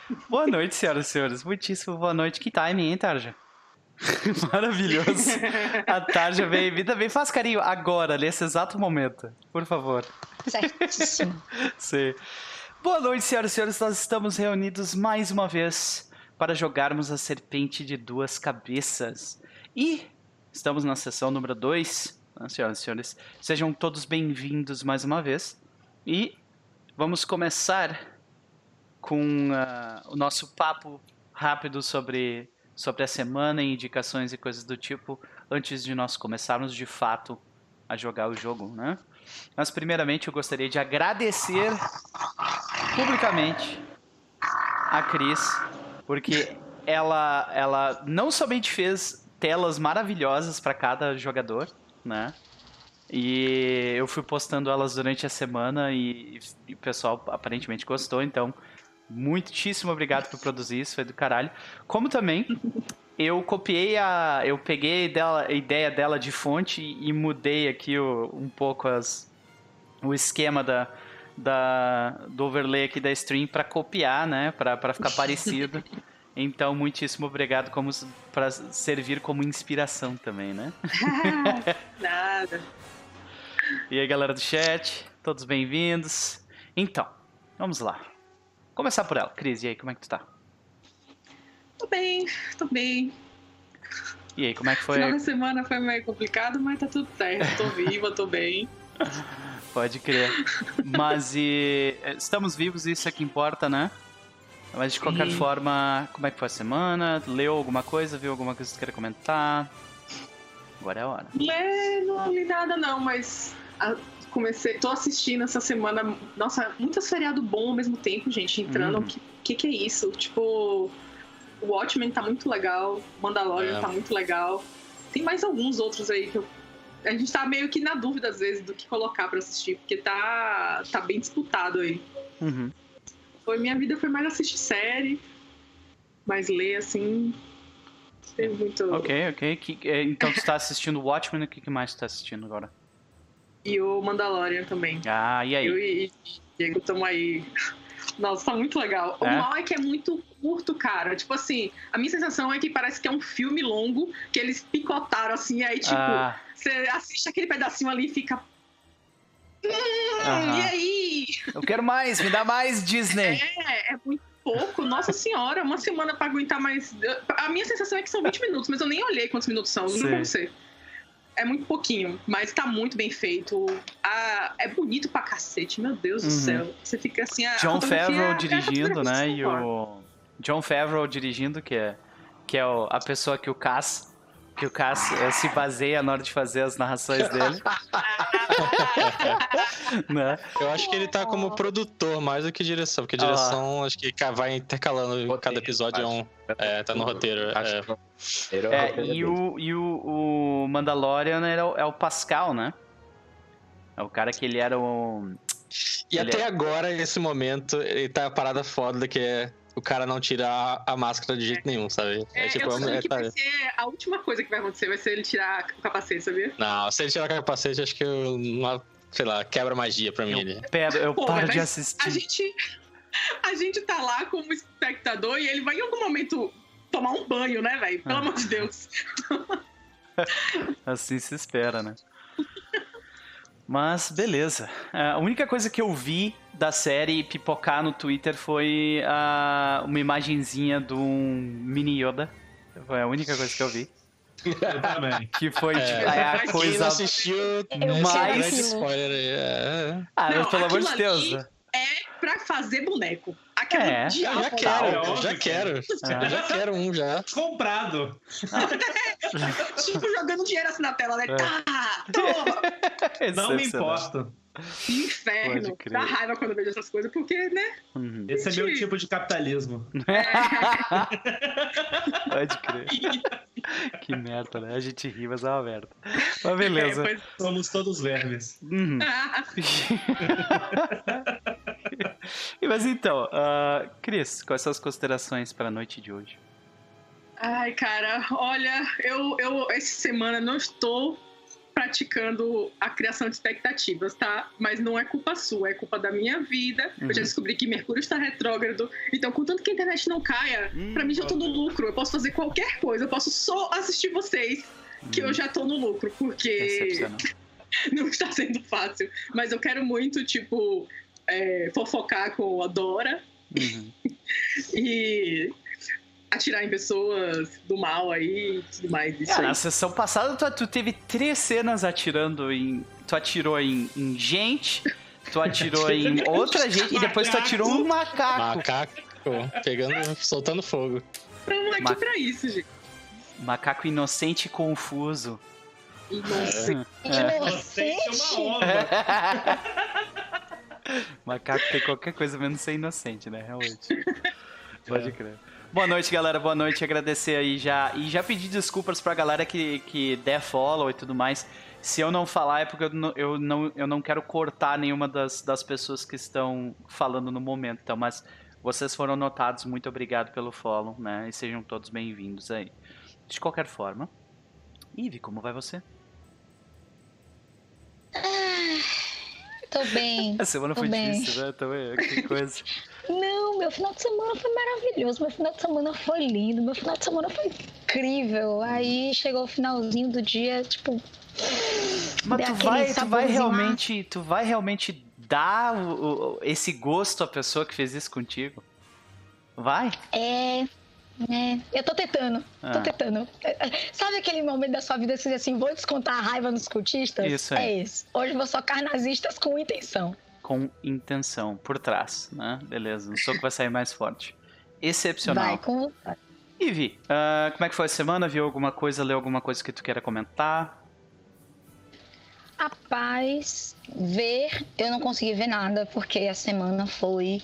Boa noite, senhoras e senhores. Muitíssimo boa noite. Que timing, hein, Tarja? Maravilhoso. A Tarja veio, vida bem. Faz carinho agora, nesse exato momento. Por favor. Certíssimo. Sim. Boa noite, senhoras e senhores. Nós estamos reunidos mais uma vez para jogarmos a Serpente de Duas Cabeças. E estamos na sessão número 2. Senhoras e senhores, sejam todos bem-vindos mais uma vez. E vamos começar com o nosso papo rápido sobre a semana e indicações e coisas do tipo, antes de nós começarmos de fato a jogar o jogo, né? Mas primeiramente eu gostaria de agradecer publicamente a Cris, porque ela não somente fez telas maravilhosas para cada jogador, né? E eu fui postando elas durante a semana e o pessoal aparentemente gostou, então muitíssimo obrigado por produzir isso, foi do caralho. Como também eu peguei a ideia dela de fonte e mudei aqui um pouco o esquema do overlay aqui da stream para copiar, né, para ficar parecido. Então, muitíssimo obrigado para servir como inspiração também, né? Nada. E aí, galera do chat, todos bem-vindos. Então, vamos lá. Começar por ela. Cris, e aí, como é que tu tá? Tô bem. E aí, como é que foi? Final da semana foi meio complicado, mas tá tudo certo. Tô viva, tô bem. Pode crer. Mas estamos vivos, isso é que importa, né? Mas de qualquer forma, como é que foi a semana? Leu alguma coisa? Viu alguma coisa que você queira comentar? Agora é a hora. Não li nada não, mas tô assistindo essa semana. Nossa, muitos feriados bons ao mesmo tempo, gente, entrando. Que é isso? Tipo, o Watchmen tá muito legal, Mandalorian tá muito legal. Tem mais alguns outros aí que a gente tá meio que na dúvida às vezes do que colocar pra assistir, porque tá bem disputado aí. Minha vida foi mais assistir série, mais ler, assim. Tem muito... Ok. Então tu tá assistindo o Watchmen, o que mais tu tá assistindo agora? E o Mandalorian também. Ah, e aí? Eu e Diego estamos aí. Nossa, tá muito legal. O mal é que é muito curto, cara. Tipo assim, a minha sensação é que parece que é um filme longo que eles picotaram assim, aí tipo, você assiste aquele pedacinho ali e fica... E aí? Eu quero mais, me dá mais, Disney. É muito pouco. Nossa senhora, uma semana pra aguentar mais... A minha sensação é que são 20 minutos, mas eu nem olhei quantos minutos são, não vou ser. É muito pouquinho, mas tá muito bem feito. É bonito pra cacete, meu Deus do céu. Você fica assim... John Favreau dirigindo, né? E o John Favreau dirigindo, que é a pessoa que o Cass se baseia na hora de fazer as narrações dele. Né? Eu acho que ele tá como produtor mais do que direção, porque direção acho que vai intercalando roteiro, cada episódio tá no roteiro. E o Mandalorian é o Pascal, né? É o cara que ele era o... E até agora, nesse momento, ele tá a parada foda que é o cara não tirar a máscara de jeito nenhum, sabe? Tipo, eu sei que vai ser a última coisa que vai acontecer, vai ser ele tirar o capacete, sabia? Não, se ele tirar o capacete, acho que sei lá, quebra magia pra mim. Eu paro de assistir. A gente tá lá como espectador e ele vai em algum momento tomar um banho, né, velho? Pelo amor de Deus. Assim se espera, né? Mas, beleza. A única coisa que eu vi da série pipocar no Twitter foi uma imagenzinha de um mini Yoda. Foi a única coisa que eu vi. Eu também. Que foi a coisa... Quem não assistiu, mais... spoiler aí. Não, pelo amor de Deus. É pra fazer boneco. Já quero um já. Comprado. Tipo, jogando dinheiro assim na tela, né? Toma! Não me importo. Inferno. Dá raiva quando eu vejo essas coisas, porque, né? Esse é meu tipo de capitalismo. Pode crer. Que merda, né? A gente ri, mas é uma merda. Mas beleza. Somos todos vermes. Mas então, Cris, quais são as considerações para a noite de hoje? Ai, cara, olha, eu essa semana não estou praticando a criação de expectativas, tá? Mas não é culpa sua, é culpa da minha vida. Eu já descobri que Mercúrio está retrógrado. Então, contanto que a internet não caia, pra mim já tô no lucro. Eu posso fazer qualquer coisa. Eu posso só assistir vocês, que eu já tô no lucro. Porque não está sendo fácil. Mas eu quero muito, tipo, fofocar com a Dora. E atirar em pessoas do mal aí e tudo mais. Isso aí. Na sessão passada tu teve 3 cenas atirando em... Tu atirou em gente, tu atirou em outra gente e depois tu atirou um macaco. Macaco, soltando fogo. Estamos aqui pra isso, gente. Macaco inocente e confuso. Inocente. Inocente é uma honra. Macaco tem qualquer coisa menos ser inocente, né? Realmente. Pode crer. Boa noite, galera. Boa noite. Agradecer aí já. E já pedir desculpas pra galera que der follow e tudo mais. Se eu não falar é porque eu não quero cortar nenhuma das pessoas que estão falando no momento. Então, mas vocês foram notados. Muito obrigado pelo follow, né? E sejam todos bem-vindos aí. De qualquer forma. Ivy, como vai você? Tô bem. A semana foi difícil, né? Também, que coisa. Não, meu final de semana foi maravilhoso. Meu final de semana foi lindo. Meu final de semana foi incrível. Aí chegou o finalzinho do dia, tipo... Mas tu vai realmente dar esse gosto à pessoa que fez isso contigo? Vai? Eu tô tentando. Sabe aquele momento da sua vida que você diz assim, vou descontar a raiva nos cultistas? Isso aí. É isso. Hoje eu vou socar nazistas com intenção. Com intenção, por trás, né? Beleza, o soco vai sair mais forte. Excepcional. Vai, com vontade. Ivy, como é que foi a semana? Viu alguma coisa, leu alguma coisa que tu queira comentar? Rapaz, eu não consegui ver nada, porque a semana foi...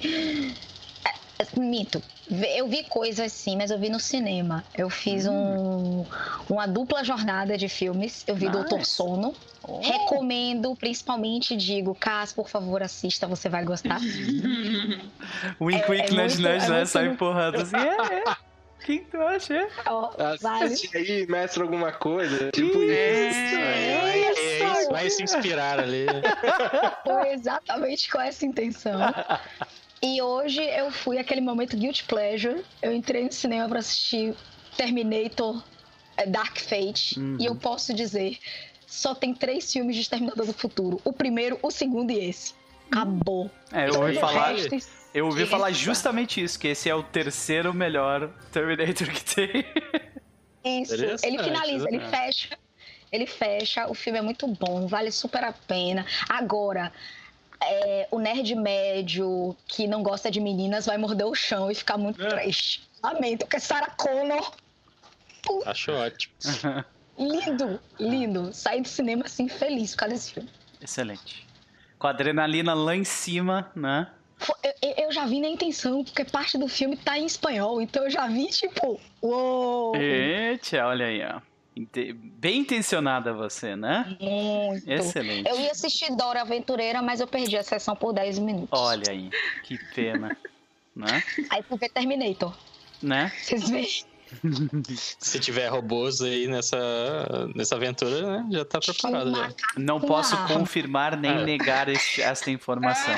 Mito. Eu vi coisas sim, mas eu vi no cinema. Eu fiz uma dupla jornada de filmes. Eu vi Doutor Sono. Recomendo, principalmente digo, Cas, por favor, assista, você vai gostar. Wink, wink, nudge, nudge, né? Sai empurrando assim. O que tu acha? Assiste aí, mestre alguma coisa. Tipo isso. Vai se inspirar ali. Foi exatamente com essa intenção. E hoje eu fui aquele momento guilty pleasure. Eu entrei no cinema pra assistir Terminator Dark Fate. E eu posso dizer, só tem 3 filmes de Exterminador do Futuro. O primeiro, o segundo e esse. Acabou. Eu ouvi falar justamente isso, que esse é o 3º melhor Terminator que tem. Isso, ele finaliza, ele fecha, o filme é muito bom, vale super a pena. Agora... o nerd médio que não gosta de meninas vai morder o chão e ficar muito triste. Lamento, porque Sarah Connor... Acho ótimo. Lindo. Saí do cinema assim, feliz por causa desse filme. Excelente. Com a adrenalina lá em cima, né? Eu já vi na intenção, porque parte do filme tá em espanhol, então eu já vi, tipo... Uou! Eita, olha aí, ó. Bem intencionada você, né? Muito. Excelente. Eu ia assistir Dora Aventureira, mas eu perdi a sessão por 10 minutos. Olha aí, que pena. Né? Aí fui ver Terminator. Né? Vocês veem? Se tiver robôs aí nessa aventura, né? Já tá preparado. Já. Não posso confirmar nem negar esta informação.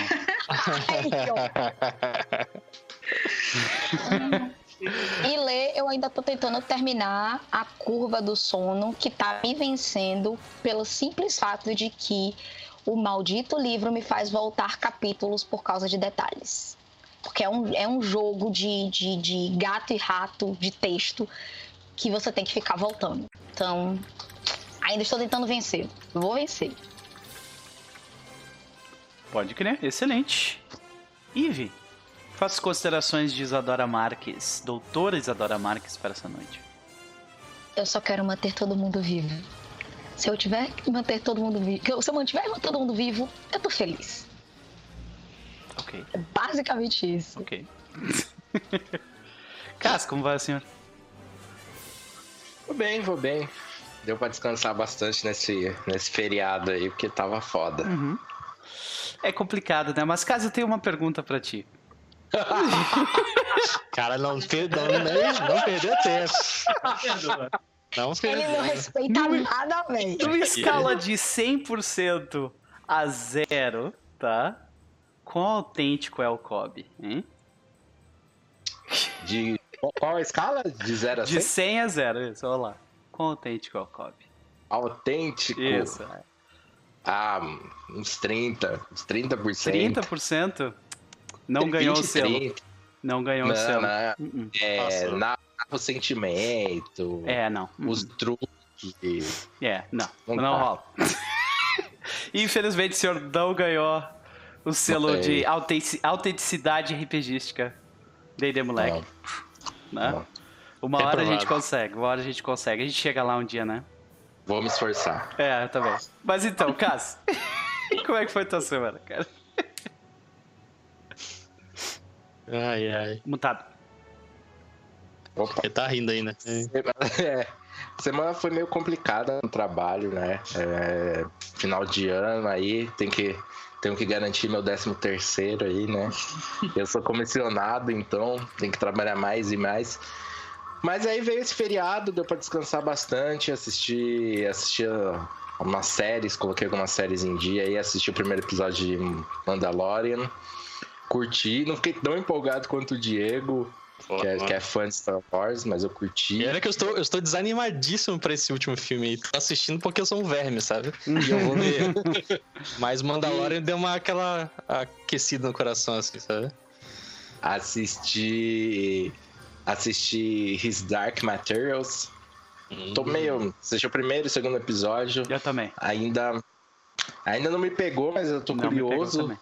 E ler, eu ainda tô tentando terminar A Curva do Sono, que tá me vencendo pelo simples fato de que o maldito livro me faz voltar capítulos por causa de detalhes. Porque é um jogo de gato e rato de texto que você tem que ficar voltando. Então, ainda estou tentando vencer. Vou vencer. Pode crer, excelente. Ivy, faça considerações de Isadora Marques, doutora Isadora Marques, para essa noite. Eu só quero manter todo mundo vivo. Se eu tiver que manter todo mundo vivo, se eu mantiver todo mundo vivo, eu tô feliz. Ok. É basicamente isso. Ok. Cas, como vai, senhor? Vou bem. Deu pra descansar bastante nesse feriado aí, porque tava foda. É complicado, né? Mas, Cas, eu tenho uma pergunta pra ti. Cara, não perdeu tempo. Não, Ele não respeita nada, velho. Numa escala de 100% a 0, tá? Quão autêntico é o Cobb, hein? Qual a escala? De 0 a 100? De 100 a 0, isso, olha lá. Quão autêntico é o Cobb? Autêntico? Isso. Uns 30%. Uns 30%. 30%? Não ganhou o selo. 30. Não ganhou o selo. O sentimento. Não. Os truques. Não rola. Infelizmente, o senhor não ganhou o selo de autenticidade RPGística. D&D moleque. Né? Uma hora a gente consegue. A gente chega lá um dia, né? Vou me esforçar. Também. Mas então, Cass, como é que foi tua semana, cara? Ai. Mutado. Opa. Ele tá rindo aí, né? Semana foi meio complicada no trabalho, né? Final de ano aí, tenho que garantir meu 13º aí, né? Eu sou comissionado, então tem que trabalhar mais e mais. Mas aí veio esse feriado, deu pra descansar bastante, assistir umas séries, coloquei algumas séries em dia aí, assisti o primeiro episódio de Mandalorian, curti, não fiquei tão empolgado quanto o Diego, que é fã de Star Wars, mas eu curti. E olha que eu estou desanimadíssimo pra esse último filme aí. Tô assistindo porque eu sou um verme, sabe? E eu vou ver. Mas Mandalorian deu aquela aquecida no coração, assim, sabe? Assisti His Dark Materials. Assisti o primeiro e o segundo episódio. Eu também. Ainda não me pegou, mas eu tô curioso.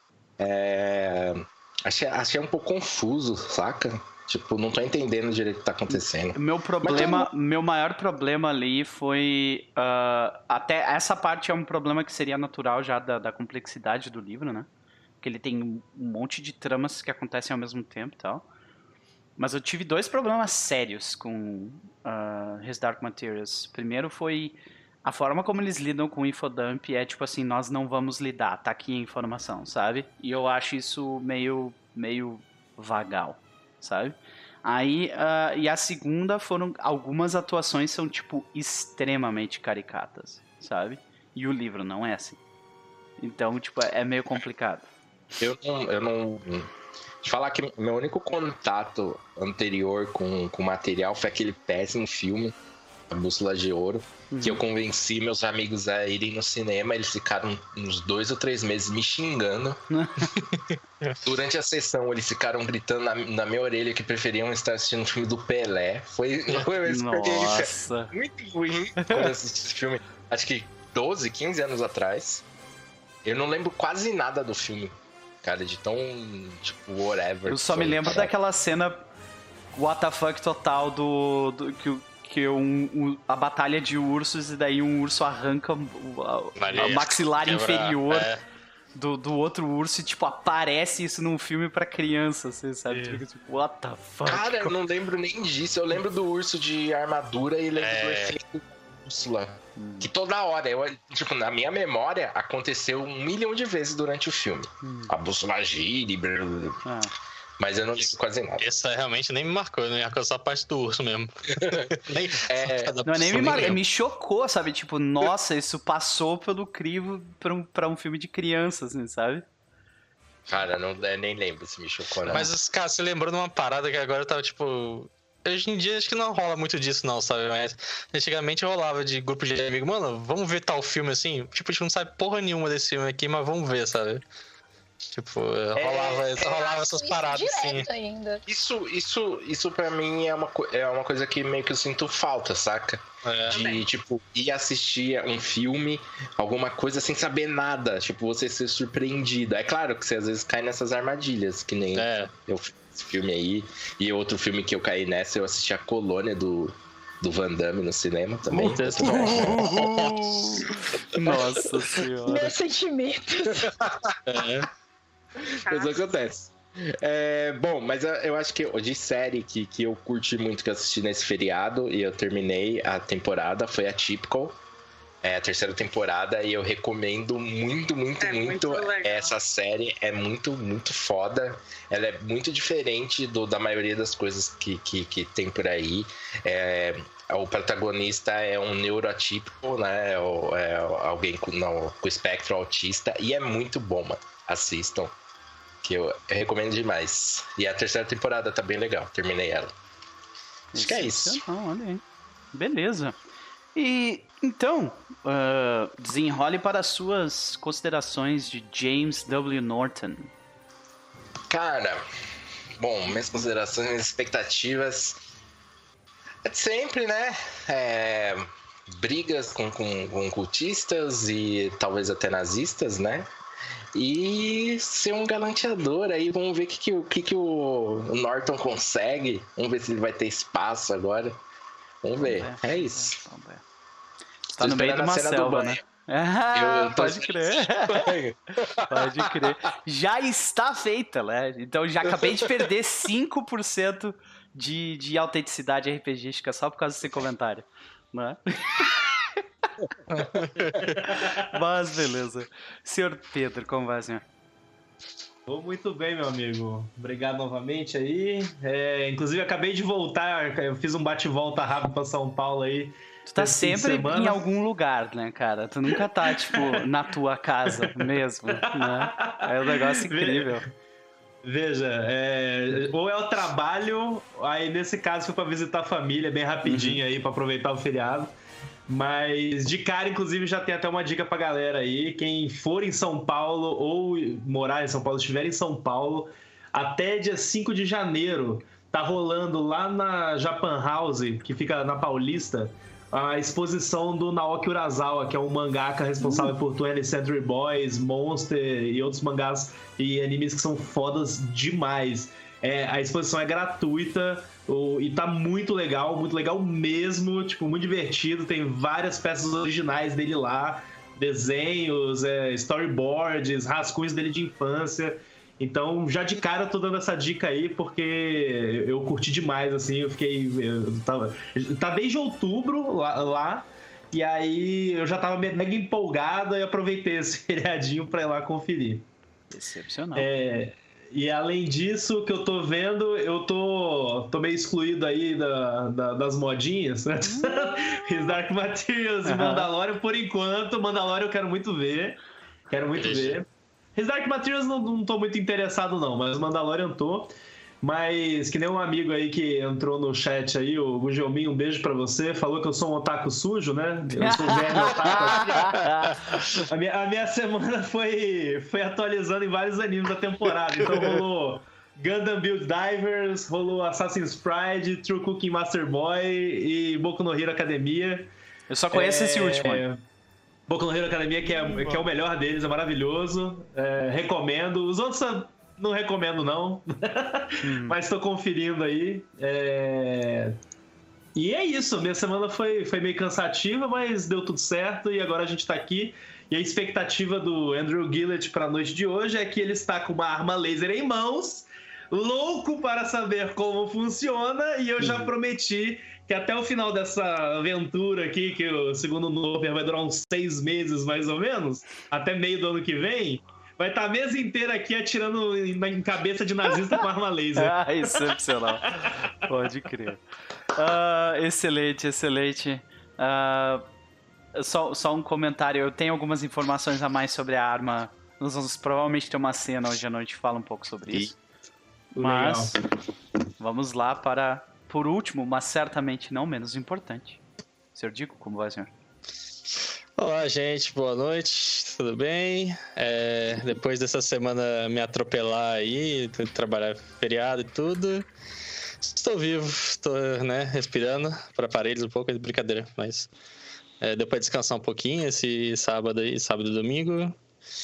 Achei um pouco confuso, saca? Tipo, não tô entendendo direito o que tá acontecendo. Meu maior problema ali foi... até essa parte é um problema que seria natural já da complexidade do livro, né? Porque ele tem um monte de tramas que acontecem ao mesmo tempo e tal. Mas eu tive 2 problemas sérios com His Dark Materials. Primeiro foi a forma como eles lidam com o infodump tipo assim, nós não vamos lidar, tá aqui a informação, sabe? E eu acho isso meio vagal, sabe? Aí, e a segunda foram, algumas atuações são, tipo, extremamente caricatas, sabe? E o livro não é assim. Então, tipo, é meio complicado. Eu não... De falar que meu único contato anterior com o material foi aquele péssimo filme, A Bússola de Ouro, que eu convenci meus amigos a irem no cinema. Eles ficaram uns 2 ou 3 meses me xingando. Durante a sessão, eles ficaram gritando na minha orelha que preferiam estar assistindo um filme do Pelé. Foi uma experiência muito ruim quando eu assisti esse filme. Acho que 12, 15 anos atrás. Eu não lembro quase nada do filme, cara, de tão, tipo, whatever. Eu só me lembro daquela cena WTF total que a batalha de ursos, e daí um urso arranca o maxilar inferior do outro urso e, tipo, aparece isso num filme pra criança, assim, sabe? Tipo, what the fuck? Cara, eu não lembro nem disso. Eu lembro do urso de armadura e lembro do efeito bússola. Que toda hora, tipo, na minha memória, aconteceu 1 milhão de vezes durante o filme. A bússola gira e blá, blá, blá. Mas eu não lembro quase nada. Essa realmente nem me marcou, me marcou só a parte do urso mesmo. Me chocou, sabe? Tipo, nossa, isso passou pelo crivo pra um filme de criança, assim, sabe? Cara, nem lembro se me chocou, não. Mas, cara, você lembrou de uma parada que agora eu tava, tipo... Hoje em dia acho que não rola muito disso, não, sabe? Mas antigamente rolava de grupo de amigos, mano, vamos ver tal filme assim? Tipo, a gente não sabe porra nenhuma desse filme aqui, mas vamos ver, sabe? Tipo, rolava essas paradas assim. Ainda. Isso pra mim é uma coisa que meio que eu sinto falta, saca? De, tipo, ir assistir um filme, alguma coisa sem saber nada. Tipo, você ser surpreendido. É claro que você às vezes cai nessas armadilhas, que nem eu fiz esse filme aí. E outro filme que eu caí nessa, eu assisti A Colônia do Van Damme no cinema também. Nossa senhora. Meus sentimentos. Isso acontece. Bom, mas eu acho que de série que eu curti muito, que eu assisti nesse feriado e eu terminei a temporada, foi a Typical. a terceira temporada e eu recomendo muito, muito, muito. legal. Essa série é muito, muito foda. Ela é muito diferente da maioria das coisas que tem por aí. O protagonista é um neuroatípico, né? É alguém com espectro autista. E é muito bom, mano. Assistam. Que eu recomendo demais. E a terceira temporada tá bem legal. Terminei ela. Acho que é isso. Olha aí. Beleza. E então, desenrole para as suas considerações de James W. Norton. Cara, bom, minhas considerações, minhas expectativas. É de sempre, né? Brigas com cultistas e talvez até nazistas, né? E ser um galanteador aí, vamos ver o que o Norton consegue. Vamos ver se ele vai ter espaço agora. Vamos ver. É isso. Vamos ver. Tá no meio de uma selva, né? Pode crer. Pode crer. Já está feita, né? Então já acabei de perder 5% de autenticidade RPGística só por causa desse comentário, né? Mas beleza. Senhor Pedro, como vai, senhor? Vou muito bem, meu amigo. Obrigado novamente aí. Inclusive, acabei de voltar. Eu fiz um bate-volta rápido pra São Paulo aí. Tu tá sempre em algum lugar, né, cara? Tu nunca tá, tipo, na tua casa mesmo, né? É um negócio incrível. Veja, ou é o trabalho, aí nesse caso foi pra visitar a família bem rapidinho aí, pra aproveitar o feriado. Mas de cara, inclusive, já tem até uma dica pra galera aí. Quem for em São Paulo ou morar em São Paulo, estiver em São Paulo, até dia 5 de janeiro, tá rolando lá na Japan House, que fica na Paulista, a exposição do Naoki Urasawa, que é um mangaka responsável por 20th Century Boys, Monster e outros mangás e animes que são fodas demais. A exposição é gratuita e tá muito legal mesmo, tipo, muito divertido. Tem várias peças originais dele lá, desenhos, storyboards, rascunhos dele de infância. Então, já de cara eu tô dando essa dica aí, porque eu curti demais, assim, eu tá desde outubro lá, e aí eu já tava mega empolgado e aproveitei esse feriadinho pra ir lá conferir. Excepcional. E além disso, que eu tô vendo, eu tô meio excluído aí das modinhas, né? His Dark Materials e Mandalorian, por enquanto. Mandalorian eu quero muito ver. His Dark Materials não tô muito interessado não, mas Mandalorian tô. Mas que nem um amigo aí que entrou no chat aí, o Gugelmin, um beijo pra você, falou que eu sou um otaku sujo, né? Eu sou um velho otaku. A minha semana foi atualizando em vários animes da temporada. Então rolou Gundam Build Divers, rolou Assassin's Pride, True Cooking Master Boy e Boku no Hero Academia. Eu só conheço esse último aí. Boku no Hero Academia, que é o melhor deles, é maravilhoso. Recomendo. Os outros não recomendo, não. Mas tô conferindo aí. E é isso. Minha semana foi meio cansativa, mas deu tudo certo. E agora a gente tá aqui. E a expectativa do Andrew Gillett pra noite de hoje é que ele está com uma arma laser em mãos, louco para saber como funciona. E eu já prometi que até o final dessa aventura aqui, que o segundo Noper vai durar uns 6 meses mais ou menos, até meio do ano que vem, vai estar a mesa inteira aqui atirando em cabeça de nazista com arma laser. Excepcional. Pode crer. Excelente. Só um comentário. Eu tenho algumas informações a mais sobre a arma. Nós vamos provavelmente ter uma cena hoje à noite que fala um pouco sobre isso. Mas vamos lá para, por último, mas certamente não menos importante. Senhor Dico, como vai, senhor? Olá, gente, boa noite, tudo bem? Depois dessa semana me atropelar aí, trabalhar feriado e tudo, estou vivo, estou, né, respirando para aparelhos um pouco, é brincadeira, mas deu para descansar um pouquinho esse sábado e domingo.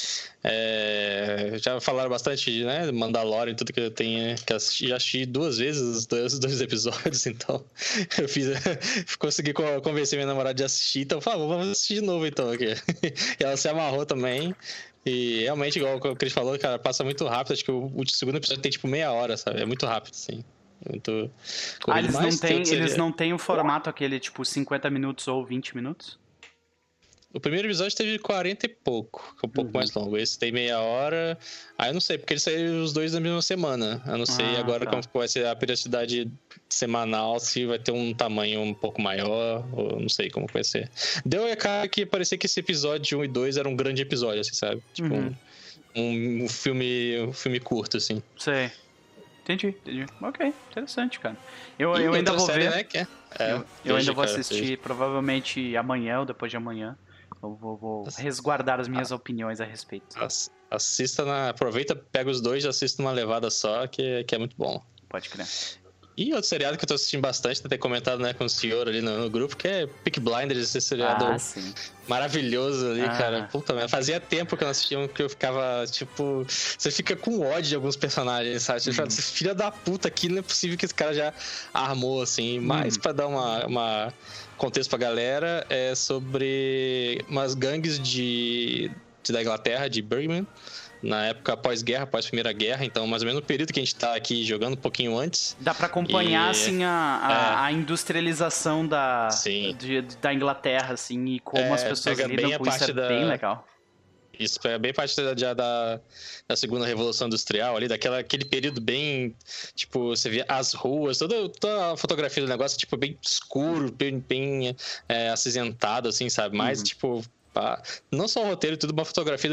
Já falaram bastante, né, Mandalorian e tudo que eu tenho que assistir. Já assisti 2 vezes os dois episódios, então eu consegui convencer minha namorada de assistir, então vamos assistir de novo então aqui. E ela se amarrou também. E realmente, igual o Chris falou, cara, passa muito rápido. Acho que o segundo episódio tem tipo meia hora, sabe? É muito rápido, assim. Muito eles não têm o formato aquele tipo 50 minutos ou 20 minutos? O primeiro episódio teve 40 e pouco, que é um pouco mais longo. Esse tem meia hora. Eu não sei, porque eles saíram os dois na mesma semana. Eu não sei agora como vai ser a periodicidade semanal, se vai ter um tamanho um pouco maior, ou não sei como vai ser. Deu a cara que parecia que esse episódio 1 e 2 era um grande episódio, assim, sabe? Tipo, um filme curto, assim. Sei. Entendi. Ok, interessante, cara. Eu ainda vou série, ver. Né, eu ainda vou assistir, provavelmente amanhã ou depois de amanhã. Eu vou resguardar as minhas opiniões a respeito. Assista aproveita, pega os dois e assista uma levada só, que é muito bom. Pode crer. E outro seriado que eu tô assistindo bastante, até comentado, né, com o senhor ali no grupo, que é Peaky Blinders, esse seriado maravilhoso ali, cara. Puta merda, fazia tempo que eu não assistia, que eu ficava, tipo... Você fica com ódio de alguns personagens, sabe? Você fala, filha da puta, aqui não é possível que esse cara já armou, assim. Mas pra dar uma contexto pra galera, é sobre umas gangues da Inglaterra, de Birmingham, na época pós-guerra, pós-primeira guerra, então mais ou menos no período que a gente tá aqui jogando, um pouquinho antes. Dá pra acompanhar, assim, a industrialização da Inglaterra, assim, e como as pessoas lidam com isso, bem legal. Isso é bem parte da segunda revolução industrial ali, aquele período bem, tipo, você vê as ruas, toda a fotografia do negócio, tipo, bem escuro, bem acinzentado, assim, sabe? Mas, tipo, não só o roteiro, tudo, uma fotografia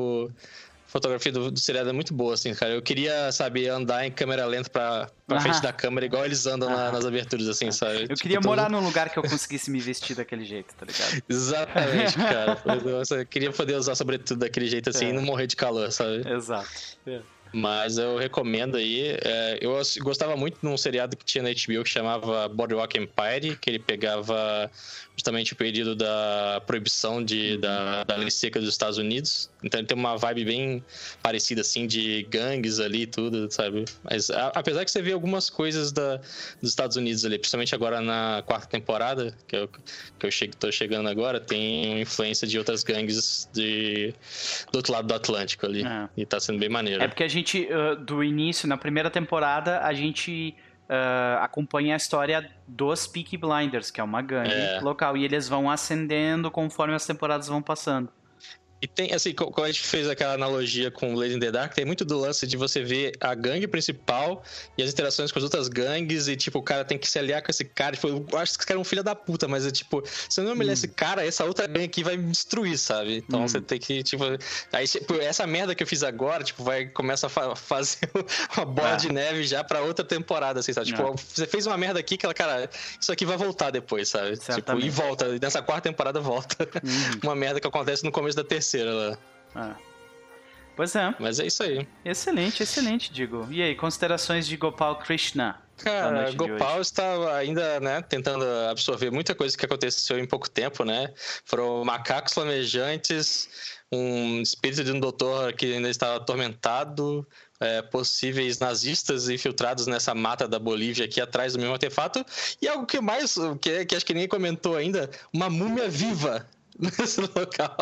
do seriado é muito boa, assim, cara. Eu queria, sabe, andar em câmera lenta pra frente da câmera, igual eles andam nas aberturas, assim, sabe? Eu queria morar num lugar que eu conseguisse me vestir daquele jeito, tá ligado? Exatamente, cara. Eu queria poder usar sobretudo daquele jeito, assim, e não morrer de calor, sabe? Exato. Mas eu recomendo aí. Eu gostava muito de um seriado que tinha na HBO que chamava Boardwalk Empire, que ele pegava justamente o período da proibição da lei seca dos Estados Unidos. Então ele tem uma vibe bem parecida, assim, de gangues ali e tudo, sabe? Mas apesar que você vê algumas coisas dos Estados Unidos ali, principalmente agora na 4ª temporada, que eu tô chegando agora, tem influência de outras gangues do outro lado do Atlântico ali. E tá sendo bem maneiro. É porque a gente, do início, na primeira temporada, a gente acompanha a história dos Peaky Blinders, que é uma gangue local, e eles vão ascendendo conforme as temporadas vão passando. E tem, assim, quando a gente fez aquela analogia com Blade in the Dark, tem muito do lance de você ver a gangue principal e as interações com as outras gangues e, tipo, o cara tem que se aliar com esse cara. Tipo, eu acho que esse cara é um filho da puta, mas é tipo, se eu não me aliar esse cara, essa outra gangue aqui vai me destruir, sabe? Então você tem que, tipo... Aí, tipo, essa merda que eu fiz agora, tipo, começa a fazer uma bola de neve já pra outra temporada, assim, sabe? Tipo, você fez uma merda aqui que ela, cara, isso aqui vai voltar depois, sabe? Tipo, e volta. E nessa 4ª temporada volta. Uma merda que acontece no começo da 3ª lá. Pois é. Mas é isso aí. Excelente, Digo. E aí, considerações de Gopal Krishna? Cara, Gopal está ainda, né, tentando absorver muita coisa que aconteceu em pouco tempo, né? Foram macacos flamejantes, um espírito de um doutor que ainda estava atormentado, possíveis nazistas infiltrados nessa mata da Bolívia aqui atrás do mesmo artefato, e algo que mais, que acho que ninguém comentou ainda, uma múmia viva nesse local.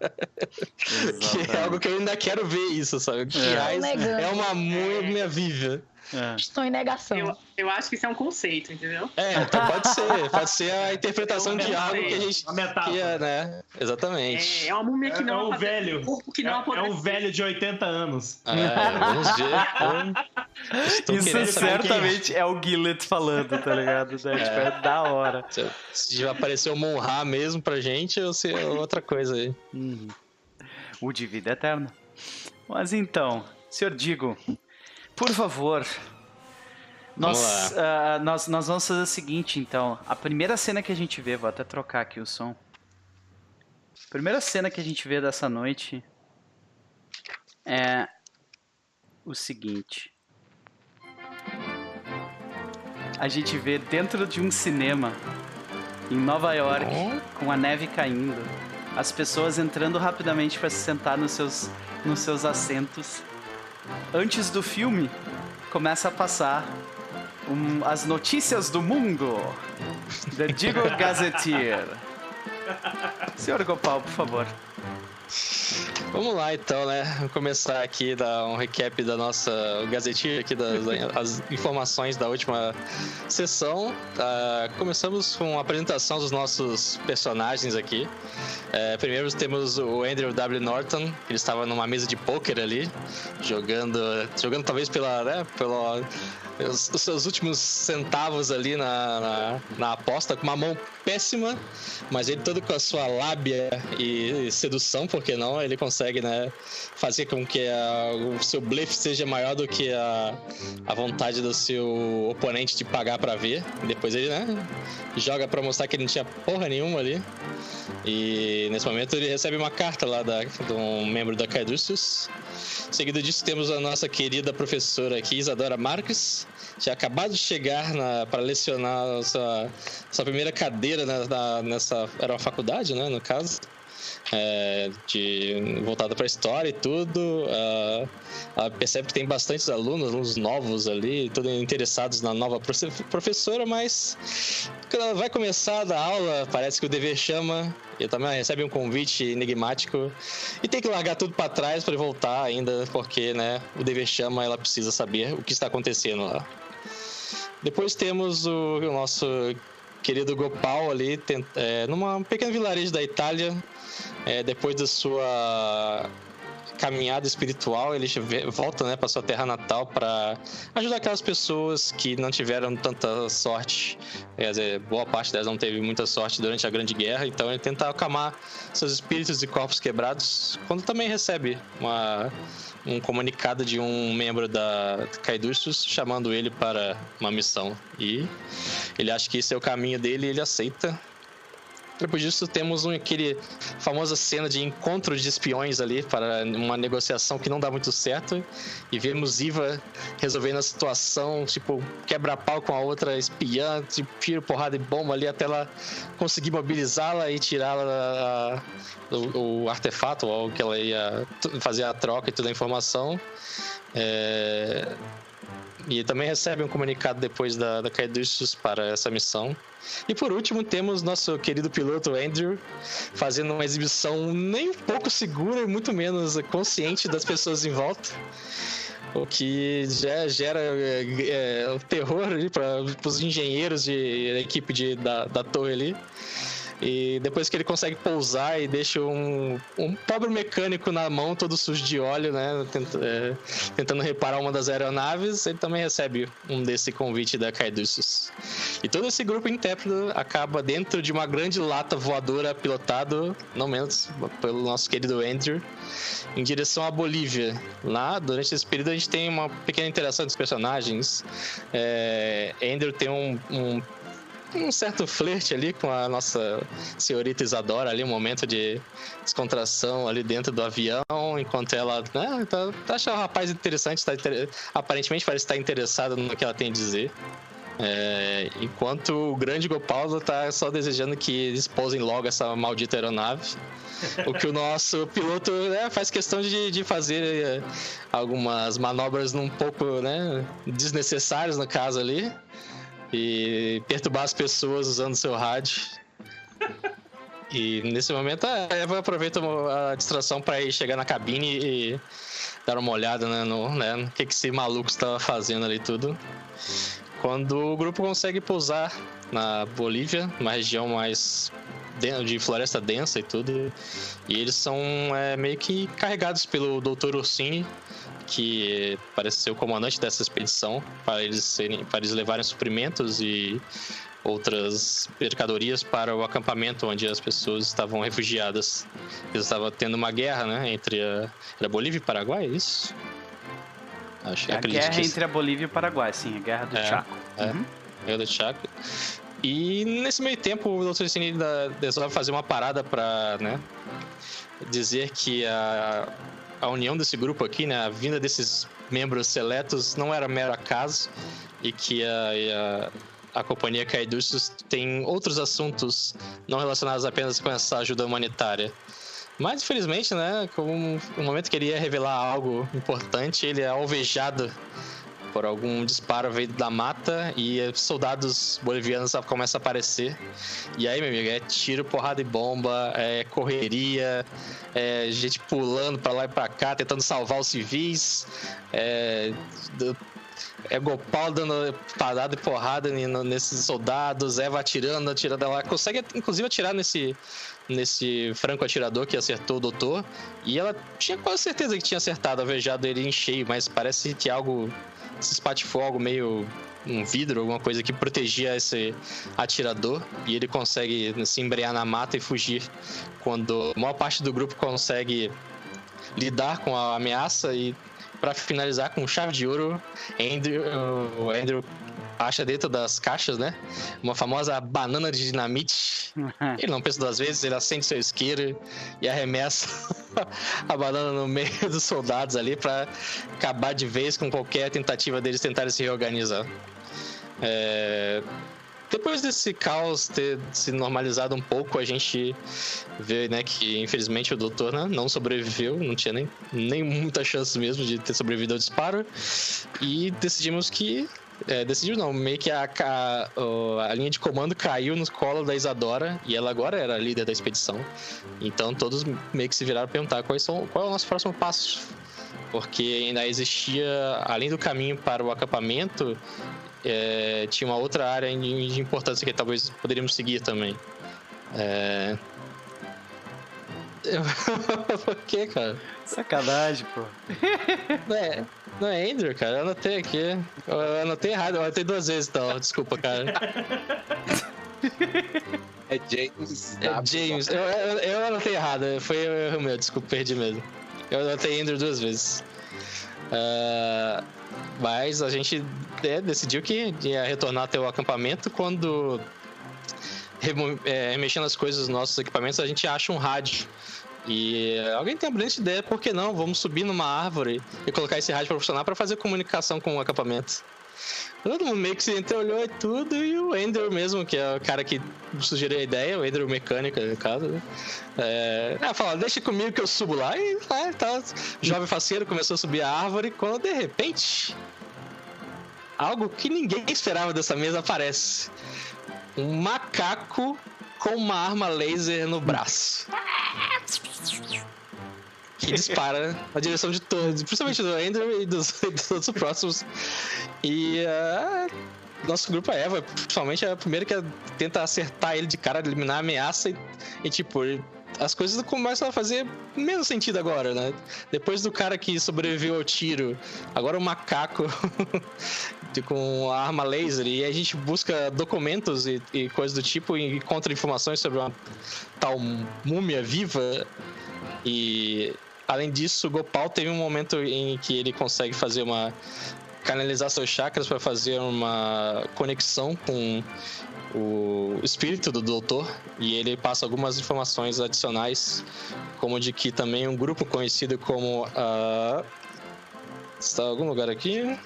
Que é algo que eu ainda quero ver isso, sabe? Que é uma múmia viva. Estou em negação. Eu acho que isso é um conceito, entendeu? Então pode ser a interpretação de algo que a gente quer, né? Exatamente. É uma múmia que não é um velho. É um velho de 80 anos. Vamos ver. Isso certamente é o Gillett falando, tá ligado? É da hora. Se vai aparecer o Monra mesmo pra gente ou se é outra coisa aí. O de vida eterna. Mas então, senhor Digo, por favor, nós vamos fazer o seguinte, então. A primeira cena que a gente vê, vou até trocar aqui o som. A primeira cena que a gente vê dessa noite é o seguinte. A gente vê dentro de um cinema em Nova York, com a neve caindo, as pessoas entrando rapidamente para se sentar nos seus assentos. Antes do filme, começa a passar as notícias do mundo. The Digo Gazetteer. Senhor Gopal, por favor. Vamos lá então, né? Vamos começar aqui, dar um recap da nossa gazetinha aqui, das informações da última sessão. Começamos com a apresentação dos nossos personagens aqui. Primeiro temos o Andrew W. Norton, ele estava numa mesa de pôquer ali, jogando talvez os seus últimos centavos ali na aposta, com uma mão péssima, mas ele todo com a sua lábia e sedução, porque não, ele consegue, né, fazer com que o seu blefe seja maior do que a vontade do seu oponente de pagar pra ver. E depois ele, né, joga pra mostrar que ele não tinha porra nenhuma ali. E nesse momento ele recebe uma carta lá de um membro da Caedustus. Seguido disso temos a nossa querida professora aqui, Isadora Marques, tinha acabado de chegar para lecionar a sua primeira cadeira era uma faculdade, né, no caso, voltada para a história e tudo. Ela percebe que tem bastantes alunos novos ali, todos interessados na nova professora, mas quando ela vai começar a dar aula, parece que o dever chama, e também ela recebe um convite enigmático e tem que largar tudo para trás para voltar ainda, porque, né, o dever chama, ela precisa saber o que está acontecendo lá. Depois temos o nosso querido Gopal ali, numa pequena vilarejo da Itália, depois da sua caminhada espiritual, ele volta, né, para sua terra natal para ajudar aquelas pessoas que não tiveram tanta sorte. Quer dizer, boa parte delas não teve muita sorte durante a Grande Guerra, então ele tenta acalmar seus espíritos e corpos quebrados, quando também recebe um comunicado de um membro da Caedustus chamando ele para uma missão. E ele acha que esse é o caminho dele e ele aceita. Depois disso, temos aquele famosa cena de encontro de espiões ali para uma negociação que não dá muito certo. E vemos Iva resolvendo a situação, tipo, quebra-pau com a outra espiã, tipo, tiro, porrada e bomba ali até ela conseguir mobilizá-la e tirá-la o artefato, ou que ela ia fazer a troca e toda a informação. E também recebe um comunicado depois da Caedustus para essa missão. E por último temos nosso querido piloto Andrew fazendo uma exibição nem um pouco segura e muito menos consciente das pessoas em volta, o que já gera terror ali para os engenheiros da equipe da torre ali. E depois que ele consegue pousar e deixa um pobre mecânico na mão, todo sujo de óleo, né, tentando reparar uma das aeronaves, ele também recebe um desse convite da Caedustus. E todo esse grupo intérprete acaba dentro de uma grande lata voadora pilotado, não menos, pelo nosso querido Andrew, em direção à Bolívia. Lá, durante esse período, a gente tem uma pequena interação dos personagens. Andrew tem um certo flerte ali com a nossa senhorita Isadora ali, um momento de descontração ali dentro do avião, enquanto ela, né, tá achando um rapaz interessante, aparentemente parece estar interessado no que ela tem a dizer. Enquanto o grande Gopal tá só desejando que eles pousem logo essa maldita aeronave. O que o nosso piloto, né, faz questão de fazer algumas manobras um pouco, né, desnecessárias no caso ali, e perturbar as pessoas usando seu rádio. E nesse momento a Eva aproveita a distração para ir chegar na cabine e dar uma olhada, né, no que esse maluco estava fazendo ali tudo. Quando o grupo consegue pousar na Bolívia, uma região mais de floresta densa e tudo, e eles são meio que carregados pelo Dr. Ursini, que parece ser o comandante dessa expedição, para eles levarem suprimentos e outras mercadorias para o acampamento onde as pessoas estavam refugiadas. Eles estavam tendo uma guerra, né, entre a Bolívia e Paraguai, é isso? A guerra entre a Bolívia e o Paraguai, sim, a Guerra do Chaco. Guerra do Chaco. E nesse meio tempo o Dr. Ursini resolve fazer uma parada para, né, dizer que a união desse grupo aqui, né, a vinda desses membros seletos não era mero acaso, e que a companhia Caedustus tem outros assuntos não relacionados apenas com essa ajuda humanitária. Mas, infelizmente, né, como no momento que ele ia revelar algo importante, ele é alvejado por algum disparo veio da mata e soldados bolivianos começam a aparecer. E aí, meu amigo, é tiro, porrada e bomba, é correria, é gente pulando pra lá e pra cá, tentando salvar os civis, é Gopal dando parada e porrada nesses soldados, Eva atirando. Ela consegue, inclusive, atirar nesse franco atirador que acertou o doutor. E ela tinha quase certeza que tinha acertado, alvejado ele em cheio, mas parece que algo se espatifou, algo meio um vidro, alguma coisa que protegia esse atirador. E ele consegue se embrear na mata e fugir quando a maior parte do grupo consegue lidar com a ameaça. E para finalizar com chave de ouro, o Andrew acha dentro das caixas, né, uma famosa banana de dinamite. Ele não pensa duas vezes, ele acende seu isqueiro e arremessa a banana no meio dos soldados ali para acabar de vez com qualquer tentativa deles tentarem se reorganizar. Depois desse caos ter se normalizado um pouco, a gente vê, né, que infelizmente o doutor, né, não sobreviveu, não tinha nem muita chance mesmo de ter sobrevivido ao disparo. E decidimos que... meio que a linha de comando caiu no colo da Isadora e ela agora era a líder da expedição. Então todos meio que se viraram a perguntar qual é o nosso próximo passo. Porque ainda existia, além do caminho para o acampamento, tinha uma outra área de importância que talvez poderíamos seguir também. Por que, cara? Sacanagem, pô. Não é Andrew, cara. Eu anotei aqui. Eu anotei errado. Eu anotei 2 vezes, então. Desculpa, cara. É James. James. Eu anotei errado. Foi erro meu. Desculpa, perdi mesmo. Eu anotei Andrew 2 vezes. Mas a gente decidiu que ia retornar até o acampamento quando... mexendo as coisas dos nossos equipamentos, a gente acha um rádio. E alguém tem a brilhante ideia, por que não? Vamos subir numa árvore e colocar esse rádio para funcionar para fazer comunicação com o acampamento. Todo mundo meio que se olhou e tudo, e o Andrew mesmo, que é o cara que sugeriu a ideia, o Andrew mecânico, no caso, né? Fala, deixa comigo que eu subo lá. E tá, jovem faceiro começou a subir a árvore, quando de repente, algo que ninguém esperava dessa mesa aparece. Um macaco com uma arma laser no braço. Que dispara na direção de todos, principalmente do Andrew e dos outros próximos. E nosso grupo, a Eva, principalmente, é a primeira que tenta acertar ele de cara, eliminar a ameaça. E tipo, as coisas começam a fazer menos sentido agora, né? Depois do cara que sobreviveu ao tiro, agora o macaco com a arma laser, e a gente busca documentos e coisas do tipo e encontra informações sobre uma tal múmia viva. E além disso, o Gopal teve um momento em que ele consegue canalizar seus chakras para fazer uma conexão com o espírito do doutor, e ele passa algumas informações adicionais, como de que também um grupo conhecido como está em algum lugar aqui.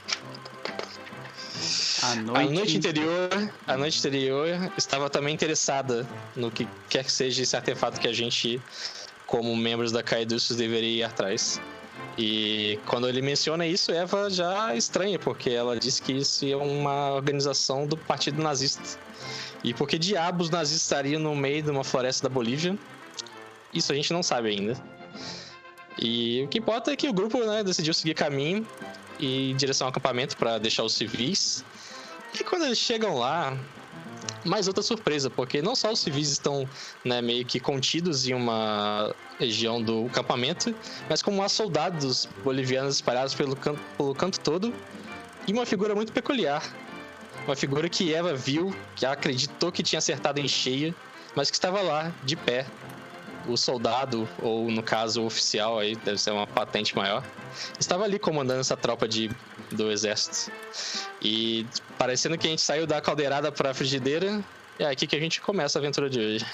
A noite anterior estava também interessada no que quer que seja esse artefato que a gente, como membros da Caedustos, deveria ir atrás. E quando ele menciona isso, Eva já estranha, porque ela disse que isso é uma organização do Partido Nazista. E por que diabos os nazistas estariam no meio de uma floresta da Bolívia? Isso a gente não sabe ainda. E o que importa é que o grupo, né, decidiu seguir caminho e em direção ao acampamento para deixar os civis. E quando eles chegam lá, mais outra surpresa, porque não só os civis estão, né, meio que contidos em uma região do acampamento, mas como há soldados bolivianos espalhados pelo canto todo, e uma figura muito peculiar. Uma figura que Eva viu, que acreditou que tinha acertado em cheio, mas que estava lá, de pé. O soldado, ou no caso o oficial, aí deve ser uma patente maior, estava ali comandando essa tropa do exército. E parecendo que a gente saiu da caldeirada para a frigideira, é aqui que a gente começa a aventura de hoje.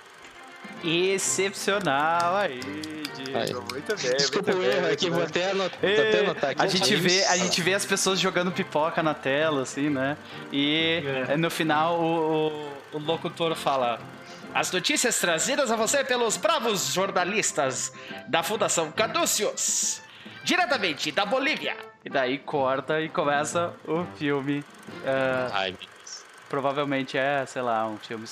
Excepcional aí, Diego. Muito bem. Desculpa o erro aqui, vou até anotar aqui. A gente vê as pessoas jogando pipoca na tela, assim, né? E no final o locutor fala: as notícias trazidas a você pelos bravos jornalistas da Fundação Caduceus, diretamente da Bolívia, E daí corta e começa o filme. Ai, meu Deus. Provavelmente é, sei lá, um filme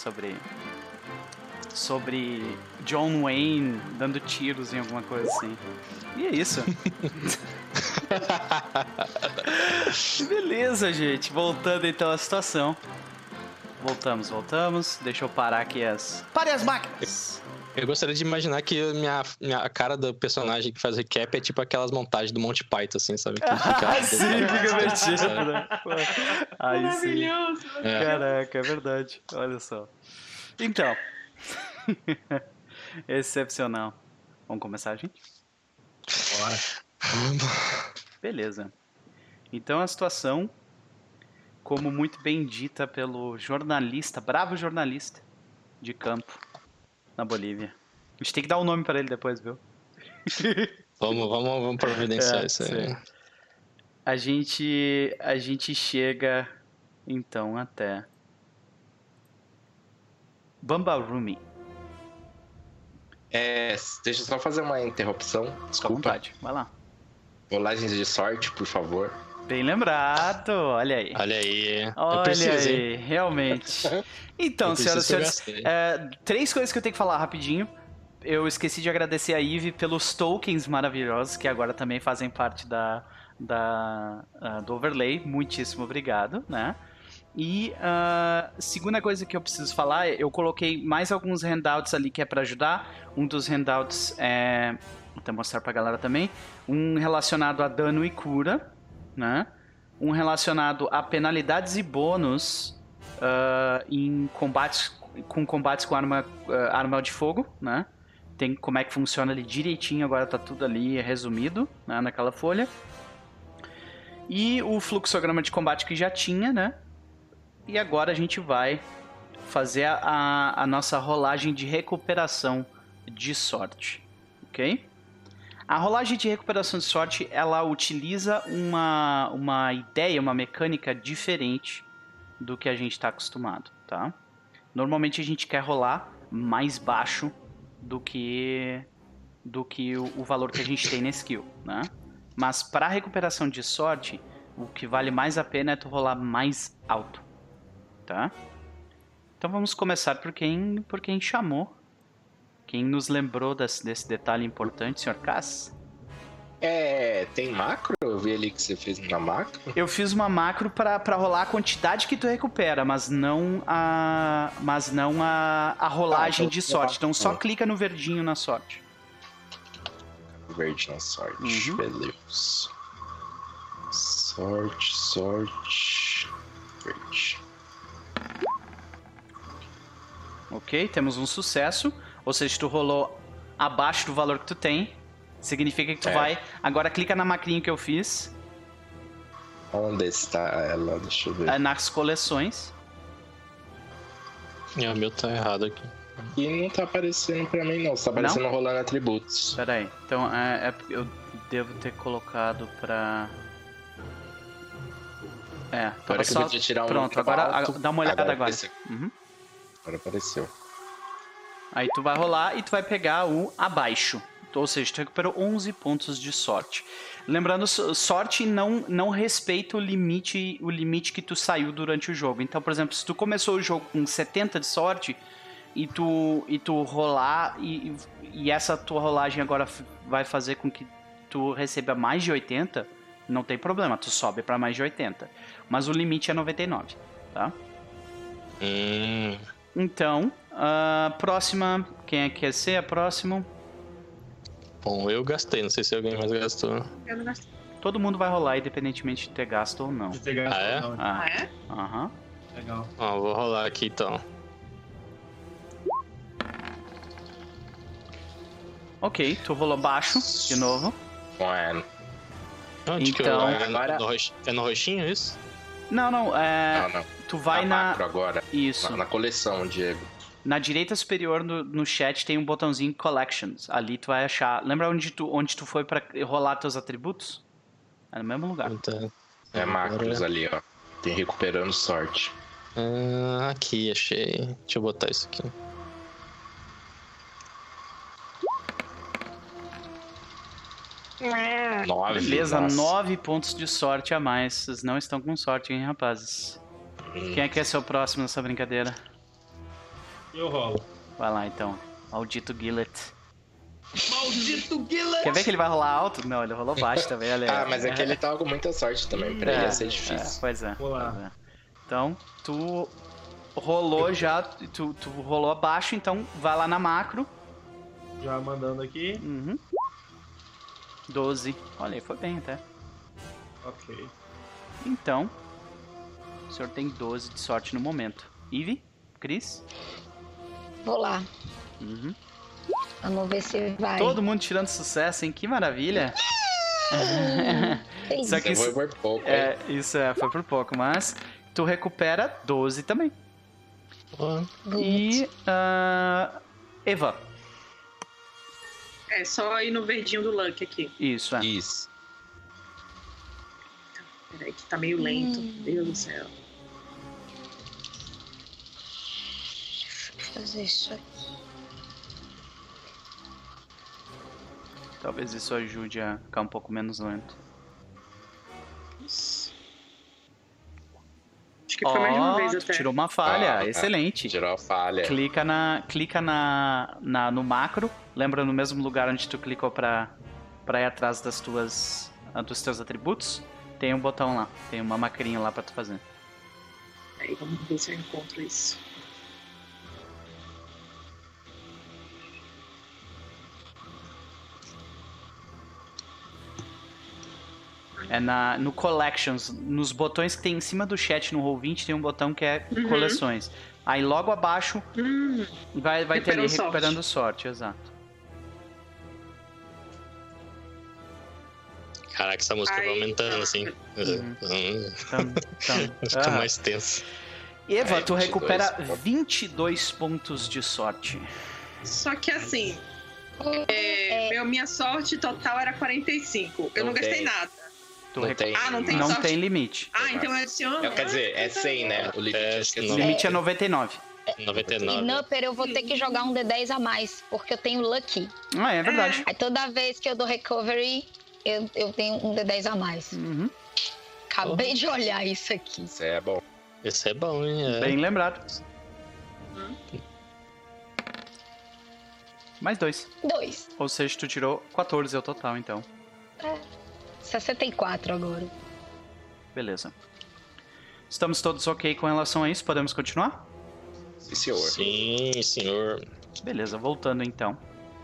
sobre John Wayne dando tiros em alguma coisa assim. E é isso. Beleza, gente. Voltando então à situação. Voltamos. Deixa eu parar aqui Pare as máquinas! Eu gostaria de imaginar que a cara do personagem que faz recap é tipo aquelas montagens do Monty Python, assim, sabe? Que fica... Sim, fica metido, né? Aí sim. Maravilhoso. Caraca, é verdade. Olha só. Então. Excepcional. Vamos começar, gente? Bora. Beleza. Então a situação, como muito bem dita pelo bravo jornalista de campo na Bolívia. A gente tem que dar um nome para ele depois, viu? Vamos providenciar isso aí. Sim. A gente chega então até Bambarumi. Deixa eu só fazer uma interrupção. Fica à Desculpa. vontade, vai lá. Rolagens de sorte, por favor. Bem lembrado, olha aí. Olha aí. Eu Olha preciso, hein? aí, realmente. Então, Eu preciso senhoras e senhores, gastar, 3 coisas que eu tenho que falar rapidinho. Eu esqueci de agradecer a Eve pelos tokens maravilhosos, que agora também fazem parte do overlay. Muitíssimo obrigado, né? E segunda coisa que eu preciso falar, eu coloquei mais alguns handouts ali que é para ajudar. Um dos handouts é, vou até mostrar pra galera também, um relacionado a dano e cura, né? Um relacionado a penalidades e bônus em combates com arma de fogo, né? Tem como é que funciona ali direitinho, agora tá tudo ali resumido, né, naquela folha. E o fluxograma de combate que já tinha, né? E agora a gente vai fazer a nossa rolagem de recuperação de sorte, ok? A rolagem de recuperação de sorte, ela utiliza uma ideia, uma mecânica diferente do que a gente está acostumado, tá? Normalmente a gente quer rolar mais baixo do que o valor que a gente tem na skill, né? Mas para recuperação de sorte, o que vale mais a pena é tu rolar mais alto, tá? Então vamos começar por quem chamou. Quem nos lembrou desse detalhe importante, Sr. Cass? Tem macro? Eu vi ali que você fez uma macro. Eu fiz uma macro pra rolar a quantidade que tu recupera, mas não a rolagem de sorte. Então só clica no verdinho na sorte. Verde na sorte, Uhum. Beleza. Sorte. Verde. Ok, temos um sucesso. Ou seja, tu rolou abaixo do valor que tu tem. Significa que tu vai... Agora clica na macrinha que eu fiz. Onde está ela? Deixa eu ver. Nas coleções. O meu tá errado aqui. E não tá aparecendo pra mim, não. Tá aparecendo rolando atributos. Pera aí. Então, eu devo ter colocado pra... Agora que eu podia tirar um. Pronto, agora dá uma olhada agora. Apareceu. Uhum. Agora apareceu. Aí tu vai rolar e tu vai pegar o abaixo. Ou seja, tu recuperou 11 pontos de sorte. Lembrando, sorte não respeita o limite que tu saiu durante o jogo. Então, por exemplo, se tu começou o jogo com 70 de sorte e tu rolar e essa tua rolagem agora vai fazer com que tu receba mais de 80, não tem problema, tu sobe para mais de 80. Mas o limite é 99, tá? Então, próxima, quem é que quer ser a próxima? Bom, eu gastei, não sei se alguém mais gastou. Eu não gastei. Todo mundo vai rolar, independentemente de ter gasto ou não. De ter gasto, Ah, é? não. Ah, é? Aham. Legal. Ó, vou rolar aqui então. Ok, tu rolou baixo, de novo. Bueno. Onde que Então- Agora- é no roxinho isso? Não, Não. tu vai na na... macro agora. Isso. Na coleção, Diego. Na direita superior no chat tem um botãozinho Collections. Ali tu vai achar... Lembra onde tu foi pra rolar teus atributos? É no mesmo lugar. Então, É macros ali, ó. Tem recuperando sorte. aqui, achei. Deixa eu botar isso aqui. 9. Beleza, nossa. 9 pontos de sorte a mais. Vocês não estão com sorte, hein, rapazes? Quem é que é seu próximo nessa brincadeira? Eu rolo. Vai lá, então. Maldito Gillet. Maldito Gillet! Quer ver que ele vai rolar alto? Não, ele rolou baixo também, olha aí. Mas é que ele tava com muita sorte também, pra ele ia ser difícil. Pois é. Vou lá. Pois é. Então, tu rolou já, tu rolou abaixo, então vai lá na macro. Já mandando aqui. Uhum. 12. Olha aí, foi bem até. Ok. Então, o senhor tem 12 de sorte no momento. Ivy? Cris? Vou lá. Uhum. Vamos ver se vai. Todo mundo tirando sucesso, hein? Que maravilha! Feliz. Só que Você isso, foi por pouco, hein? foi por pouco, mas tu recupera 12 também. E Eva. É só ir no verdinho do Luck aqui. Isso, é. Isso. Peraí, que tá meio lento. Meu Deus do céu. Deixa eu fazer isso aqui. Talvez isso ajude a ficar um pouco menos lento. Acho que foi mais de uma vez Tu até. tirou uma falha, excelente. Tirou a falha. Clica no macro. Lembra no mesmo lugar onde tu clicou pra ir atrás dos teus atributos? Tem um botão lá, tem uma macrinha lá pra tu fazer. Aí, vamos ver se eu encontro isso. É no Collections, nos botões que tem em cima do chat no Roll20 tem um botão que é Coleções. Aí logo abaixo vai ter ali recuperando sorte, exato. Caraca, essa música vai aumentando, assim. Fica mais tenso. Eva, Aí, tu 22 recupera pontos. 22 pontos de sorte. Só que assim, minha sorte total era 45. Eu não Não gastei tem. nada. Não tem. não tem Não sorte? tem limite. Então eu adiciono. Quer dizer, é 100, né? O limite acho que é O 100. limite é 99. E 99. Nupper eu vou ter que jogar um D10 a mais, porque eu tenho Lucky. Ah, é verdade. Aí toda vez que eu dou Recovery, eu tenho um D10 a mais. Uhum. Acabei de olhar isso aqui. Isso é bom. Esse é bom, hein? Bem lembrado. Mais 2. 2. Ou seja, tu tirou 14 ao total, então. 64 agora. Beleza. Estamos todos ok com relação a isso? Podemos continuar? Sim, senhor. Sim, senhor. Beleza, voltando então.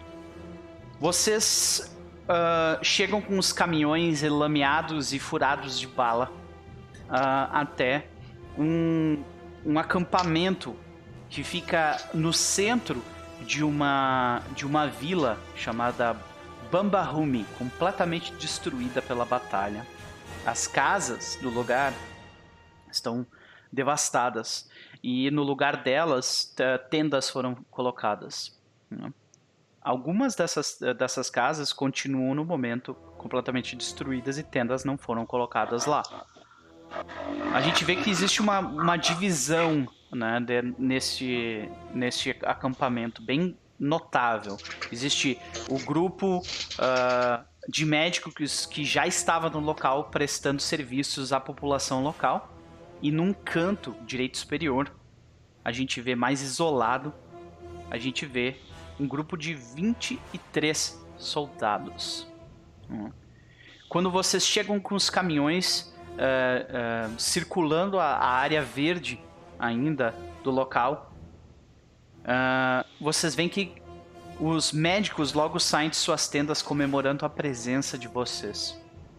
Vocês chegam com os caminhões lameados e furados de bala até um acampamento que fica no centro de uma vila chamada Bambahumi, completamente destruída pela batalha. As casas do lugar estão devastadas e no lugar delas tendas foram colocadas. Algumas dessas casas continuam no momento completamente destruídas e tendas não foram colocadas lá. A gente vê que existe uma divisão, né, neste acampamento bem notável. Existe o grupo de médicos que já estava no local prestando serviços à população local, e num canto direito superior a gente vê mais isolado, a gente vê um grupo de 23 soldados. Quando vocês chegam com os caminhões circulando a área verde ainda do local, vocês veem que os médicos logo saem de suas tendas comemorando a presença de vocês.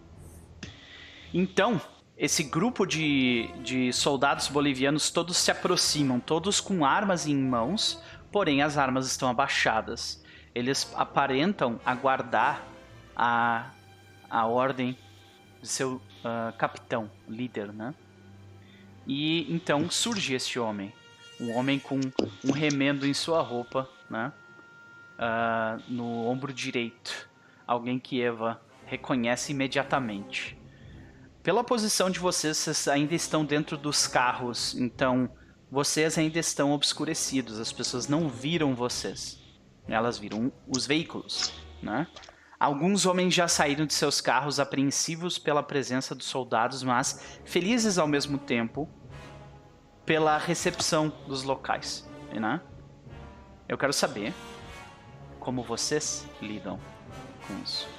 Então, esse grupo de soldados bolivianos todos se aproximam, todos com armas em mãos, porém as armas estão abaixadas. Eles aparentam aguardar a ordem de seu capitão, líder, né? E então surge este homem. Um homem com um remendo em sua roupa, né? No ombro direito. Alguém que Eva reconhece imediatamente. Pela posição de vocês ainda estão dentro dos carros, então vocês ainda estão obscurecidos. As pessoas não viram vocês. Elas viram os veículos, né? Alguns homens já saíram de seus carros apreensivos pela presença dos soldados, mas felizes ao mesmo tempo pela recepção dos locais, né? Eu quero saber como vocês lidam com isso.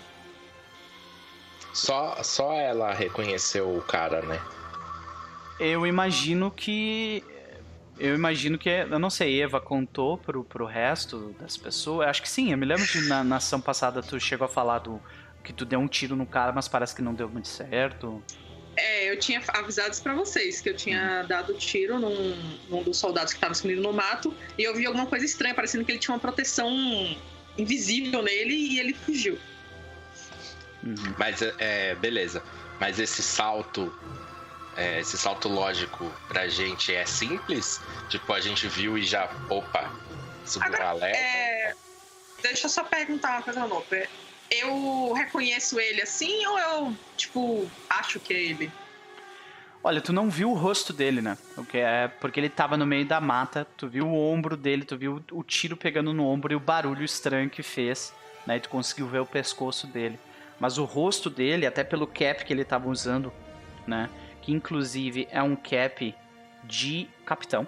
Só ela reconheceu o cara, né? Eu imagino que... Eu não sei, Eva contou pro resto das pessoas. Acho que sim, eu me lembro que na ação passada tu chegou a falar que tu deu um tiro no cara, mas parece que não deu muito certo. Eu tinha avisado isso pra vocês, que eu tinha dado tiro num dos soldados que tava escondido no mato, e eu vi alguma coisa estranha, parecendo que ele tinha uma proteção invisível nele, e ele fugiu. Mas, beleza. Mas esse salto lógico pra gente é simples? Tipo, a gente viu e já, opa, subiu um alerta? Deixa eu só perguntar uma coisa, Noper. Eu reconheço ele assim ou eu, tipo, acho que é ele? Olha, tu não viu o rosto dele, né? Porque ele tava no meio da mata, tu viu o ombro dele, tu viu o tiro pegando no ombro e o barulho estranho que fez, né? E tu conseguiu ver o pescoço dele. Mas o rosto dele, até pelo cap que ele tava usando, né? Que inclusive é um cap de capitão.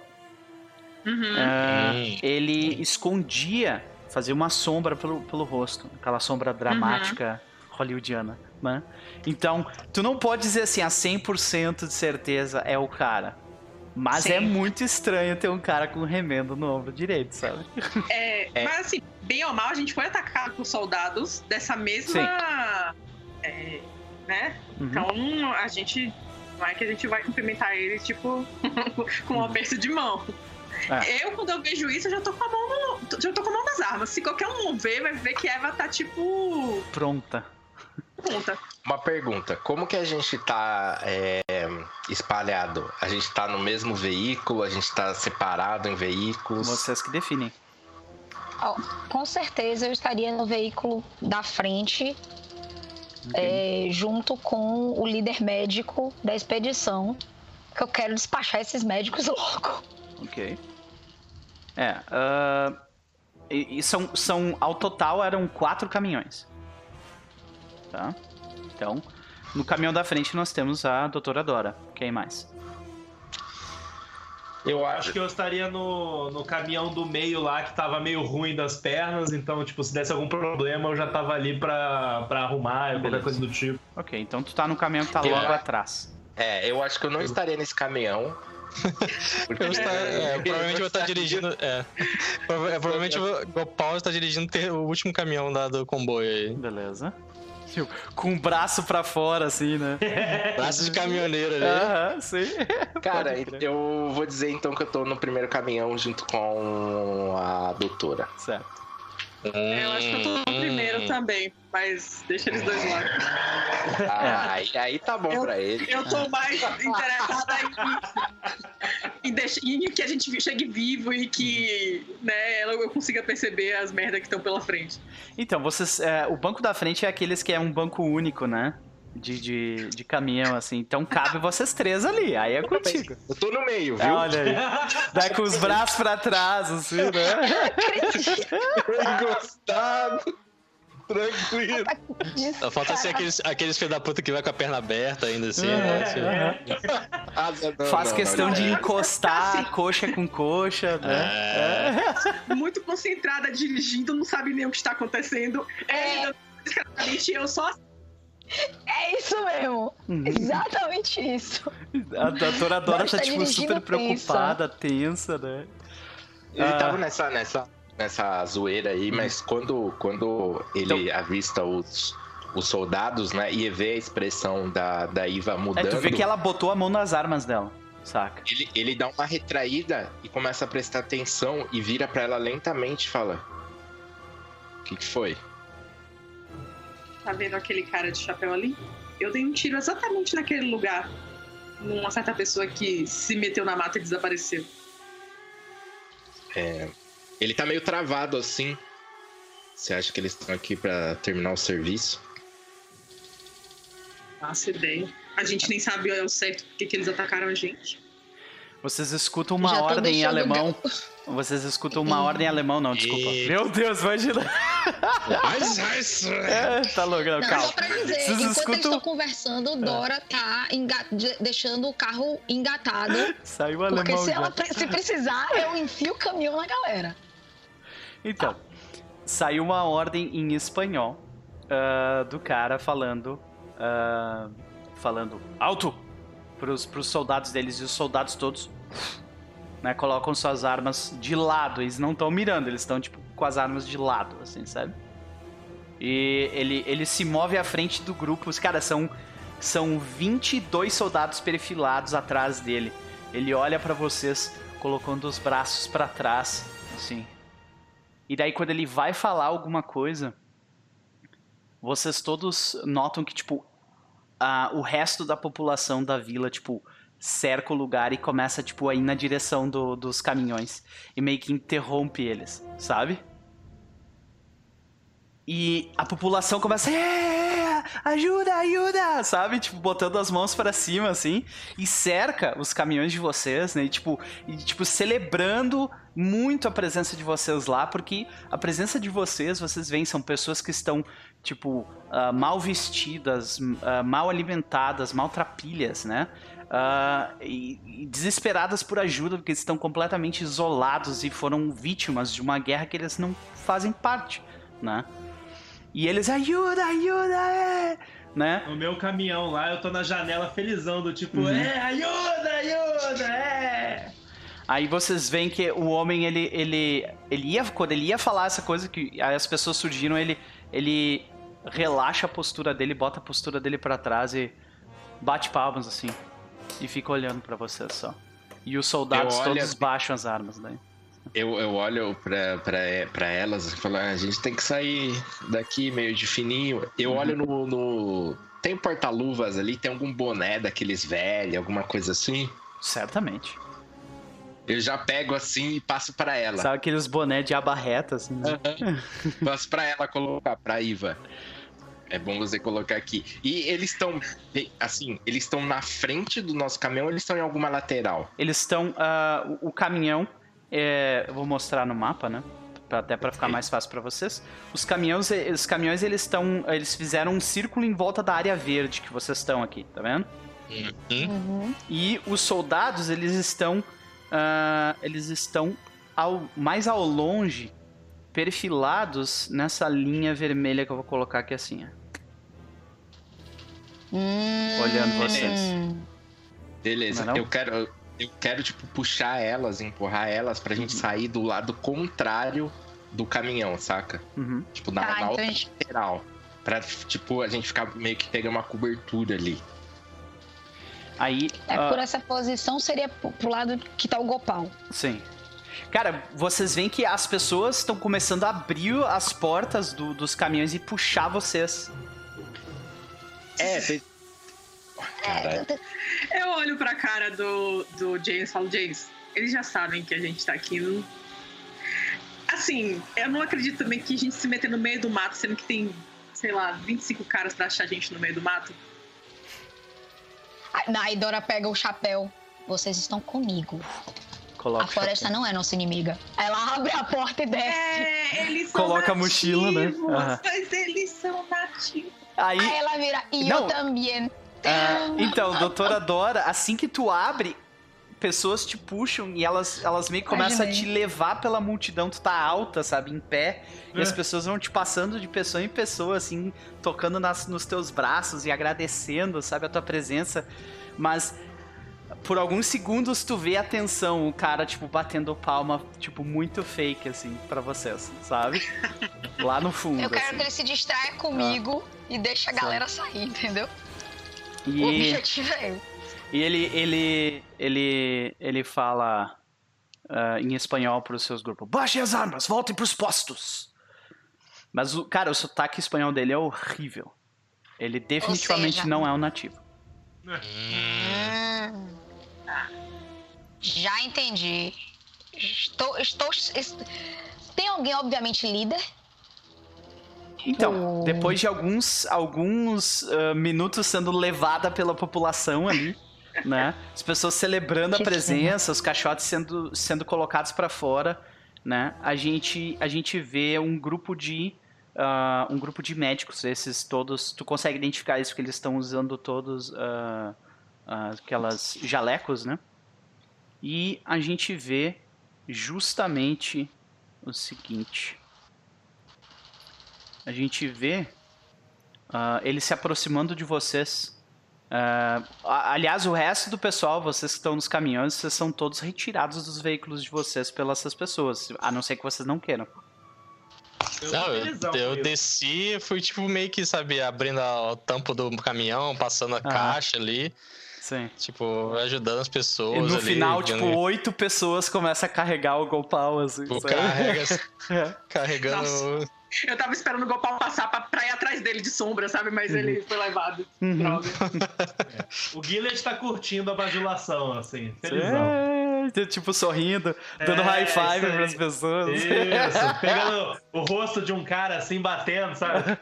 Ele escondia, fazia uma sombra pelo rosto, aquela sombra dramática hollywoodiana, né? Então, tu não pode dizer assim, a 100% de certeza é o cara. Mas Sim. é muito estranho ter um cara com remendo no ombro direito, sabe? Mas assim, bem ou mal, a gente foi atacado por soldados dessa mesma... né? Então, a gente... Não é que a gente vai cumprimentar ele, tipo, com um aperto de mão. Eu, quando eu vejo isso, eu já tô com a mão nas armas. Se qualquer um ver, vai ver que Eva tá, tipo... Pronta. Uma pergunta, como que a gente tá espalhado? A gente tá no mesmo veículo? A gente tá separado em veículos? Vocês que definem. Com certeza eu estaria no veículo da frente, junto com o líder médico da expedição, que eu quero despachar esses médicos logo. Ok. Ao total eram 4 caminhões. Tá? Então, no caminhão da frente nós temos a doutora Dora. Quem mais? Eu acho que eu estaria no caminhão do meio lá, que tava meio ruim das pernas, então, tipo, se desse algum problema, eu já tava ali pra arrumar, qualquer coisa do tipo. Ok, então tu tá no caminhão que tá logo atrás. Eu acho que eu não estaria nesse caminhão. Provavelmente eu vou estar dirigindo. Provavelmente o Paulo está dirigindo o último caminhão do comboio aí. Beleza. Com o braço pra fora, assim, né? Braço de caminhoneiro ali. Sim. Cara, eu vou dizer então que eu tô no primeiro caminhão junto com a doutora. Certo. Eu acho que eu tô no primeiro também, mas deixa eles dois lá. Aí tá bom pra ele. Eu tô mais interessada em que a gente chegue vivo e que, né, eu consiga perceber as merdas que estão pela frente. Então, vocês... o banco da frente é aqueles que é um banco único, né? De caminhão, assim. Então cabe vocês 3 ali. Aí é contigo. Eu tô no meio, viu? Olha aí. Daí com os braços pra trás, assim, né? Encostado. Tranquilo. Só falta ser aqueles filhos da puta que vai com a perna aberta ainda assim, né? Faz questão de encostar coxa com coxa, né? Muito concentrada, dirigindo, não sabe nem o que está acontecendo. Eu só... É isso mesmo. Exatamente isso. A doutora Dora tá, tipo, super preocupada, tensa, né? Ele tava nessa zoeira aí, mas quando ele avista os soldados, né, e vê a expressão da Iva mudando... tu vê que ela botou a mão nas armas dela, saca? Ele dá uma retraída e começa a prestar atenção e vira pra ela lentamente e fala: o que foi? Tá vendo aquele cara de chapéu ali? Eu dei um tiro exatamente naquele lugar, numa certa pessoa que se meteu na mata e desapareceu. Ele tá meio travado assim. Você acha que eles estão aqui pra terminar o serviço? Nossa ideia. A gente nem sabe ao certo porque que eles atacaram a gente. Vocês escutam uma ordem em alemão. Vocês escutam uma ordem em alemão, não, desculpa. Meu Deus, imagina. Tá louco, não, Não, calma. só pra dizer, Vocês enquanto eles escutam- estão conversando, Dora tá deixando o carro engatado. Saiu o Porque alemão se, já. se precisar, eu enfio o caminhão na galera. Então, saiu uma ordem em espanhol do cara falando alto pros soldados deles, e os soldados todos, né, colocam suas armas de lado. Eles não estão mirando, eles estão tipo com as armas de lado, assim, sabe? E ele se move à frente do grupo. Os caras são 22 soldados perfilados atrás dele. Ele olha pra vocês colocando os braços pra trás, assim. E daí quando ele vai falar alguma coisa, vocês todos notam que, tipo, o resto da população da vila, tipo, cerca o lugar e começa, tipo, a ir na direção dos caminhões. E meio que interrompe eles, sabe? E a população começa... Ajuda, ajuda! Sabe? Tipo, botando as mãos pra cima, assim. E cerca os caminhões de vocês, né? E, tipo, celebrando muito a presença de vocês lá. Porque a presença de vocês veem, são pessoas que estão, tipo, mal vestidas, mal alimentadas, maltrapilhas, né? E desesperadas por ajuda, porque estão completamente isolados e foram vítimas de uma guerra que eles não fazem parte, né? E eles, ajuda, né? No meu caminhão lá, eu tô na janela felizão, do tipo, ajuda, Aí vocês veem que o homem, quando ele ia falar essa coisa, que as pessoas surgiram, ele relaxa a postura dele, bota a postura dele pra trás e bate palmas, assim, e fica olhando pra vocês só. E os soldados todos baixam as armas, daí. Eu olho pra elas e falo, a gente tem que sair daqui meio de fininho. Eu olho no... Tem porta-luvas ali? Tem algum boné daqueles velhos, alguma coisa assim? Certamente. Eu já pego assim e passo pra ela. Sabe aqueles boné de aba reta, assim? Né? Passo pra ela colocar, pra Iva. É bom você colocar aqui. E eles estão, assim, eles estão na frente do nosso caminhão ou eles estão em alguma lateral? Eles estão... o caminhão... eu vou mostrar no mapa, né? Até pra ficar mais fácil pra vocês. Os caminhões, eles fizeram um círculo em volta da área verde que vocês estão aqui, tá vendo? E os soldados, eles estão mais ao longe, perfilados nessa linha vermelha que eu vou colocar aqui assim, ó. Olhando vocês. Beleza, Não é não? Eu quero, tipo, puxar elas, empurrar elas pra gente sair do lado contrário do caminhão, saca? Tipo, na outra lateral. Pra, tipo, a gente ficar meio que pegar uma cobertura ali. Aí, por essa posição seria pro lado que tá o Gopal. Sim. Cara, vocês veem que as pessoas estão começando a abrir as portas dos caminhões e puxar vocês. Caralho. Eu olho pra cara do James e falo, James, eles já sabem que a gente tá aqui. Não... Assim, eu não acredito também que a gente se meter no meio do mato, sendo que tem, sei lá, 25 caras pra achar a gente no meio do mato. Aí Dora pega o chapéu. Vocês estão comigo. Coloca a floresta não é nossa inimiga. Ela abre a porta e desce. Eles são Coloca nativos, a mochila, né? Mas eles são nativos. Aí ela vira, e Não. eu também. Então, doutora Dora, assim que tu abre, pessoas te puxam e elas meio que começam a te levar pela multidão. Tu tá alta, sabe, em pé, e as pessoas vão te passando de pessoa em pessoa, assim, tocando nos teus braços e agradecendo, sabe, a tua presença. Mas por alguns segundos tu vê a tensão, o cara, tipo, batendo palma, tipo, muito fake, assim, pra vocês, sabe? Lá no fundo, Eu quero assim. que ele se distraia comigo e deixe a galera sair, entendeu? E... O objetivo é eu. E ele fala em espanhol para os seus grupos: baixem as armas, voltem para os postos. Mas, cara, o sotaque espanhol dele é horrível. Ele definitivamente não é um nativo. Já entendi. Tem alguém, obviamente, líder? Então, depois de alguns minutos sendo levada pela população ali, né? As pessoas celebrando a presença, os caixotes sendo colocados para fora, né? A gente vê um grupo de um grupo de médicos, esses todos, tu consegue identificar isso porque eles estão usando todos aquelas jalecos, né? E a gente vê justamente o seguinte. A gente vê eles se aproximando de vocês. Aliás, o resto do pessoal, vocês que estão nos caminhões, vocês são todos retirados dos veículos de vocês pelas essas pessoas, a não ser que vocês não queiram. Eu desci, fui tipo meio que, sabe, abrindo a tampa do caminhão, passando a caixa ali. Sim. Tipo, ajudando as pessoas. E no ali, final, tipo, 8 pessoas começam a carregar o Gopal, assim. Carregando. Nossa. Eu tava esperando o Gopal passar pra ir atrás dele de sombra, sabe? Mas ele foi levado. Droga. O Guilherme tá curtindo a bajulação, assim. Felizão. Tipo, sorrindo, dando high five pras pessoas. Isso, pegando o rosto de um cara assim, batendo, sabe?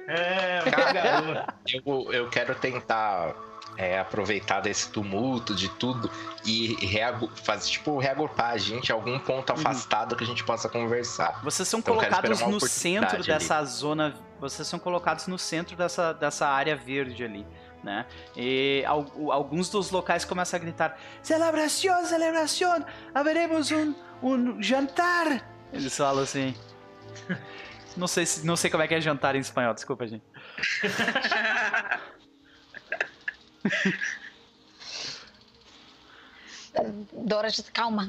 Garoto. Eu quero tentar aproveitar desse tumulto de tudo e reagrupar a gente a algum ponto afastado que a gente possa conversar. Vocês são Então, colocados no centro ali. dessa zona. Vocês são colocados no centro dessa área verde ali, né? E alguns dos locais começam a gritar: celebração, celebração! Haveremos um jantar! Eles falam assim. Não sei como é que é jantar em espanhol, desculpa, gente. Dora diz, calma.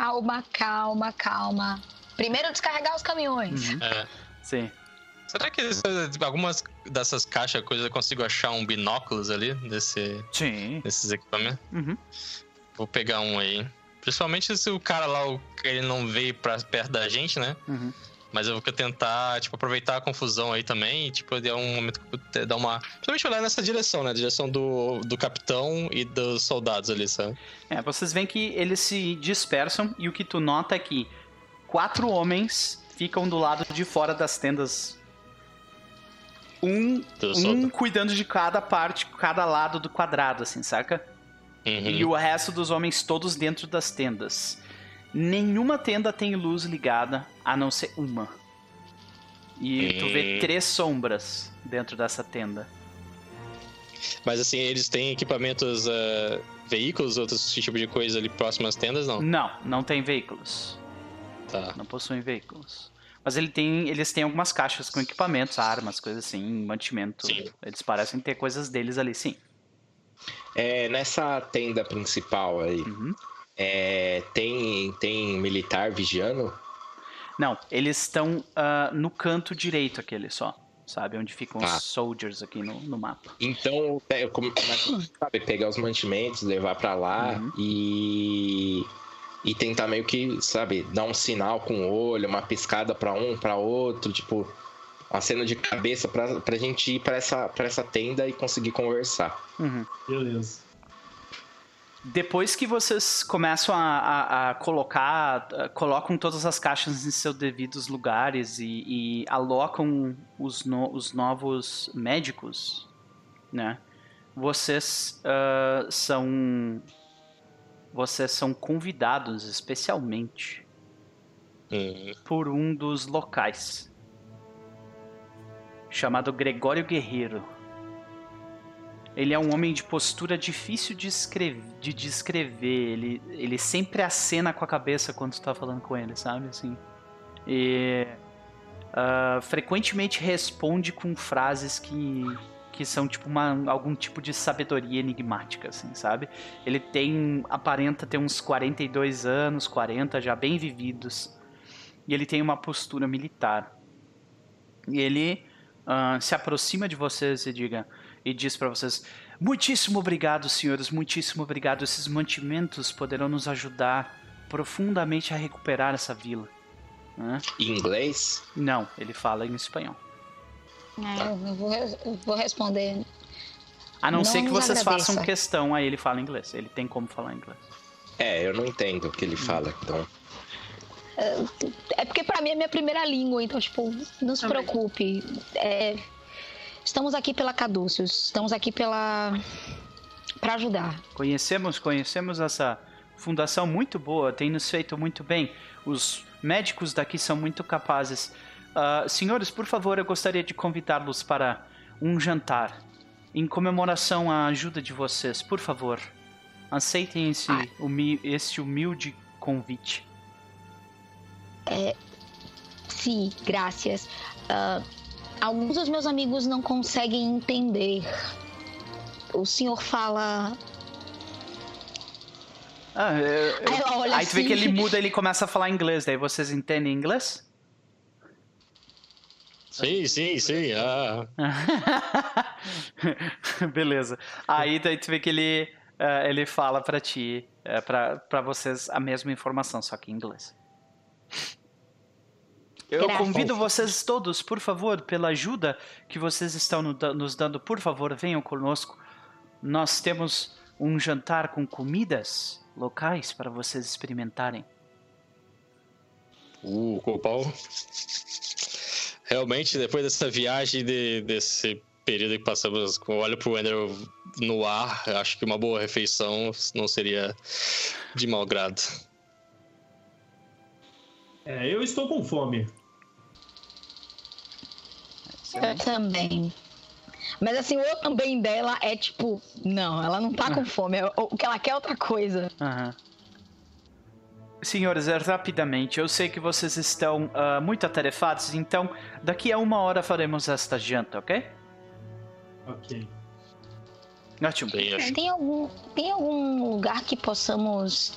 Primeiro descarregar os caminhões. Sim. Será que algumas dessas caixas, coisas, eu consigo achar um binóculos ali nesses equipamentos? Vou pegar um aí. Principalmente se o cara lá, ele não veio pra perto da gente, né? Mas eu vou tentar, tipo, aproveitar a confusão aí também e, tipo, dar um momento que dar uma... Principalmente olhar nessa direção, né? Direção do capitão e dos soldados ali, sabe? Vocês veem que eles se dispersam e o que tu nota é que 4 homens ficam do lado de fora das tendas. Um cuidando de cada parte, cada lado do quadrado, assim, saca? E o resto dos homens todos dentro das tendas. Nenhuma tenda tem luz ligada, a não ser uma. E tu vê 3 sombras dentro dessa tenda. Mas assim, eles têm equipamentos, veículos, outros tipos de coisa ali próximas às tendas, não? Não tem veículos. Tá. Não possuem veículos. Mas eles têm algumas caixas com equipamentos, armas, coisas assim, mantimento. Sim. Eles parecem ter coisas deles ali, sim. Nessa tenda principal aí, tem militar vigiando? Não, eles estão no canto direito aquele só, sabe? Onde ficam os soldiers aqui no mapa. Então, eu começo a pegar os mantimentos, levar pra lá e tentar meio que, sabe, dar um sinal com o olho, uma piscada pra um, pra outro, tipo, uma cena de cabeça pra gente ir pra essa tenda e conseguir conversar. Beleza. Depois que vocês começam a colocam todas as caixas em seus devidos lugares e alocam os novos médicos, né? Vocês são convidados especialmente por um dos locais, chamado Gregório Guerreiro. Ele é um homem de postura difícil de descrever. Ele sempre acena com a cabeça quando tu tá falando com ele, sabe? Assim. E frequentemente responde com frases que são tipo algum tipo de sabedoria enigmática, assim, sabe? Ele aparenta ter uns 42 anos, 40, já bem vividos. E ele tem uma postura militar. E ele se aproxima de vocês e diz para vocês: muitíssimo obrigado, senhores, muitíssimo obrigado. Esses mantimentos poderão nos ajudar profundamente a recuperar essa vila. Em inglês? Não, ele fala em espanhol. Eu vou responder. A não ser que vocês agradeça. façam questão, aí ele fala inglês. Ele tem como falar inglês. Eu não entendo o que ele fala, então... É porque pra mim é minha primeira língua, então, tipo, não se preocupe. Estamos aqui pela Caduceus, estamos aqui pra ajudar. Conhecemos essa fundação muito boa, tem nos feito muito bem. Os médicos daqui são muito capazes. Senhores, por favor, eu gostaria de convidá-los para um jantar. Em comemoração à ajuda de vocês, por favor, aceitem esse humilde convite. Sim, graças. Alguns dos meus amigos não conseguem entender. O senhor fala... Aí tu vê que ele muda, ele começa a falar inglês, daí vocês entendem inglês? Sim. Beleza. Aí daí tu vê que ele fala pra ti, pra vocês a mesma informação, só que em inglês. Eu convido vocês todos, por favor, pela ajuda que vocês estão nos dando, por favor, venham conosco. Nós temos um jantar com comidas locais para vocês experimentarem. Copal. Realmente, depois dessa viagem, desse período que passamos, com olho pro Ender no ar, acho que uma boa refeição não seria de mau grado. Eu estou com fome. Eu também. Mas assim, o também dela é tipo... Não, ela não tá com fome. O que ela quer é outra coisa. Senhores, rapidamente, eu sei que vocês estão muito atarefados, então daqui a 1 hora faremos esta janta, ok? Ok. Ótimo. Tem algum lugar que possamos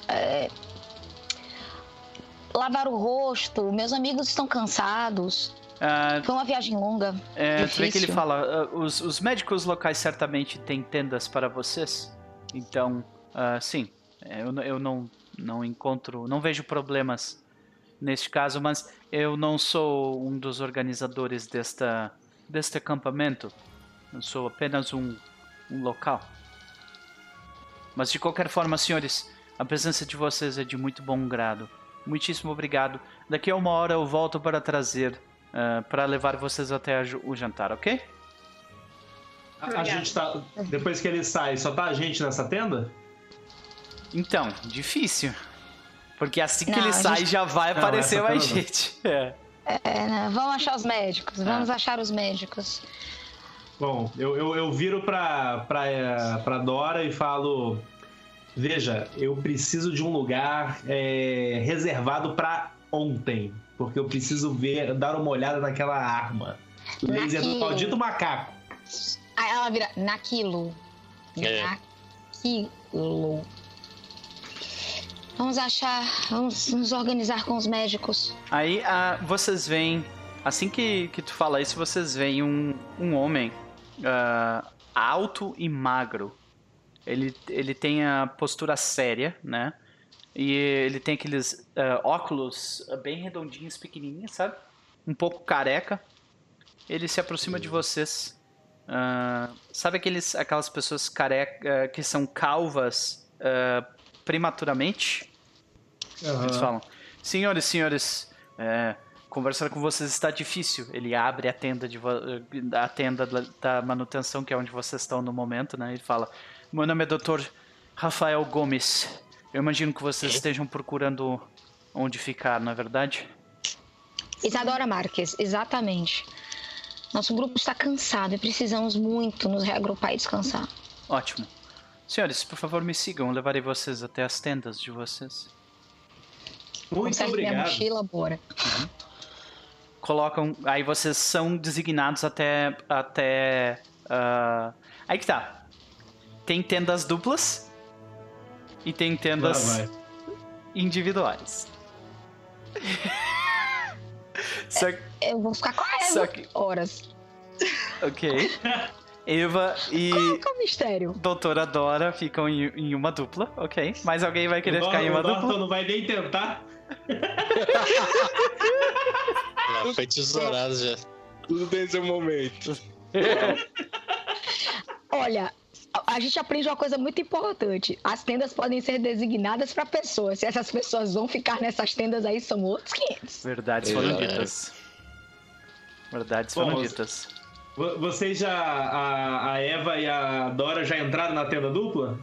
lavar o rosto? Meus amigos estão cansados. Foi uma viagem longa. Tu vê que ele fala, os médicos locais certamente têm tendas para vocês. Então, sim, eu não encontro, não vejo problemas neste caso, mas eu não sou um dos organizadores deste acampamento. Eu sou apenas um local. Mas de qualquer forma, senhores, a presença de vocês é de muito bom grado. Muitíssimo obrigado. Daqui a 1 hora eu volto para trazer, para levar vocês até o jantar, ok? A gente tá... Depois que ele sai, só tá a gente nessa tenda? Então, difícil. Porque assim que ele sai, já vai aparecer mais gente. Né? Vamos achar os médicos. Vamos achar os médicos. Bom, eu viro pra Dora e falo... Veja, eu preciso de um lugar reservado pra ontem. Porque eu preciso dar uma olhada naquela arma. Laser do maldito macaco. Aí ela vira naquilo. Naquilo. Vamos nos organizar com os médicos. Aí vocês veem, assim que tu fala isso, vocês veem um homem alto e magro. Ele tem a postura séria, né? E ele tem aqueles óculos bem redondinhos, pequenininhos, sabe? Um pouco careca. Ele se aproxima de vocês. Sabe aquelas pessoas careca que são calvas prematuramente? Eles falam: senhores, conversar com vocês está difícil. Ele abre a tenda da manutenção, que é onde vocês estão no momento, né? Ele fala: meu nome é Dr. Rafael Gomes. Eu imagino que vocês estejam procurando onde ficar, não é verdade? Isadora Marques, exatamente. Nosso grupo está cansado e precisamos muito nos reagrupar e descansar. Ótimo. Senhores, por favor, me sigam. Eu levarei vocês até as tendas de vocês. Muito obrigado. Minha mochila, bora. Colocam... Aí vocês são designados até aí que tá. Tem tendas duplas e tem tendas individuais. Eu vou ficar com a Eva horas. Ok. Eva e Qual é o mistério? Doutora Dora ficam em uma dupla, ok. Mas alguém vai querer ficar em uma dupla? Não vai nem tentar. Foi tesourado já. Tudo tem seu momento. Olha, a gente aprende uma coisa muito importante. As tendas podem ser designadas para pessoas. Se essas pessoas vão ficar nessas tendas aí, são outros 500. Verdades foram ditas. Verdades foram ditas. Vocês a Eva e a Dora já entraram na tenda dupla?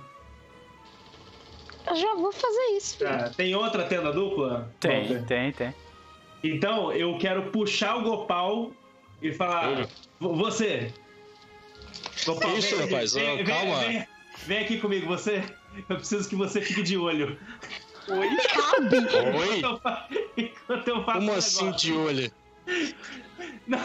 Eu já vou fazer isso. Tem outra tenda dupla? Tem. Então, eu quero puxar o Gopal e falar... Você... Gopal, Isso, rapaz, calma. Vem aqui comigo, você... Eu preciso que você fique de olho. Oi? Oi? Enquanto eu faço Como um assim negócio. de olho? Não.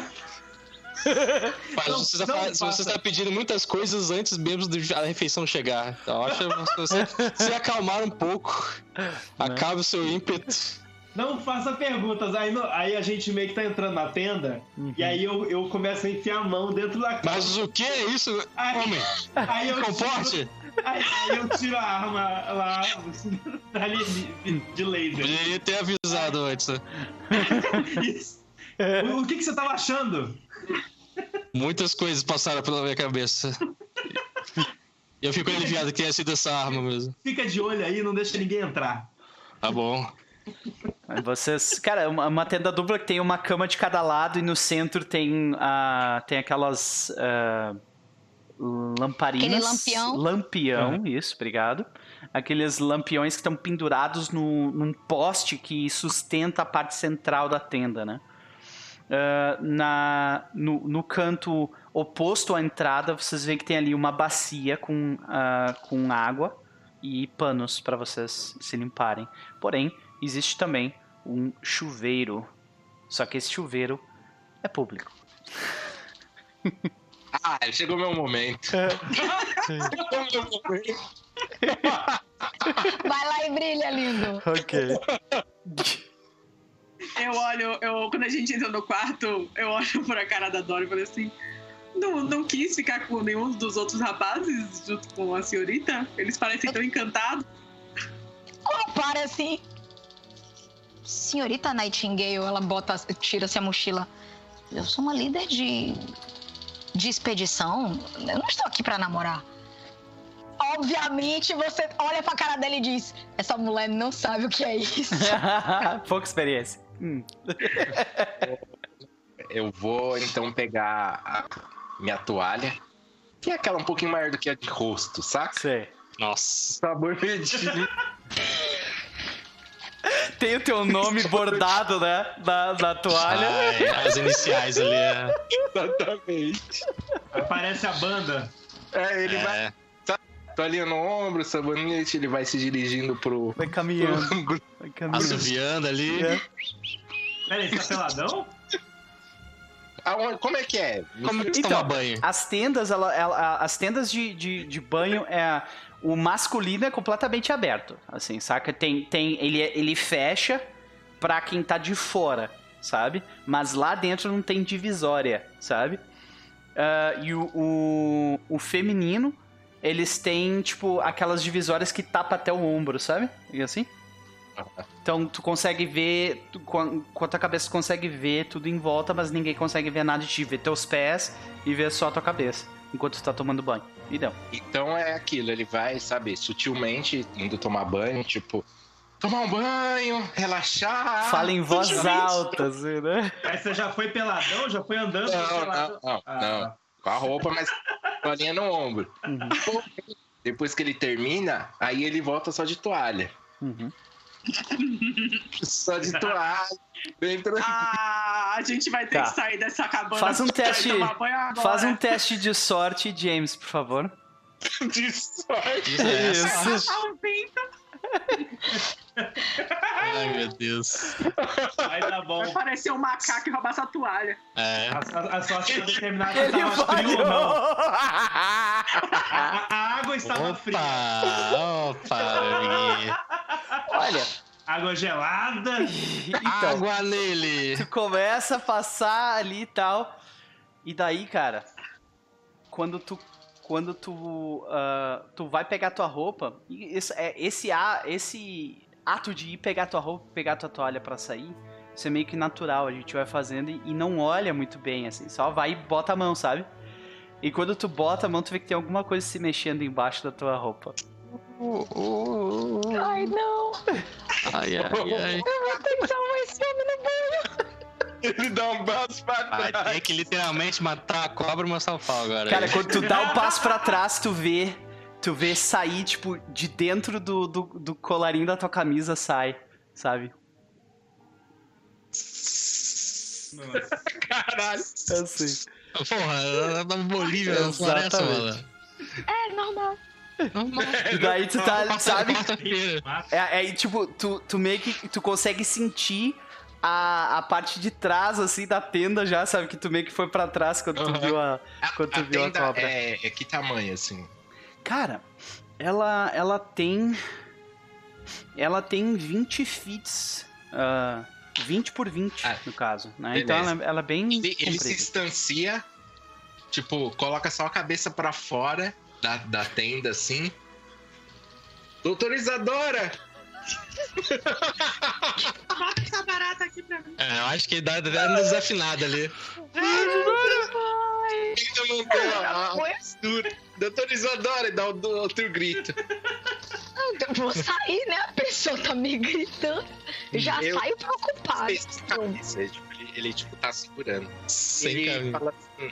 Mas você está pedindo muitas coisas antes mesmo da refeição chegar. Então, acho que você se acalmar um pouco. Acabe o seu ímpeto. Não faça perguntas. Aí a gente meio que tá entrando na tenda. E aí eu começo a enfiar a mão dentro da casa. Mas o que é isso, homem? Aí eu Comporte? Aí eu tiro a arma lá de laser. Poderia ter avisado antes, né? Isso. O que você tava achando? Muitas coisas passaram pela minha cabeça. Eu fico aliviado que tenha sido essa arma mesmo. Fica de olho aí, não deixa ninguém entrar. Tá bom. Vocês, cara, uma tenda dupla que tem uma cama de cada lado e no centro tem aquelas lamparinas. Aquele lampião. Lampião, isso, obrigado. Aqueles lampiões que estão pendurados num poste que sustenta a parte central da tenda, né? No canto oposto à entrada, vocês veem que tem ali uma bacia com água e panos para vocês se limparem. Porém, existe também um chuveiro. Só que esse chuveiro é público. Chegou meu momento. Vai lá e brilha, lindo. Ok. Quando a gente entra no quarto, eu olho pra cara da Dora e falei assim: não quis ficar com nenhum dos outros rapazes junto com a senhorita? Eles parecem tão encantados. Como parece? Senhorita Nightingale, ela tira-se a mochila. Eu sou uma líder de expedição. Eu não estou aqui pra namorar. Obviamente, você olha pra cara dela e diz: essa mulher não sabe o que é isso. Pouca experiência. Eu vou então pegar a minha toalha, que é aquela um pouquinho maior do que a de rosto, saca? Sei. Nossa. Sabor medinho. Tem o teu nome bordado, né? Na toalha. As iniciais ali. Exatamente. Aparece a banda. Ele vai. Toalhinha no ombro, sabonete, ele vai se dirigindo pro. Vai caminhando. Assoviando ali. Peraí, você tá peladão? Como é que é? Como que Então, toma banho? As tendas, as tendas de banho, o masculino é completamente aberto, assim, saca? Ele fecha pra quem tá de fora, sabe? Mas lá dentro não tem divisória, sabe? E o feminino, eles têm, tipo, aquelas divisórias que tapa até o ombro, sabe? E assim? Então tu consegue ver, com a tua cabeça tu consegue ver tudo em volta, mas ninguém consegue ver nada de ti, ver teus pés e ver só a tua cabeça, enquanto tu tá tomando banho. E não. Então é aquilo, ele vai, sabe, sutilmente indo tomar banho, tipo, tomar um banho, relaxar. Fala em voz alta, assim, né? Aí você já foi peladão? Já foi andando? Não. Com a roupa, mas toalhinha no ombro. Uhum. Depois que ele termina, aí ele volta só de toalha. Uhum. Só de toalha. A gente vai ter que sair dessa cabana. Faz um teste. Tomar banho agora. Faz um teste de sorte, James, por favor. De sorte. Isso. Ai, meu Deus. Vai dar bom. Vai parecer um macaco e roubar essa toalha. É. A sorte foi determinar se Ele tava frio ou não. falhou! A água estava fria. Opa, amiguinho. Olha, Água gelada. então, Água nele. tu começa a passar ali e tal. E daí, cara, quando tu vai pegar tua roupa, esse ato de ir pegar tua roupa, pegar tua toalha pra sair, isso é meio que natural, a gente vai fazendo e não olha muito bem, assim, só vai e bota a mão, sabe? E quando tu bota a mão, tu vê que tem alguma coisa se mexendo embaixo da tua roupa. Ai, não. Ai. Eu vou ter que salvar esse homem no banho. Ele dá um passo pra Vai trás. ter que literalmente matar a cobra e mostrar o pau agora. Cara, quando tu dá um passo pra trás, tu vê sair, tipo, de dentro do colarinho da tua camisa sai, sabe? Nossa. Caralho. Assim. Porra, ela tá na Bolívia, na floresta, Exatamente. mano. É normal. E daí tu tá, sabe? Quarta-feira. Tipo, tu meio que tu consegue sentir a parte de trás, assim, da tenda já, sabe? Que tu meio que foi pra trás quando tu viu a tenda cobra. é que tamanho, assim? Cara, ela tem 20 feet, 20 por 20, no caso, né? Beleza. Então ela é bem Ele se comprida. distancia, tipo, coloca só a cabeça pra fora da tenda, assim. Doutora Isadora! Bota essa barata aqui pra mim. É, eu acho que dá até desafinada ali. Tenta manter a postura. Doutora Isadora, e dá outro grito. Eu vou sair, né? A pessoa tá me gritando. Já Eu- saio preocupada. Fez a cabeça, ele tipo, tá segurando. Sem Ele caminho. fala assim,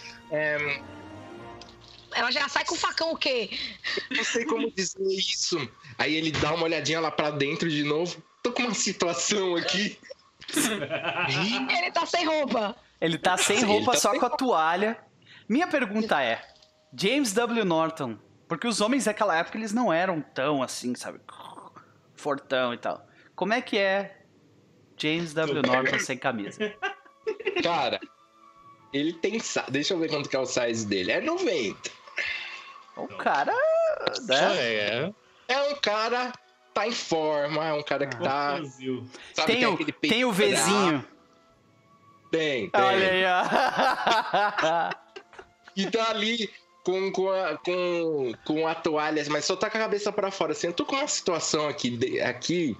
Ela já sai com o facão o quê? não sei como dizer isso. Aí ele dá uma olhadinha lá pra dentro de novo. Tô com uma situação aqui. Ele tá sem roupa. Ele tá sem Sim, roupa, ele tá só sem com a toalha. Minha pergunta é, James W. Norton, porque os homens daquela época eles não eram tão assim, sabe? Fortão e tal. Como é que é James W. Norton sem camisa? Cara, ele tem... Deixa eu ver quanto que é o size dele. É 90. O cara, né? É um cara... Tá em forma, é um cara que tá... Fuzil. Sabe, Tem aquele peito tem o Vzinho. Tem. Olha aí, ó. E tá ali com a toalha, mas só tá com a cabeça pra fora. Assim, eu tô com uma situação aqui que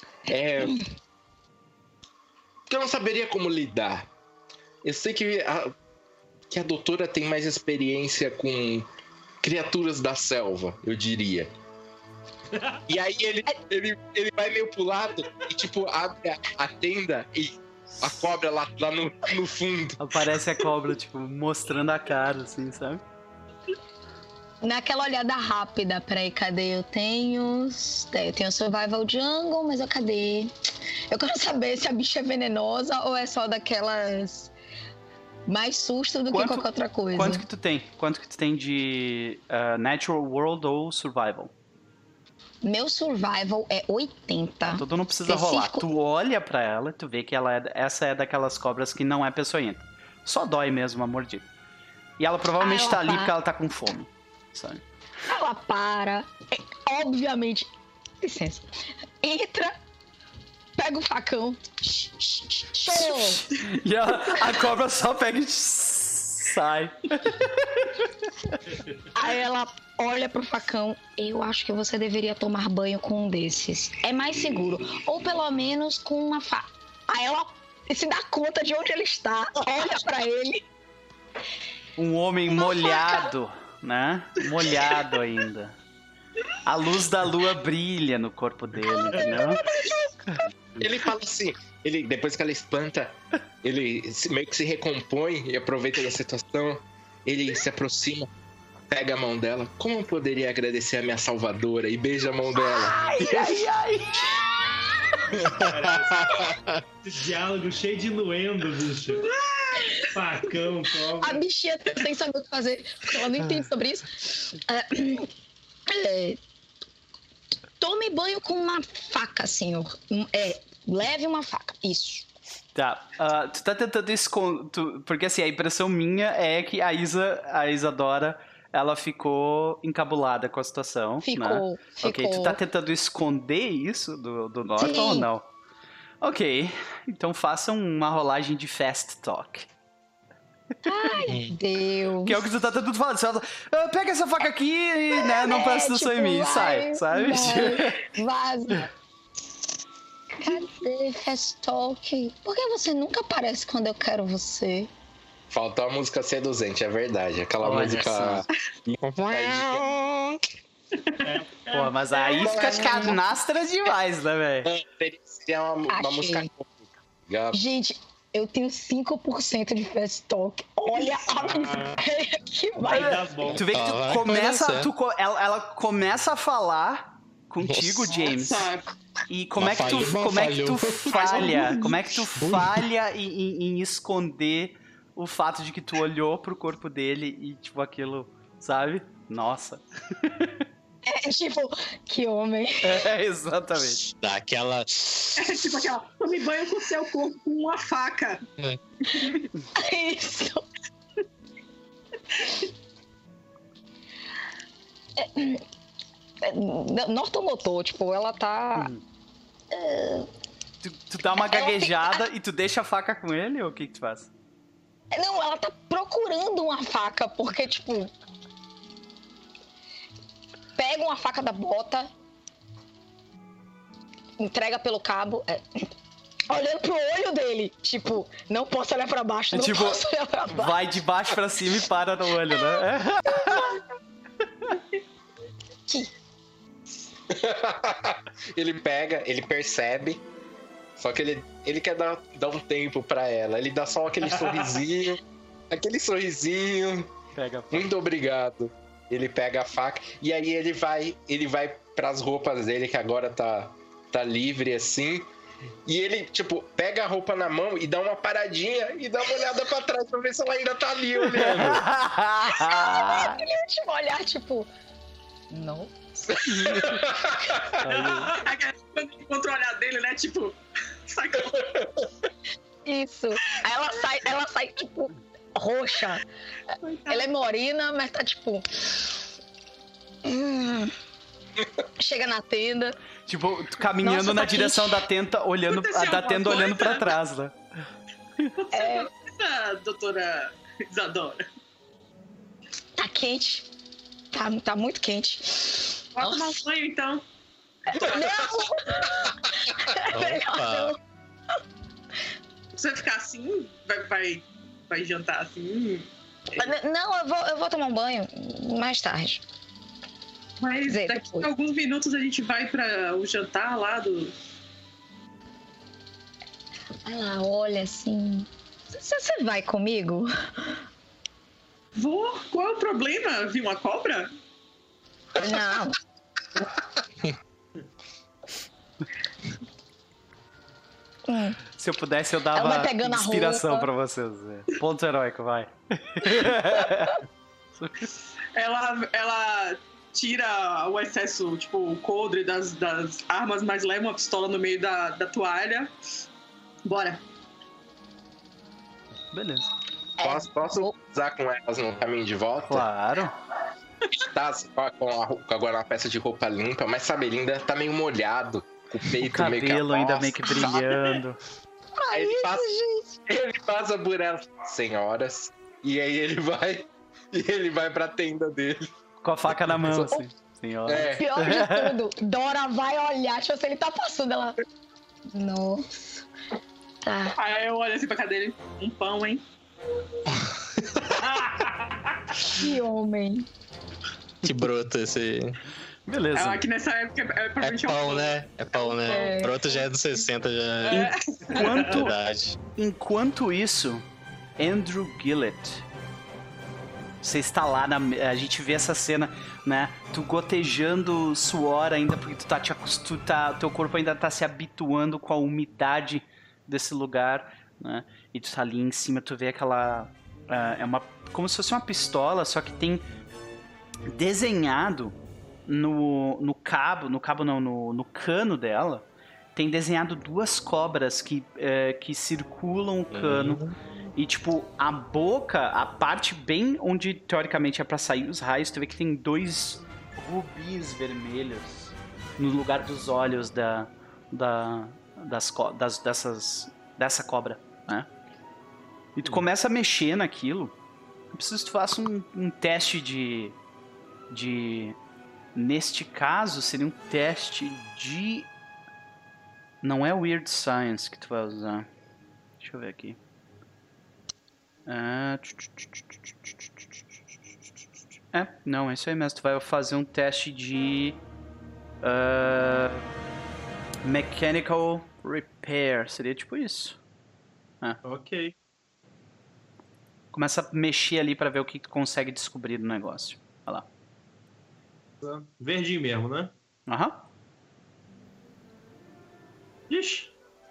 eu não saberia como lidar. Eu sei que a doutora tem mais experiência com criaturas da selva, eu diria. E aí ele vai meio pro lado e tipo abre a tenda e a cobra lá no fundo. Aparece a cobra, tipo, mostrando a cara, assim, sabe? Naquela olhada rápida, peraí, cadê? Eu tenho Survival Jungle, mas cadê? Eu quero saber se a bicha é venenosa ou é só daquelas mais susto do que qualquer outra coisa. Quanto que tu tem? Quanto que tu tem de Natural World ou Survival? Meu Survival é 80. Então tu não precisa rolar. Tu olha pra ela e tu vê que essa é daquelas cobras que não é peçonhenta. Só dói mesmo a mordida. E ela provavelmente tá ali porque ela tá com fome, sabe? Ela para, obviamente, licença, entra, pega o facão, show! E a cobra só pega e sai. Aí ela olha pro facão, eu acho que você deveria tomar banho com um desses. É mais seguro. Ou pelo menos com uma faca. Aí ela se dá conta de onde ele está, olha pra ele. Um homem molhado, né? Molhado ainda. A luz da lua brilha no corpo dele, entendeu? Ele fala assim, depois que ela espanta, ele meio que se recompõe e aproveita da situação. Ele se aproxima, pega a mão dela. Como eu poderia agradecer a minha salvadora? E beija a mão dela. Ai, ai, ai. Esse diálogo cheio de inuendo, bicho. Facão, cobra. A bichinha sem saber o que fazer, porque ela não entende sobre isso. Tome banho com uma faca, senhor. Leve uma faca. Isso. Tá, tu tá tentando esconder... Porque assim, a impressão minha é que a Isadora, ela ficou encabulada com a situação. Ficou. Ok, tu tá tentando esconder isso do Norton ou não? Ok, então façam uma rolagem de Fast Talk. Ai, Deus. Que é o que tu tá tentando falar. Você fala, pega essa faca aqui e não presta atenção em mim. Sai, sabe? Vaza. Cadê Fast Talk? Por que você nunca aparece quando eu quero você? Faltou a música seduzente, é verdade. Aquela Olha música... Pô, mas aí fica canastra demais, né, velho? Seria uma música cômica. Gente, eu tenho 5% de Fast Talk. Olha a ideia que vai Vai dar bom. Tu vê que tu vai começa. começar. Ela começa a falar contigo, Nossa. James. Nossa, E como é que tu falha? Como é que tu falha em esconder o fato de que tu olhou pro corpo dele e, tipo, aquilo, sabe? Nossa. É tipo, que homem. É, exatamente. Dá aquela. é tipo aquela, tome banho com o seu corpo com uma faca. Isso. Norton notou, tipo, ela tá. Tu dá uma gaguejada e tu deixa a faca com ele ou o que tu faz? Não, ela tá procurando uma faca, porque, tipo. Pega uma faca da bota, entrega pelo cabo, olhando pro olho dele. Tipo, não posso olhar pra baixo, não Tipo, posso olhar pra baixo. Vai de baixo pra cima e para no olho, né? Ele pega, ele percebe, só que ele quer dar um tempo pra ela. Ele dá só aquele sorrisinho, Pega. muito obrigado. Ele pega a faca e aí ele vai pras roupas dele, que agora tá livre assim. E ele, tipo, pega a roupa na mão e dá uma paradinha e dá uma olhada pra trás pra ver se ela ainda tá ali olhando. Aquele último olhar, tipo. Não. Quando encontra o olhar dele, né? Tipo, sacou? Isso. Aí ela sai, tipo, roxa. Ela é morena, mas tá tipo. Chega na tenda. Tipo, tu caminhando Nossa, na tá direção da tenda, olhando, Aconteceu da tenda alguma olhando coisa? pra trás, né? Doutora Isadora. Tá quente. Tá muito quente. Bora tomar um banho, então. Não! Melhor não. Você vai ficar assim? Vai jantar assim? Não, eu vou tomar um banho mais tarde. Mas Zé, daqui depois. a alguns minutos a gente vai para o jantar lá do... Ela olha assim. Você vai comigo? Vou? Qual é o problema? Vi uma cobra? Não. Se eu pudesse, eu Ela dava vai pegando a inspiração roupa. pra vocês. Ponto heróico, vai. Ela tira o excesso, tipo, o coldre das armas, mas leva uma pistola no meio da toalha. Bora. Beleza. Posso usar com elas no caminho de volta? Claro. Tá agora uma peça de roupa limpa, mas sabe, ele ainda tá meio molhado, com o O peito meio que cabelo ainda aposta, meio que sabe? brilhando. Aí ele passa por elas, senhoras, e aí ele vai pra tenda dele. Com a faca na mão, assim. Senhora. É, Pior de tudo, Dora vai olhar, deixa eu ver se ele tá passando. Ela. Nossa. Tá. Aí eu olho assim pra cara dele. Um pão, hein? Que homem. Que broto esse. Beleza. Ela que nessa época É provavelmente pão, né? É pão, né? É. Broto já é dos 60, já é Enquanto, verdade. enquanto isso, Andrew Gillett, você está lá, a gente vê essa cena, né? Tu gotejando suor ainda, porque teu corpo ainda tá se habituando com a umidade desse lugar, né? E tu tá ali em cima, tu vê aquela... como se fosse uma pistola, só que tem desenhado no cano dela, tem desenhado duas cobras que circulam o cano. E, tipo, a boca, a parte bem onde, teoricamente, é pra sair os raios, tu vê que tem dois rubis vermelhos no lugar dos olhos dessa cobra, né? E tu começa a mexer naquilo. Eu preciso que tu faça um teste de... Neste caso, seria um teste de... Não é Weird Science que tu vai usar. Deixa eu ver aqui. Não, é isso aí mesmo. Tu vai fazer um teste de Mechanical Repair. Seria tipo isso. Ok. Começa a mexer ali pra ver o que tu consegue descobrir do negócio. Olha lá. Verdinho mesmo, né? Aham. Ixi.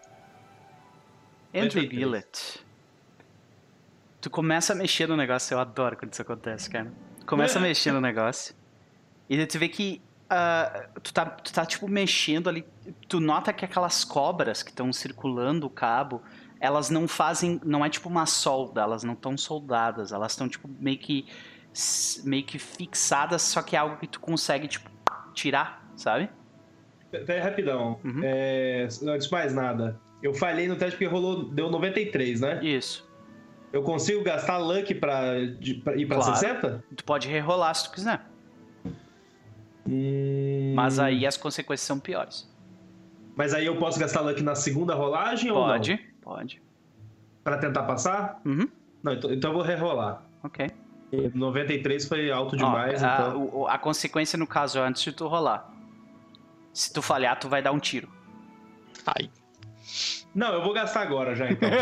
Andrew 93. Gillett. Tu começa a mexer no negócio, eu adoro quando isso acontece, cara. Tu começa a mexer no negócio. E daí tu vê que tu tá tipo mexendo ali. Tu nota que aquelas cobras que estão circulando o cabo, elas não fazem. Não é tipo uma solda, elas não estão soldadas. Elas estão tipo meio que fixadas, só que é algo que tu consegue, tipo, tirar, sabe? Pera aí, rapidão. Uhum. Antes de mais nada, eu falhei no teste porque deu 93, né? Isso. Eu consigo gastar Luck pra ir pra Claro. 60? Tu pode rerolar se tu quiser. Mas aí as consequências são piores. Mas aí eu posso gastar Luck na segunda rolagem ou não? Pode. Pra tentar passar? Uhum. Não, então eu vou rerolar. Ok. 93 foi alto demais, então... A consequência, no caso, é antes de tu rolar. Se tu falhar, tu vai dar um tiro. Ai. Não, eu vou gastar agora já, então.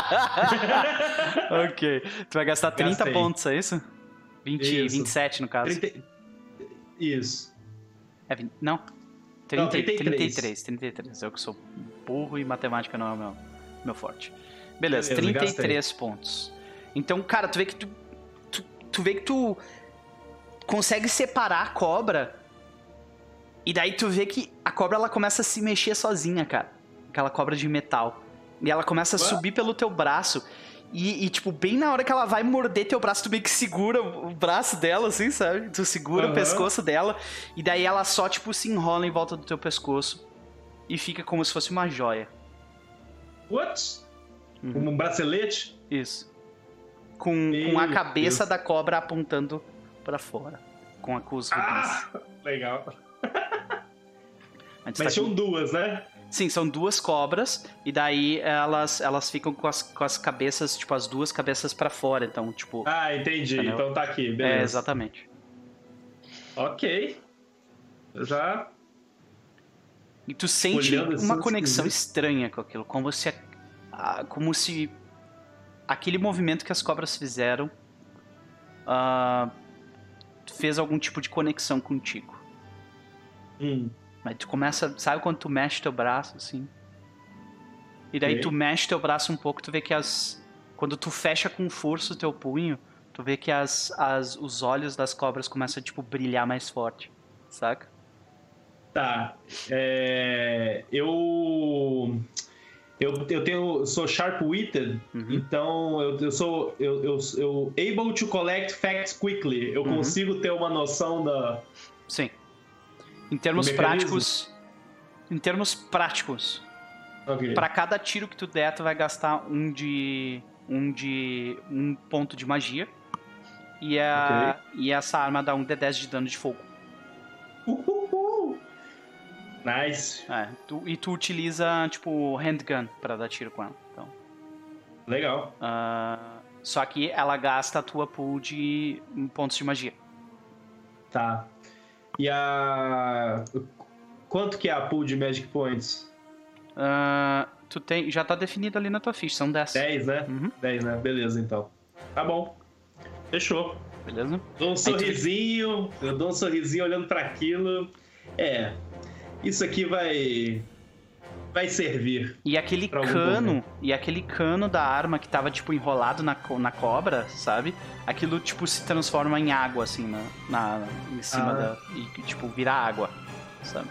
Ok. Tu vai gastar 30 Gastei. pontos, é isso? 20, Isso. 27 no caso. Isso. É 20, não? Não, 33. 33. Eu que sou burro e matemática não é o meu forte. Beleza, Beleza, 33 pontos. Então, cara, tu vê que tu consegue separar a cobra. E daí tu vê que a cobra ela começa a se mexer sozinha, cara. Aquela cobra de metal. E ela começa a subir pelo teu braço. E, tipo, bem na hora que ela vai morder teu braço, tu meio que segura o braço dela, assim, sabe? Tu segura o pescoço dela. E daí ela só, tipo, se enrola em volta do teu pescoço. E fica como se fosse uma joia. What? Uhum. Um bracelete? Isso. Com a cabeça da cobra apontando pra fora. Com os rubins. Ah, legal. Mas Mas tinham duas, né? Sim, são duas cobras, e daí elas ficam com as cabeças, tipo, as duas cabeças pra fora, então, tipo... Ah, entendi. Entendeu? Então tá aqui, beleza. Exatamente. Ok. Eu já... E tu sente Olhando assim, uma conexão esquisito. estranha com aquilo, como se aquele movimento que as cobras fizeram fez algum tipo de conexão contigo. Mas tu começa, sabe quando tu mexe teu braço, assim? E daí tu mexe teu braço um pouco, tu vê que quando tu fecha com força o teu punho, tu vê que os olhos das cobras começam a, tipo, brilhar mais forte, saca? Tá. Eu sou sharp-witted, então eu sou able to collect facts quickly. Eu consigo ter uma noção da... Sim. Em termos práticos, Okay. pra cada tiro que tu der, tu vai gastar um ponto de magia. E essa arma dá um D10 de dano de fogo. Nice. E tu utiliza, tipo, handgun pra dar tiro com ela. Então, legal. só que ela gasta a tua pool de pontos de magia. Tá. E quanto que é a pool de Magic Points? Já tá definido ali na tua ficha, são 10. 10, né? Uhum. 10, né? Beleza, então. Tá bom. Fechou. Beleza? Dou um sorrisinho, eu dou um sorrisinho olhando pra aquilo. Isso aqui vai servir. E aquele cano da arma que tava, tipo, enrolado na cobra, sabe? Aquilo, tipo, se transforma em água, assim, em cima e, tipo, vira água, sabe?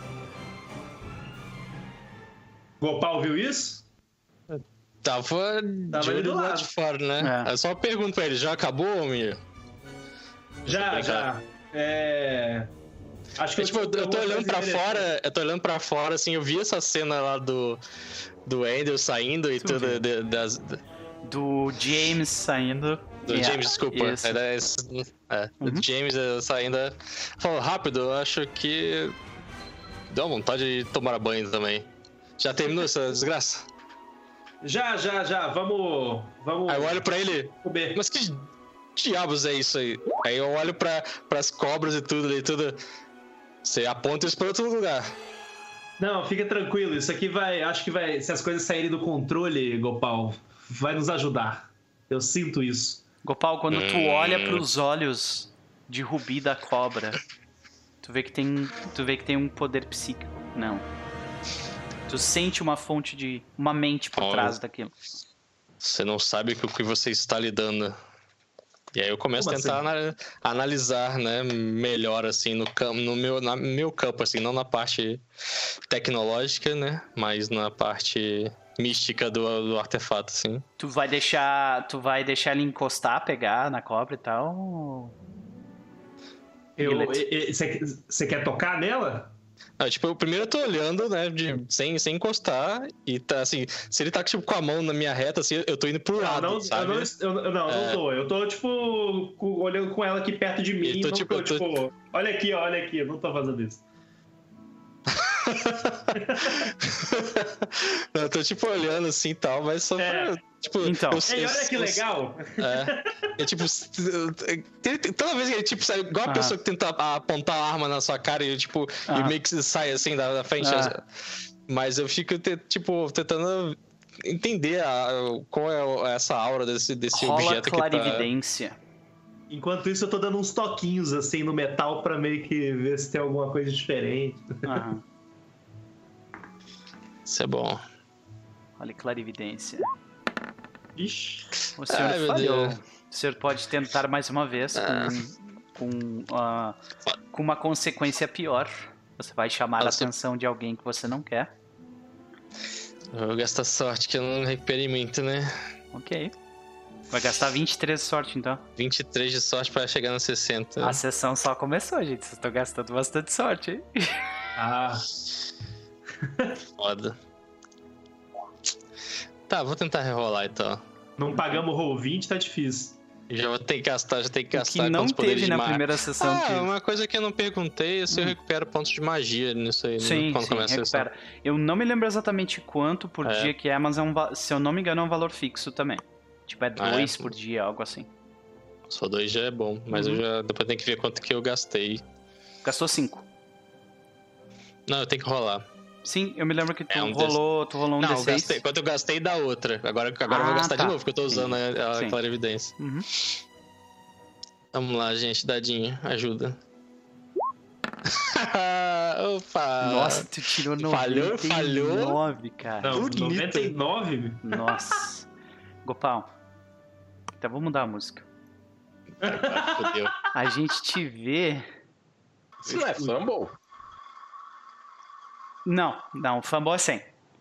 Gopal viu isso? Tava de olho do lado de fora, né? É só uma pergunta pra ele, já acabou, Mir? Já. Acho que eu tô olhando pra fora, assim, eu vi essa cena lá do Andrew saindo e tudo, do James saindo. Do James, desculpa. Do James saindo. Falou, rápido, eu acho que deu uma vontade de tomar banho também. Já terminou essa desgraça? Já. Vamos. Aí eu olho pra ele, comer. Mas que diabos é isso aí? Aí eu olho pras cobras e tudo. Você aponta isso pra outro lugar. Não, fica tranquilo. Isso aqui acho que vai, se as coisas saírem do controle, Gopal, vai nos ajudar. Eu sinto isso. Gopal, quando tu olha pros olhos de rubi da cobra, tu vê que tem um poder psíquico. Não. Tu sente uma fonte de... uma mente por trás daquilo. Você não sabe com o que você está lidando. E aí eu começo a tentar analisar, né, melhor, assim, no meu campo, assim, não na parte tecnológica, né, mas na parte mística do artefato, assim. Tu vai deixar ele encostar, pegar na cobra e tal? Você quer tocar nela? Tipo, primeiro eu tô olhando, né, sem encostar, e tá assim, se ele tá tipo com a mão na minha reta, assim, eu tô indo pro lado, sabe? Não tô. Eu tô, tipo, olhando com ela aqui perto de mim, olha aqui, eu não tô fazendo isso. Eu tô tipo olhando assim e tal, mas só pra, tipo, então, olha que legal. Tipo, toda vez que ele tipo sai igual a pessoa que tenta apontar a arma na sua cara e tipo e meio que sai assim da frente, mas eu fico tipo tentando entender qual é essa aura desse objeto que clarividência. Enquanto isso eu tô dando uns toquinhos assim no metal pra meio que ver se tem alguma coisa diferente. Isso é bom. Olha, clarividência. Ixi. O senhor falhou. O senhor pode tentar mais uma vez com uma consequência pior. Você vai chamar a atenção de alguém que você não quer. Eu vou gastar sorte, que eu não recuperei muito, né? Ok. Vai gastar 23 de sorte, então. 23 de sorte pra chegar no 60. A sessão só começou, gente. Vocês estão gastando bastante sorte, hein? Foda. Tá, vou tentar rerolar então. Não pagamos o roll 20, tá difícil. Já vou ter que gastar, O que não teve na primeira sessão. Uma coisa que eu não perguntei é se eu recupero pontos de magia nisso aí. Sim, quando começa a sessão. Eu não me lembro exatamente quanto por dia que é, mas se eu não me engano é um valor fixo também. Tipo, é 2 por dia, algo assim. Só 2 já é bom, mas eu depois tenho que ver quanto que eu gastei. Gastou 5. Não, eu tenho que rolar. Sim, eu me lembro que tu rolou um não, D6. Quanto eu gastei da outra. Agora eu vou gastar de novo, porque eu tô usando a clarividência. Vamos lá, gente, dadinho, ajuda. Opa! Nossa, tu tirou 99, falhou. cara. Não, 99? Nossa. Gopal, então vamos mudar a música. Fudeu. A gente te vê... Isso não é fumble? Não, fumble é 100.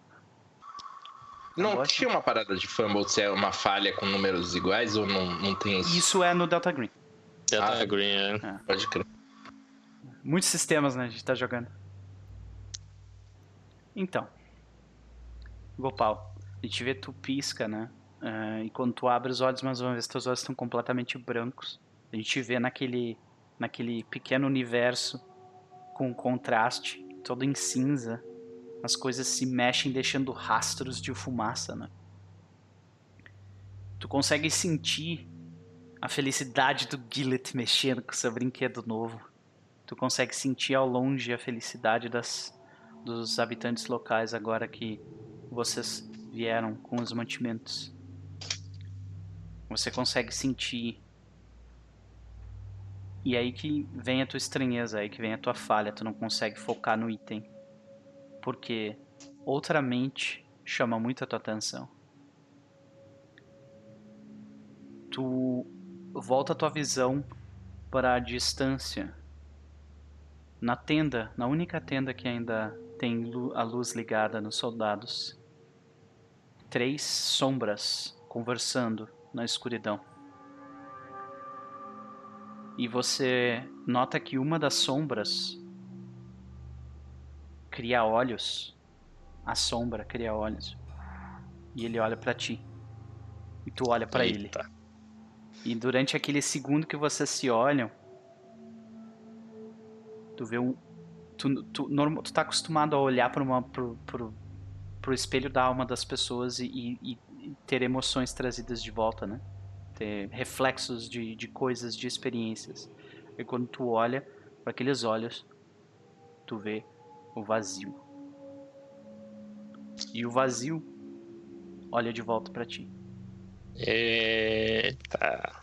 Não tinha uma parada de fumble se é uma falha com números iguais ou não tem isso? Isso é no Delta Green. Delta Green, Pode crer. Muitos sistemas, né, a gente tá jogando. Então, Gopal, a gente vê tu pisca, né? E quando tu abre os olhos mais uma vez, teus olhos estão completamente brancos. A gente vê naquele pequeno universo com contraste, todo em cinza. As coisas se mexem deixando rastros de fumaça, né? Tu consegue sentir a felicidade do Gillet mexendo com seu brinquedo novo. Tu consegue sentir ao longe a felicidade dos habitantes locais agora que vocês vieram com os mantimentos. Você consegue sentir. E aí que vem a tua estranheza, aí que vem a tua falha. Tu não consegue focar no item. Porque outra mente chama muito a tua atenção. Tu volta a tua visão para a distância. Na tenda, na única tenda que ainda tem a luz ligada nos soldados. 3 sombras conversando na escuridão. E você nota que uma das sombras cria olhos. A sombra cria olhos. E ele olha pra ti. E tu olha pra ele. E durante aquele segundo que vocês se olham, tu vê tu tá acostumado a olhar pro espelho da alma das pessoas e ter emoções trazidas de volta, né? Ter reflexos de coisas, de experiências. E quando tu olha para aqueles olhos, tu vê o vazio. E o vazio olha de volta para ti. Eita.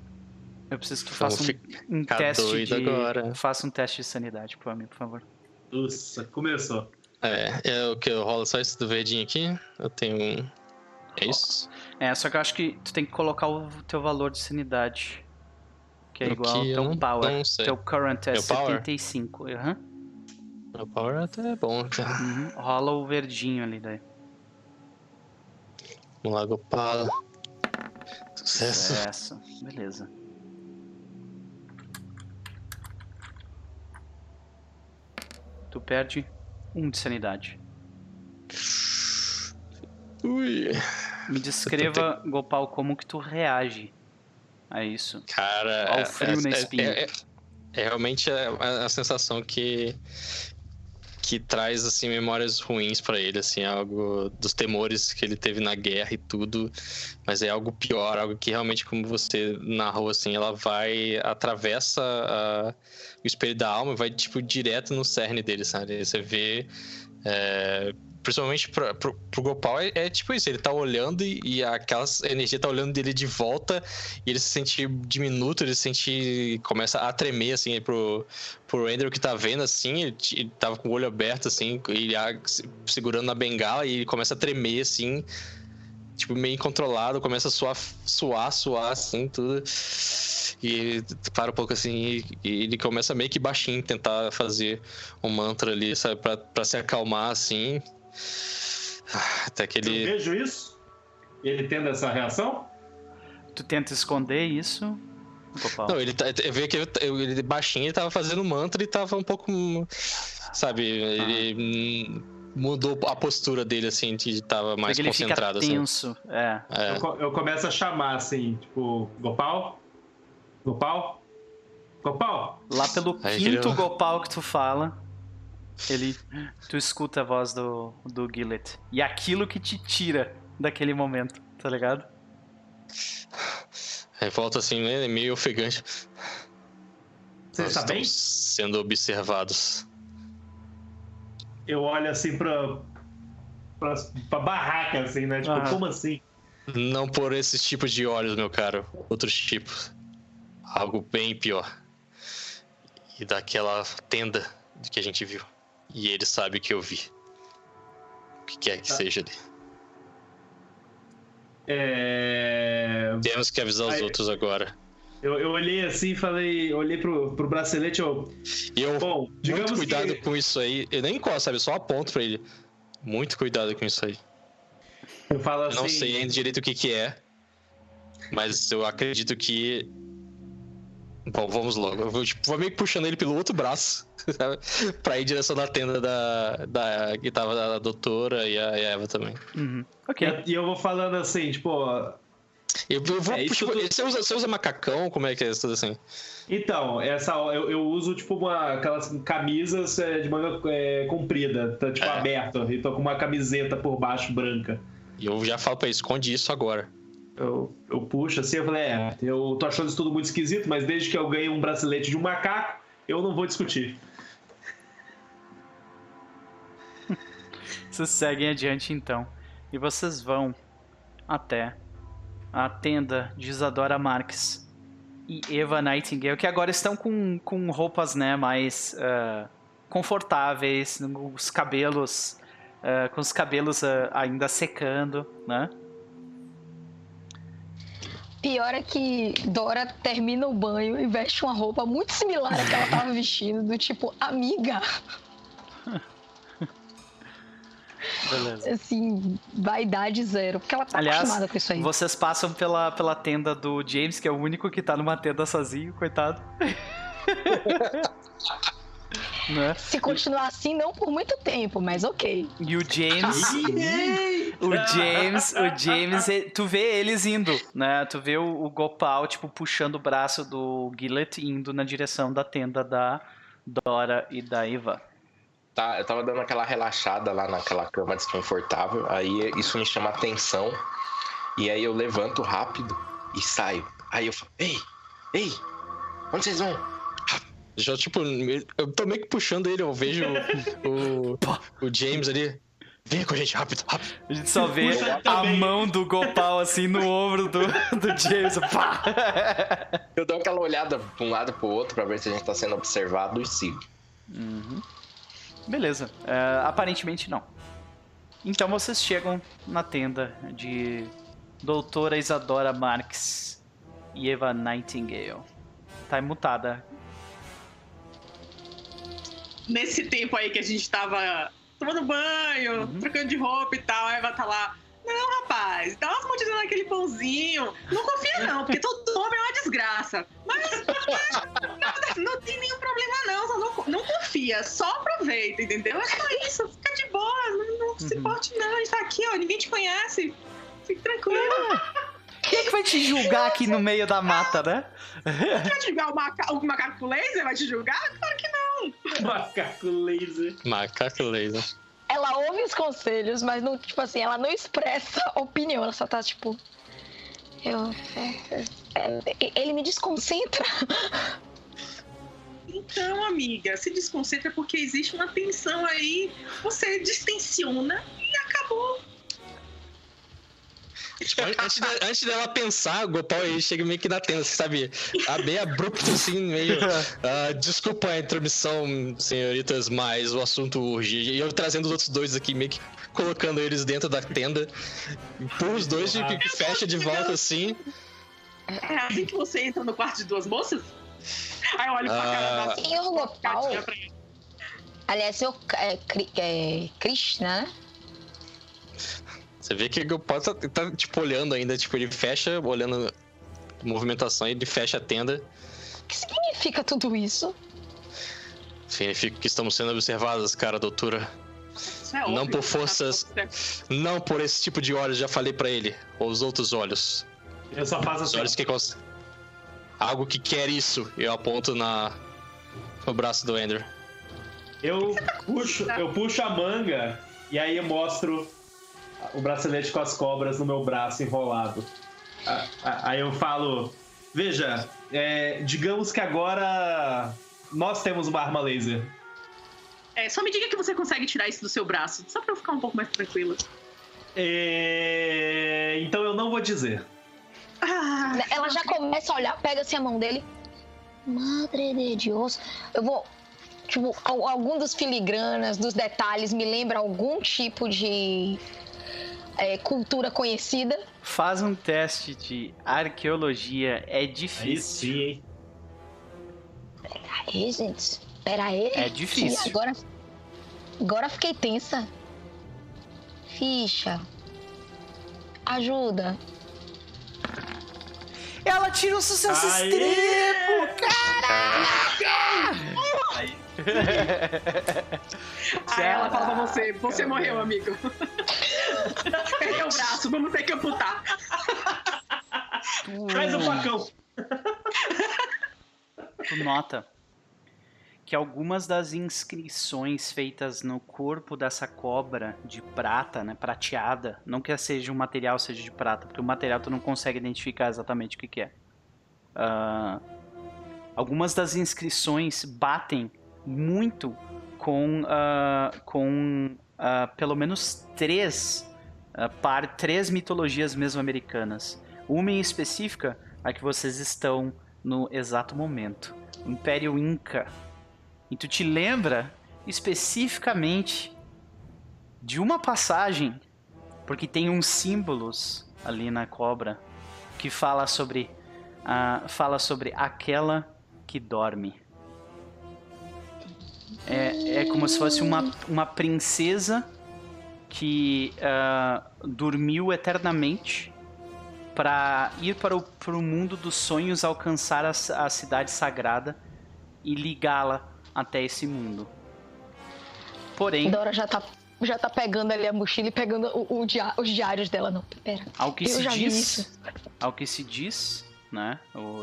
Eu preciso que tu faça um teste de... agora. Faça um teste de sanidade pra mim, por favor. Nossa, começou. É o que rola só esse do verdinho aqui. Eu tenho um. É isso? Só que eu acho que tu tem que colocar o teu valor de sanidade. Que é O igual ao que eu teu não- power. não sei. Teu current é Meu power? 75. Aham. Meu power até é bom, cara. Uhum. Rola o verdinho ali daí. Vamos lá, Gopala. Sucesso. Beleza. Tu perde 1 de sanidade. Ui. Me descreva, Gopal, como que tu reage a isso. Cara, Ao frio na espinha. É realmente a sensação que traz assim memórias ruins pra ele, assim, algo dos temores que ele teve na guerra e tudo, mas é algo pior, algo que realmente, como você narrou, assim, ela atravessa o espelho da alma e vai tipo direto no cerne dele, sabe? Você vê, principalmente pro Gopal é tipo isso, ele tá olhando e aquela energia tá olhando dele de volta e ele se sente diminuto, ele começa a tremer, assim, pro Andrew que tá vendo, assim, ele tava com o olho aberto, assim, ele segurando na bengala e ele começa a tremer, assim, tipo, meio incontrolado, começa a suar, assim, tudo. E para um pouco assim, e ele começa meio que baixinho tentar fazer um mantra ali, sabe, pra se acalmar, assim. Até que ele... Eu vejo isso? Ele tendo essa reação? Tu tenta esconder isso, Gopal? Não, eu vi que ele baixinho, ele tava fazendo mantra e tava um pouco, sabe, ele mudou a postura dele, assim, de tava mais ele concentrado, fica tenso, assim. Eu começo a chamar, assim, tipo, Gopal? Gopal? Gopal? Lá pelo quinto Gopal que tu fala, tu escuta a voz do Gillet. E aquilo que te tira daquele momento, tá ligado? Aí volta assim, né, meio ofegante. Você está bem? Sendo observados. Eu olho assim pra barraca, assim, né? Tipo, como assim? Não por esses tipos de olhos, meu caro. Outros tipos. Algo bem pior. E daquela tenda que a gente viu. E ele sabe o que eu vi. O que quer que seja ali. Temos que avisar os outros agora. Eu olhei assim e falei... Olhei pro bracelete, Bom, muito cuidado com isso aí. Eu nem encosto, sabe? Eu só aponto pra ele. Muito cuidado com isso aí. Eu falo assim... Não sei ainda direito o que é. Mas eu acredito que... Bom, vamos logo. Eu vou meio que puxando ele pelo outro braço, sabe? Pra ir em direção da tenda que tava a doutora e a Eva também. Uhum. Ok. E eu vou falando assim, tipo... Eu vou, você usa macacão? Como é que é isso tudo assim? Então, eu uso tipo aquelas camisas de manga comprida, tá tipo aberta, e tô com uma camiseta por baixo branca. E eu já falo pra ele, esconde isso agora. Eu puxo assim, eu falei, eu tô achando isso tudo muito esquisito, mas desde que eu ganhei um bracelete de um macaco, eu não vou discutir. Vocês seguem adiante então. E vocês vão até a tenda de Isadora Marques e Eva Nightingale, que agora estão com roupas, né, mais confortáveis, com os cabelos ainda secando, né? Pior é que Dora termina o banho e veste uma roupa muito similar à que ela tava vestindo, do tipo, amiga. Beleza. Assim, vaidade zero, porque ela tá acostumada com isso aí. Vocês passam pela tenda do James, que é o único que tá numa tenda sozinho, coitado. Né? Se continuar assim, não por muito tempo, mas ok. E o James... o James, tu vê eles indo, né? Tu vê o Gopal, tipo, puxando o braço do Gillet indo na direção da tenda da Dora e da Eva. Tá, eu tava dando aquela relaxada lá naquela cama desconfortável, aí isso me chama atenção, e aí eu levanto rápido e saio. Aí eu falo, ei, onde vocês vão? Já, tipo, eu tô meio que puxando ele, eu vejo o James ali. Vem com a gente, rápido. A gente só vê a mão do Gopal, assim, no ombro do James. Pá! Eu dou aquela olhada pra um lado e pro outro pra ver se a gente tá sendo observado e sigo. Uhum. Beleza. Aparentemente não. Então vocês chegam na tenda de Doutora Isadora Marques e Eva Nightingale. Tá mutada. Nesse tempo aí que a gente tava tomando banho, trocando de roupa e tal, a Eva tá lá. Não, rapaz, dá umas mordidas naquele pãozinho. Não confia não, porque todo homem é uma desgraça. Mas não tem nenhum problema não, só não confia, só aproveita, entendeu? É só isso, fica de boa, não se importe não, a gente tá aqui, ó, ninguém te conhece. Fique tranquilo. Quem é que vai te julgar aqui no meio da mata, né? Vai te julgar o macaco laser? Vai te julgar? Claro que não. Macaco laser. Macaco laser. Ela ouve os conselhos, mas não, tipo assim, ela não expressa opinião, ela só tá tipo. Ele me desconcentra. Então, amiga, se desconcentra porque existe uma tensão aí, você distensiona e acabou. Tipo, antes dela pensar, o Gopal aí chega meio que na tenda, você sabe? Bem abrupto, assim, meio. Desculpa a intromissão, senhoritas, mas o assunto urge. E eu trazendo os outros dois aqui, meio que colocando eles dentro da tenda. Empurra os dois e fecha de volta assim. É assim que você entra no quarto de duas moças? Aí eu olho pra cara da Senhor Gopal. Aliás, senhor Krishna, né? Você vê que o Gopal tá, tipo, olhando ainda, tipo, ele fecha, olhando a movimentação, ele fecha a tenda. O que significa tudo isso? Significa que estamos sendo observadas, cara, doutora. Isso é Não óbvio, por forças, não por esse tipo de olhos, já falei pra ele. Ou os outros olhos. Eu só faço Os assim. olhos que algo que quer isso. Eu aponto no braço do Ender. Eu puxo a manga e aí eu mostro o bracelete com as cobras no meu braço enrolado. Aí eu falo, veja, digamos que agora nós temos uma arma laser. Só me diga que você consegue tirar isso do seu braço, só pra eu ficar um pouco mais tranquila. Então eu não vou dizer. Ela já começa a olhar, pega assim a mão dele. Madre de Deus. Eu vou... Tipo, algum dos filigranas, dos detalhes me lembra algum tipo de cultura conhecida. Faz um teste de arqueologia, é difícil. Aí sim, hein? Pera aí, gente. Pera aí. É difícil. Agora fiquei tensa. Ficha. Ajuda. Ela tira o sucesso extremo! Caraca! Aí ela fala pra você morreu, amigo. Perdeu o braço, vamos ter que amputar. Traz o facão. Tu nota que algumas das inscrições feitas no corpo dessa cobra de prata, né, prateada, não que seja um material seja de prata, porque o material tu não consegue identificar exatamente o que é. Algumas das inscrições batem muito com pelo menos três mitologias mesoamericanas. Uma em específica, a que vocês estão no exato momento. O Império Inca. E tu te lembra especificamente de uma passagem, porque tem uns símbolos ali na cobra que fala sobre aquela que dorme. É como se fosse uma princesa que dormiu eternamente para ir para o mundo dos sonhos, alcançar a cidade sagrada e ligá-la até esse mundo. Porém... Dora já tá pegando ali a mochila e pegando os diários dela. Não, pera. Ao que se diz, né?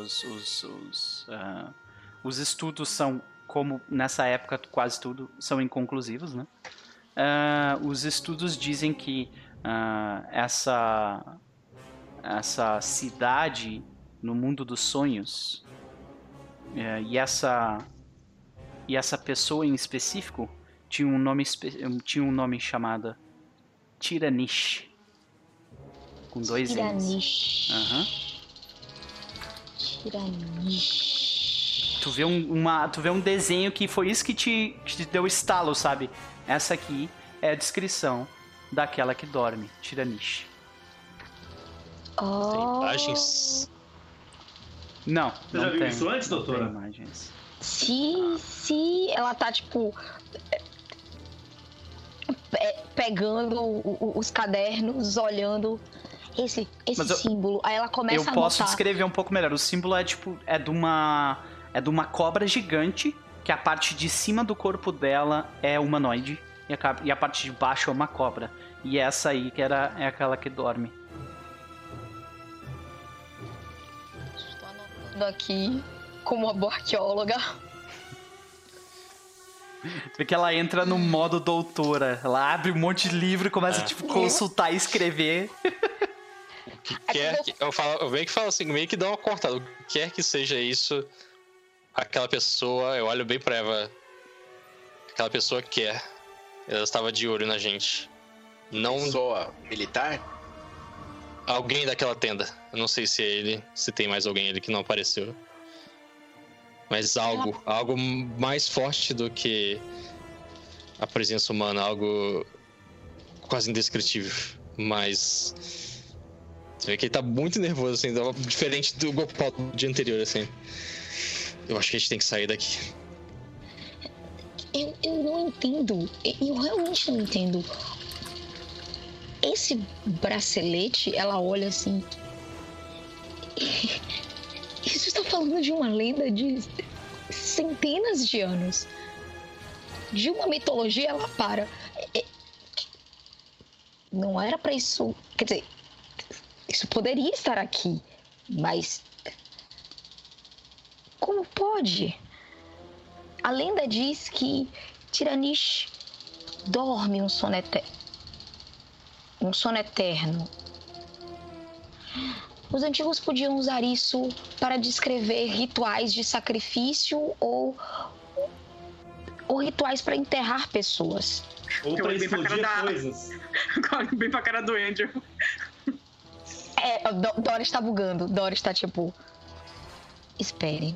Os estudos são, como nessa época quase tudo, são inconclusivos, né? Os estudos dizem que essa cidade no mundo dos sonhos e essa pessoa em específico tinha um nome chamado Tiranish, com 2 N's. Tiranish. Tu vê um desenho que foi isso que te deu estalo, sabe? Essa aqui é a descrição daquela que dorme, Tiranish. Oh. Tem imagens. Não, Você não já viu tem, isso antes, não doutora? tem imagens. Se ela tá, tipo, pegando os cadernos, olhando esse Mas símbolo. Aí ela começa Eu a posso notar. descrever um pouco melhor. O símbolo é tipo, é de uma cobra gigante, que a parte de cima do corpo dela é humanoide e a parte de baixo é uma cobra. E essa aí é aquela que dorme. Estou anotando aqui como uma boa arqueóloga. Tu vê que ela entra no modo doutora. Ela abre um monte de livro e começa, tipo, consultar e escrever. O que quer que... Eu meio que falo assim, meio que dá uma cortada. O que quer que seja isso, aquela pessoa, eu olho bem pra Eva. Aquela pessoa quer. Ela estava de olho na gente. Não Pessoa militar? alguém daquela tenda. Eu não sei se é ele, se tem mais alguém ali que não apareceu. Mas algo mais forte do que a presença humana, algo quase indescritível. Mas você vê que ele tá muito nervoso, assim, diferente do Gopal do dia anterior, assim. Eu acho que a gente tem que sair daqui. Eu não entendo. Eu realmente não entendo. Esse bracelete, ela olha assim. Isso está falando de uma lenda de centenas de anos. De uma mitologia, ela para. Não era pra isso. Quer dizer, isso poderia estar aqui, mas. Como pode? A lenda diz que Tiranish dorme um sono eterno. Os antigos podiam usar isso para descrever rituais de sacrifício ou rituais para enterrar pessoas. Ou pra explodir coisas. Bem pra cara do Andrew. Dora está bugando. Dora está tipo... Espere.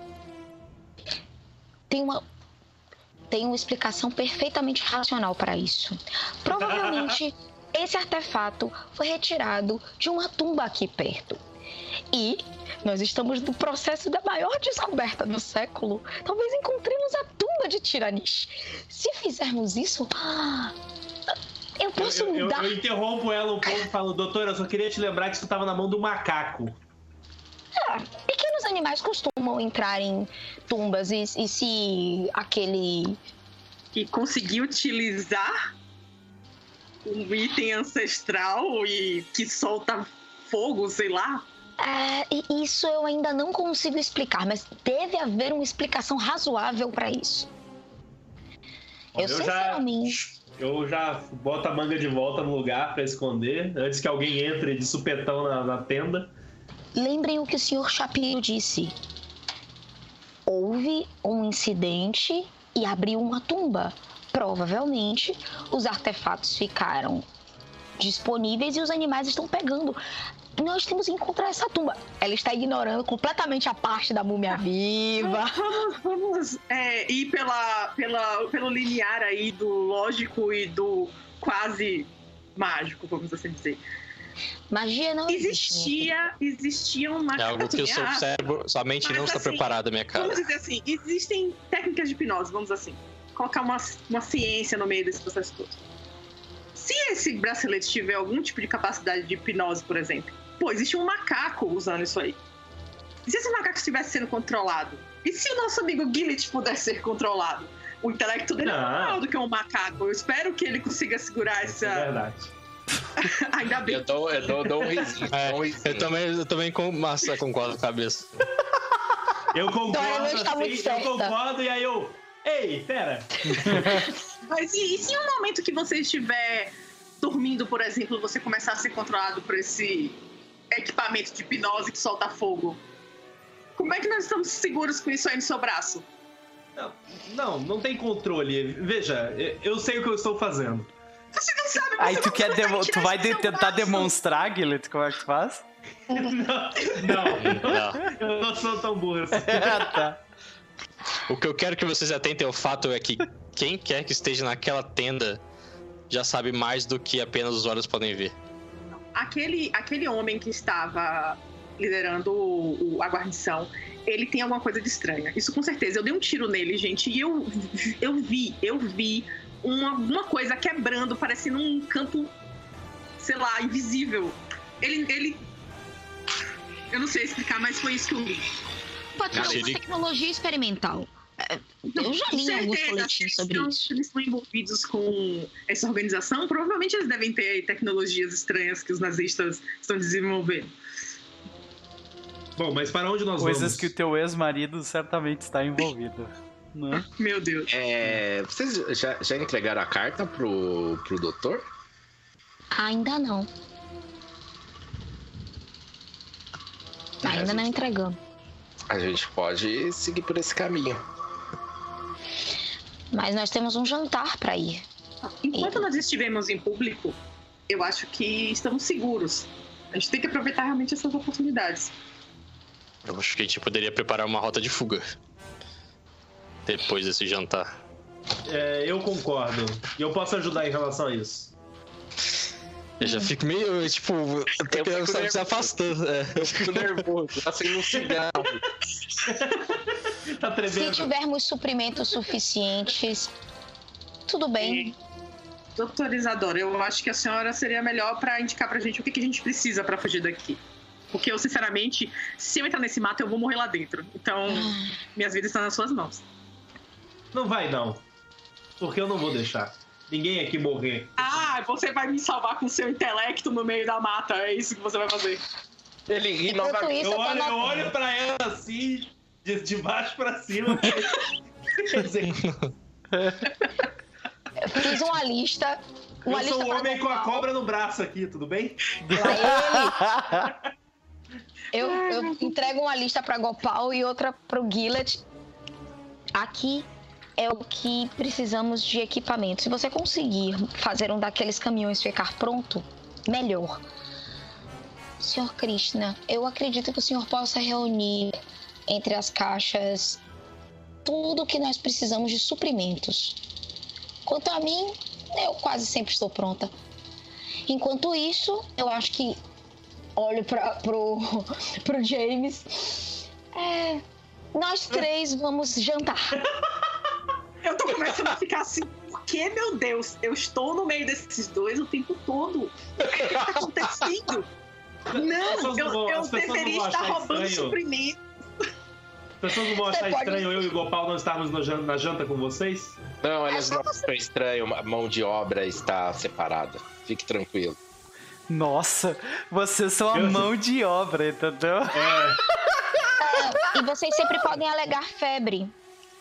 Tem uma explicação perfeitamente racional para isso. Provavelmente... Esse artefato foi retirado de uma tumba aqui perto. E nós estamos no processo da maior descoberta do século. Talvez encontremos a tumba de Tiranish. Se fizermos isso, eu posso mudar... Eu interrompo ela um pouco e falo, doutora, eu só queria te lembrar que isso estava na mão do macaco. Pequenos animais costumam entrar em tumbas e se aquele... E conseguir utilizar um item ancestral e que solta fogo, sei lá. Isso eu ainda não consigo explicar, mas deve haver uma explicação razoável para isso. Eu já boto a manga de volta no lugar para esconder, antes que alguém entre de supetão na tenda. Lembrem o que o Sr. Shapiro disse. Houve um incidente e abriu uma tumba. Provavelmente, os artefatos ficaram disponíveis e os animais estão pegando. Nós temos que encontrar essa tumba. Ela está ignorando completamente a parte da múmia viva. Vamos ir pelo linear aí do lógico e do quase mágico, vamos assim dizer. Magia não existe. Existia uma... É algo que o seu cérebro, sua mente não está preparada, minha cara. Vamos dizer assim, existem técnicas de hipnose, vamos assim. Colocar uma ciência no meio desse processo todo. Se esse bracelete tiver algum tipo de capacidade de hipnose, por exemplo, existe um macaco usando isso aí. E se esse macaco estivesse sendo controlado? E se o nosso amigo Gillet pudesse ser controlado? O intelecto dele é maior do que um macaco. Eu espero que ele consiga segurar essa... É verdade. Ainda bem. Eu dou um risinho. Eu também concordo com a cabeça. Eu concordo, eu concordo, e aí eu... Ei, pera! Mas e se em um momento que você estiver dormindo, por exemplo, você começar a ser controlado por esse equipamento de hipnose que solta fogo? Como é que nós estamos seguros com isso aí no seu braço? Não tem controle. Veja, eu sei o que eu estou fazendo. Você não sabe, Aí você tu vai tentar demonstrar, Gillet, como é que tu faz? Não. Eu não sou tão burro assim. Tá. O que eu quero que vocês atentem ao fato é que quem quer que esteja naquela tenda já sabe mais do que apenas os olhos podem ver. Aquele homem que estava liderando a guarnição, ele tem alguma coisa de estranha. Isso com certeza. Eu dei um tiro nele, gente, e eu vi uma coisa quebrando, parecendo um campo, sei lá, invisível. Ele... Eu não sei explicar, mas foi isso que eu vi. Pode ser uma tecnologia experimental. Eu já li alguns boletins sobre isso. Eles estão envolvidos com essa organização, provavelmente eles devem ter tecnologias estranhas que os nazistas estão desenvolvendo. Bom, mas para onde nós Coisas vamos? que o teu ex-marido certamente está envolvido. Né? Meu Deus. Vocês já entregaram a carta pro doutor? Ainda não. Ainda não entregamos. A gente pode seguir por esse caminho. Mas nós temos um jantar para ir. Enquanto nós estivermos em público, eu acho que estamos seguros. A gente tem que aproveitar realmente essas oportunidades. Eu acho que a gente poderia preparar uma rota de fuga depois desse jantar. Eu concordo. E eu posso ajudar em relação a isso. Eu já fico meio, tipo, eu tô querendo se afastando. Eu fico nervoso, tá saindo um cigarro. Tá tremendo. Se tivermos suprimentos suficientes, tudo bem. Doutora Isadora, eu acho que a senhora seria melhor para indicar pra gente o que a gente precisa para fugir daqui. Porque eu, sinceramente, se eu entrar nesse mato, eu vou morrer lá dentro. Então, minhas vidas estão nas suas mãos. Não vai, não. Porque eu não vou deixar ninguém aqui morrer. Ah, você vai me salvar com seu intelecto no meio da mata. É isso que você vai fazer. Ele ri Enquanto novamente. isso, Eu olho pra ela assim, de baixo pra cima. Quer dizer, Fiz uma lista. eu sou o homem com a cobra no braço aqui, tudo bem? Eu entrego uma lista para Gopal e outra para o Gillet. Aqui é o que precisamos de equipamento. Se você conseguir fazer um daqueles caminhões ficar pronto, melhor. Senhor Krishna, eu acredito que o senhor possa reunir entre as caixas tudo o que nós precisamos de suprimentos. Quanto a mim, eu quase sempre estou pronta. Enquanto isso, eu acho que olho pro James. Nós três vamos jantar. Eu tô começando a ficar assim, por que, meu Deus? Eu estou no meio desses dois o tempo todo. O que tá acontecendo? Não, eu deveria estar roubando suprimento. As pessoas não vão achar estranho eu e o Gopal não estarmos na janta com vocês? Não, eles não acham estranho. A mão de obra está separada. Fique tranquilo. Nossa, vocês são a mão de obra, entendeu? E vocês sempre podem alegar febre.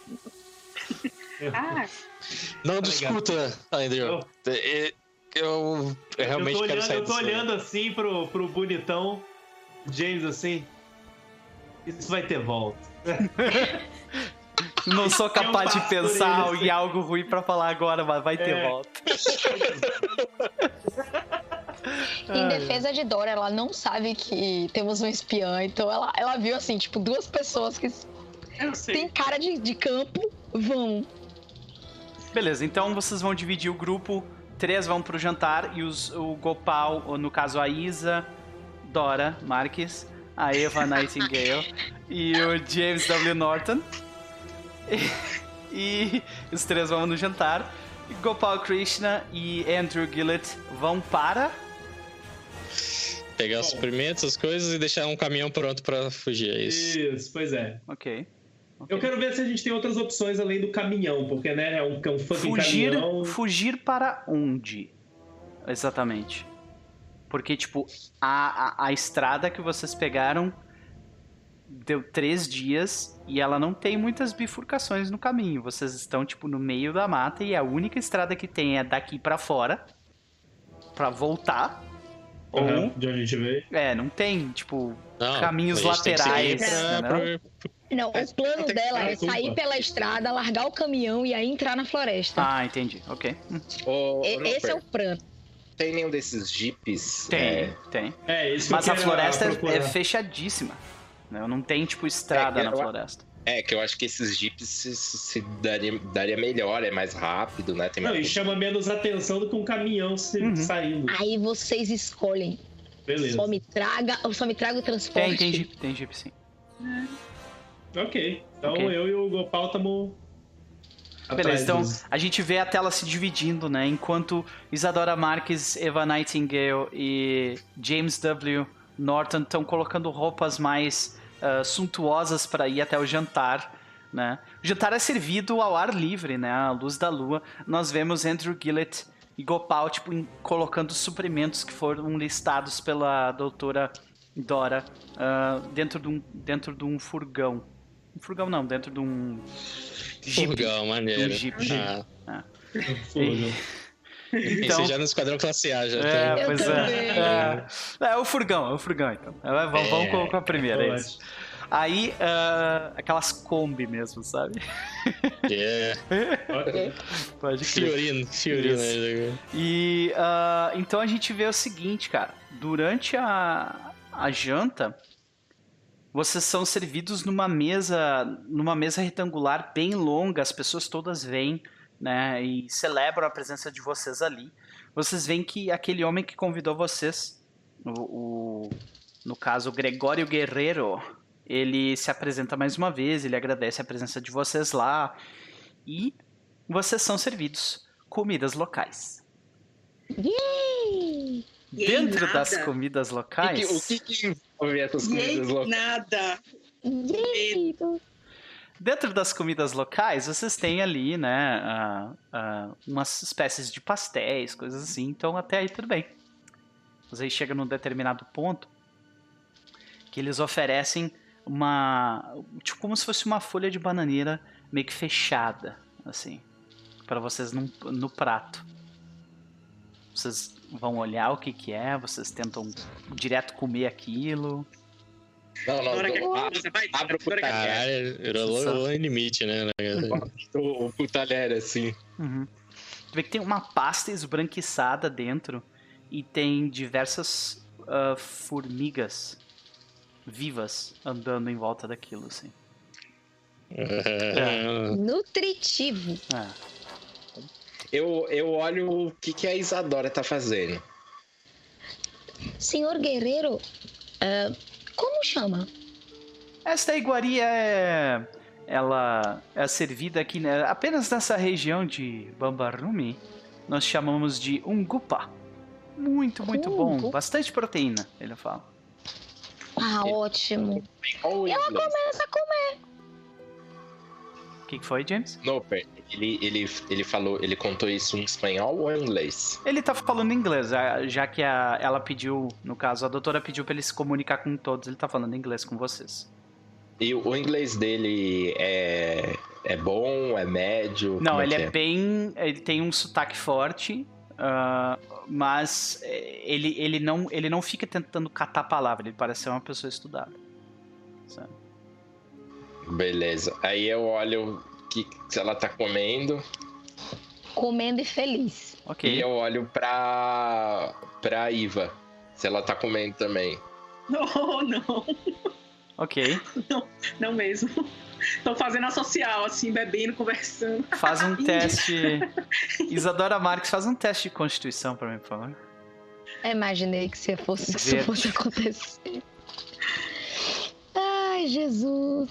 Não discuta, Andrew. Eu realmente quero sair Eu tô olhando assim pro bonitão James assim. Isso vai ter volta. Não sou capaz de pensar em algo ruim pra falar agora, mas vai ter volta. Em defesa de Dora, ela não sabe que temos um espiã, então ela viu assim, tipo, duas pessoas que tem cara de campo, vão. Beleza, então vocês vão dividir o grupo, 3 vão pro jantar e o Gopal, ou no caso a Isa, Dora Marques, a Eva Nightingale e o James W. Norton. E os 3 vão no jantar. E Gopal Krishna e Andrew Gillett vão para... pegar os suprimentos, as coisas e deixar um caminhão pronto pra fugir, é isso? Isso, pois é. Ok. Eu quero ver se a gente tem outras opções além do caminhão, porque, né, é um fucking caminhão. Fugir para onde? Exatamente. Porque, tipo, a estrada que vocês pegaram deu 3 dias e ela não tem muitas bifurcações no caminho. Vocês estão, tipo, no meio da mata e a única estrada que tem é daqui pra fora pra voltar. Ou... de onde a gente veio. não tem, tipo, Não, caminhos a gente tem que laterais. seguir Não, o plano dela é desculpa. sair pela estrada, largar o caminhão e aí entrar na floresta. Ah, entendi. Ok. Esse é o plano. Tem nenhum desses jeeps? Tem. Isso Mas que eu a quero floresta é procurar. fechadíssima. Né? Não tem, tipo, estrada na floresta. É, que eu acho que esses jeeps se daria melhor, é mais rápido, né? Tem Não, mais... e chama menos atenção do que um caminhão saindo. Aí vocês escolhem. Beleza. Só me traga o transporte. Tem jeep sim. Ok. Então Ok. eu e o Gopal estamos. Beleza, então a gente vê a tela se dividindo, né? Enquanto Isadora Marques, Eva Nightingale e James W. Norton estão colocando roupas mais suntuosas para ir até o jantar, né? O jantar é servido ao ar livre, né? À luz da lua. Nós vemos Andrew Gillett e Gopal, tipo, colocando suprimentos que foram listados pela doutora Dora dentro de um furgão. Um furgão não, dentro de um... Furgão, maneiro. Um Jeep. Então, Esse já no Esquadrão Classe A já. Pois é o furgão então. Vamos com a primeira, é isso. Aí, aquelas Kombi mesmo, sabe? Pode crer. Fiorino. E então a gente vê o seguinte, cara. Durante a janta, vocês são servidos numa mesa retangular bem longa. As pessoas todas vêm, né, e celebram a presença de vocês ali. Vocês veem que aquele homem que convidou vocês, no caso, o Gregório Guerreiro, ele se apresenta mais uma vez, ele agradece a presença de vocês lá, e vocês são servidos comidas locais. Yay! Dentro Nada. das comidas locais... O que envolve essas comidas locais? Nada. Yay! Dentro das comidas locais, vocês têm ali, né, umas espécies de pastéis, coisas assim, então até aí tudo bem. Vocês chegam num determinado ponto que eles oferecem tipo como se fosse uma folha de bananeira meio que fechada, assim, para vocês no prato. Vocês vão olhar o que é, vocês tentam direto comer aquilo. Não, Você vai abre o talher. Caralho, virou o limite, né? O talher, assim. Uhum. Tu vê que tem uma pasta esbranquiçada dentro e tem diversas formigas vivas andando em volta daquilo, assim. Nutritivo. Eu olho o que a Isadora tá fazendo. Senhor Guerreiro, como chama? Esta iguaria ela é servida aqui, né, apenas nessa região de Bambarumi. Nós chamamos de ungupa. Muito bom. Bastante proteína, ele fala. Ah, ótimo. Qual Ela inglês? começa a comer. O que foi, James? Não, pera. Ele falou, ele contou isso em espanhol ou em inglês? Ele tá falando inglês, já que ela pediu, no caso, a doutora pediu pra ele se comunicar com todos, ele tá falando inglês com vocês. E o inglês dele é bom, é médio? Não, como ele que é bem... Ele tem um sotaque forte, mas ele não fica tentando catar a palavra, ele parece ser uma pessoa estudada. Sabe? Beleza. Aí eu olho se ela tá comendo. Comendo e feliz. Ok. E eu olho pra Iva, se ela tá comendo também. Não. Ok. Não mesmo. Tô fazendo a social, assim, bebendo, conversando. Faz um teste... Isadora Marques, faz um teste de constituição pra mim, por favor. Eu imaginei que isso Verde. fosse acontecer. Ai, Jesus.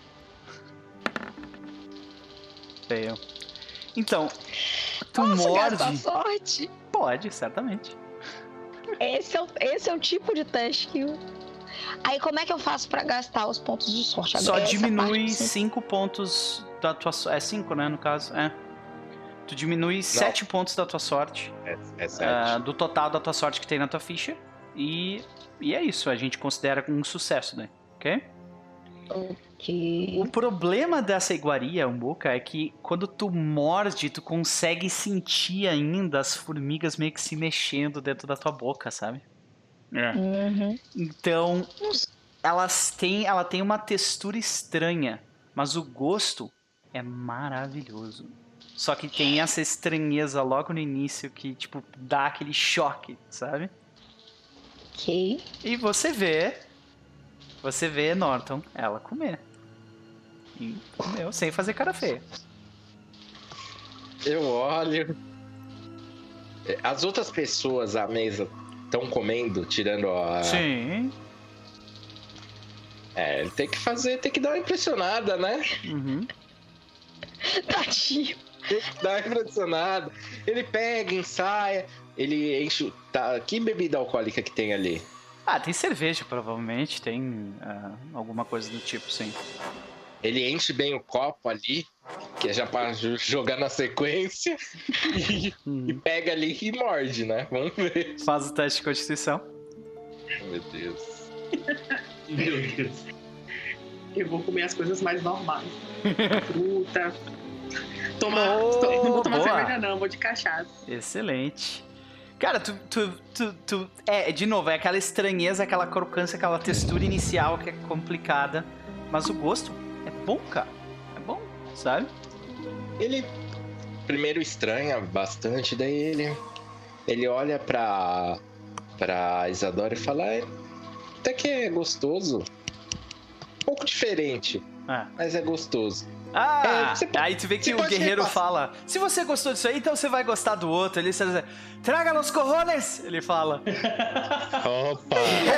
Feio. Então, tu Posso morde... gastar sorte? Pode, certamente. Esse é o tipo de teste que eu... Aí como é que eu faço pra gastar os pontos de sorte? Só Essa diminui parte, sim. 5 pontos da tua sorte. É 5, né, no caso? É. Tu diminui 7 pontos da tua sorte. É 7. Do total da tua sorte que tem na tua ficha. E é isso, a gente considera um sucesso, né? Ok? Ok. O problema dessa iguaria, Umbuka, é que quando tu morde, tu consegue sentir ainda as formigas meio que se mexendo dentro da tua boca, sabe? Uhum. Então, ela tem uma textura estranha, mas o gosto é maravilhoso. Só que tem essa estranheza logo no início que, tipo, dá aquele choque, sabe? Ok. E você vê Norton, ela comer. Meu, sem fazer cara feia. Eu olho. As outras pessoas à mesa estão comendo, tirando a. Sim. Ele tem que dar uma impressionada, né? Uhum. Tadinho. Tem que dar uma impressionada. Ele pega, ensaia, ele enche. Tá, que bebida alcoólica que tem ali? Ah, tem cerveja, provavelmente. Tem alguma coisa do tipo, sim. Ele enche bem o copo ali, que é já pra jogar na sequência, e pega ali e morde, né? Vamos ver. Faz o teste de constituição. Meu Deus. Meu Deus. Eu vou comer as coisas mais normais. Fruta. Não vou tomar boa. cerveja não, vou de cachaça. Excelente. Cara, de novo, é aquela estranheza, aquela crocância, aquela textura inicial que é complicada. Mas o gosto é bom, cara. É bom, sabe? Ele primeiro estranha bastante, daí ele olha pra Isadora e fala: até que é gostoso. Um pouco diferente, mas é gostoso. Aí tu vê que o guerreiro fala: se você gostou disso aí, então você vai gostar do outro. Ele diz: traga los cojones! Ele fala. Opa!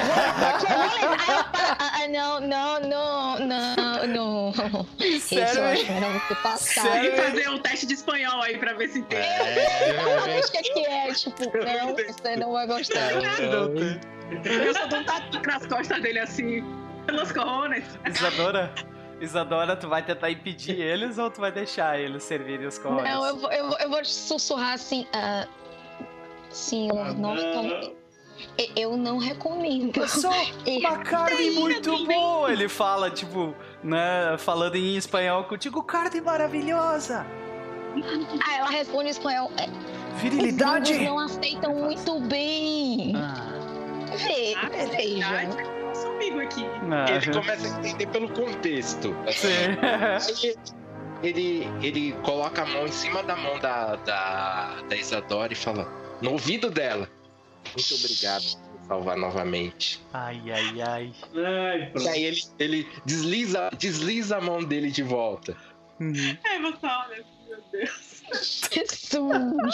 Não. Sério, eu acho melhor você passar. Tem que fazer um teste de espanhol aí pra ver se tem. Eu acho que é, tipo, não, você não vai gostar. Eu só dou um tapa nas costas dele assim, pelos cojones. Isadora, tu vai tentar impedir eles ou tu vai deixar eles servirem os cojones? Não, eu vou sussurrar assim. Senhor, eu não recomendo. É só uma carne muito boa, ele fala, tipo, né, falando em espanhol contigo, carne maravilhosa. Ela responde em espanhol. Virilidade. Os gringos não aceitam muito bem. Veja. Nosso amigo aqui. Ele começa a entender pelo contexto. Assim. Ele coloca a mão em cima da mão da Isadora e fala no ouvido dela: muito obrigado por salvar novamente. Ai. E aí ele desliza a mão dele de volta. Você olha, meu Deus. Jesus.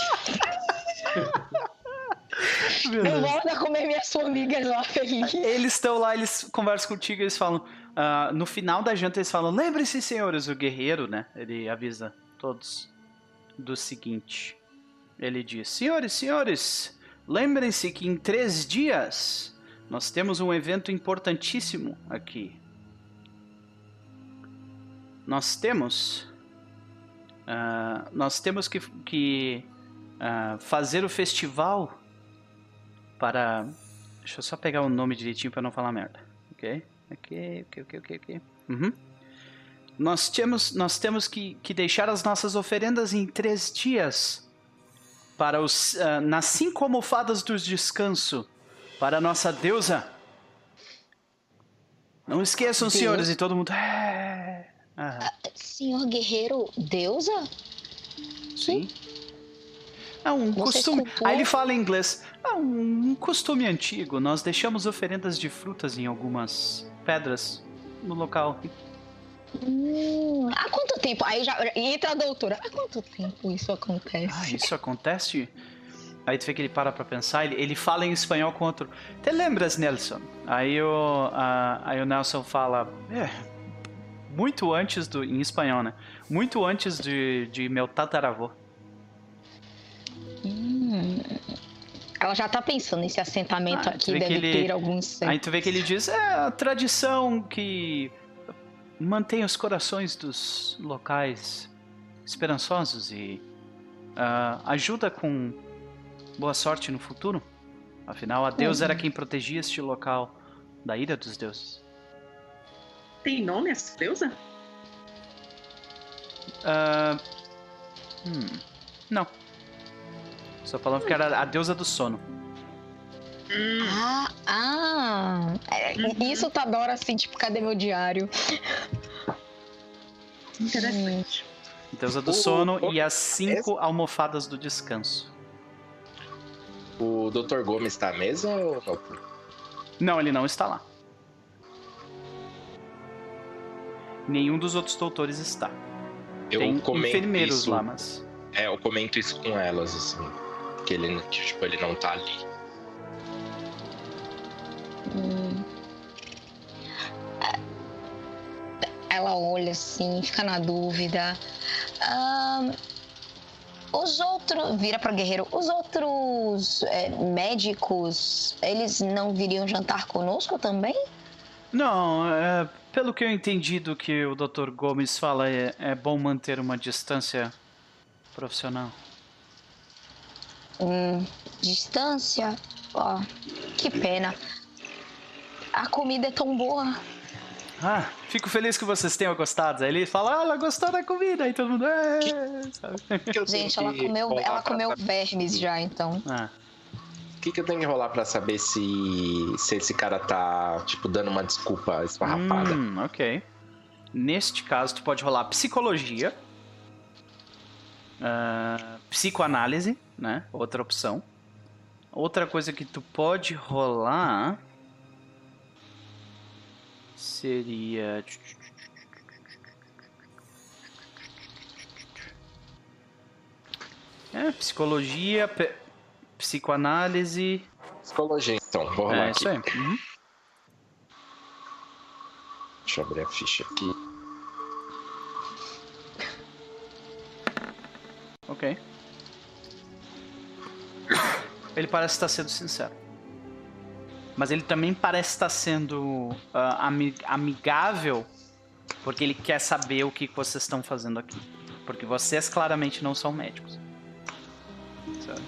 Eu volto a comer minhas formigas lá, feliz. Eles estão lá, eles conversam contigo, eles falam... no final da janta eles falam: lembre-se, senhores, o guerreiro, né? Ele avisa todos do seguinte. Ele diz: senhores, lembrem-se que em 3 dias nós temos um evento importantíssimo aqui. Nós temos que fazer o festival para... Deixa eu só pegar o nome direitinho para não falar merda. Ok. Uhum. Nós temos que deixar as nossas oferendas em 3 dias para nas 5 almofadas do descanso para a nossa deusa. Não esqueçam, senhores, e todo mundo... Senhor guerreiro, deusa? Sim. É um costume. Aí ele fala em inglês. É um costume antigo. Nós deixamos oferendas de frutas em algumas pedras no local. Há quanto tempo? Aí já entra a doutora. Há quanto tempo isso acontece? Isso acontece? Aí tu vê que ele para pra pensar. Ele fala em espanhol com outro. Te lembras, Nelson? Aí o Nelson fala... muito antes do... Em espanhol, né? Muito antes de meu tataravô. Ela já tá pensando nesse assentamento aqui, deve ter alguns séculos. Aí tu vê que ele diz, a tradição que mantém os corações dos locais esperançosos e ajuda com boa sorte no futuro. Afinal, a deusa era quem protegia este local da ira dos deuses. Tem nome essa deusa? Não. Só falando que era a deusa do sono. Isso tá da hora assim, tipo, cadê meu diário? Interessante. Deusa do sono e as 5 almofadas do descanso. O Dr. Gomes tá à mesa ou não? Não, ele não está lá. Nenhum dos outros doutores está. Eu Tem comento enfermeiros isso, lá, mas... eu comento isso com elas, assim. Que ele não tá ali. Ela olha assim, fica na dúvida. Os outros... Vira para Guerreiro. Os outros médicos, eles não viriam jantar conosco também? Não, pelo que eu entendi do que o Dr. Gomes fala, é bom manter uma distância profissional. Distância? Ó, que pena. A comida é tão boa. Ah, fico feliz que vocês tenham gostado. Aí ele fala, ela gostou da comida. Aí todo mundo, sabe? Gente, ela comeu vermes já, então. O que eu tenho que rolar pra saber se esse cara tá, tipo, dando uma desculpa esfarrapada? Ok. Neste caso, tu pode rolar psicologia. Psicoanálise, né? Outra opção. Outra coisa que tu pode rolar... seria... psicologia, psicoanálise... Psicologia, então. Vou rolar aqui. Isso aí. Deixa eu abrir a ficha aqui. Ok. Ele parece estar sendo sincero. Mas ele também parece estar sendo amigável, porque ele quer saber o que vocês estão fazendo aqui. Porque vocês claramente não são médicos. Sabe?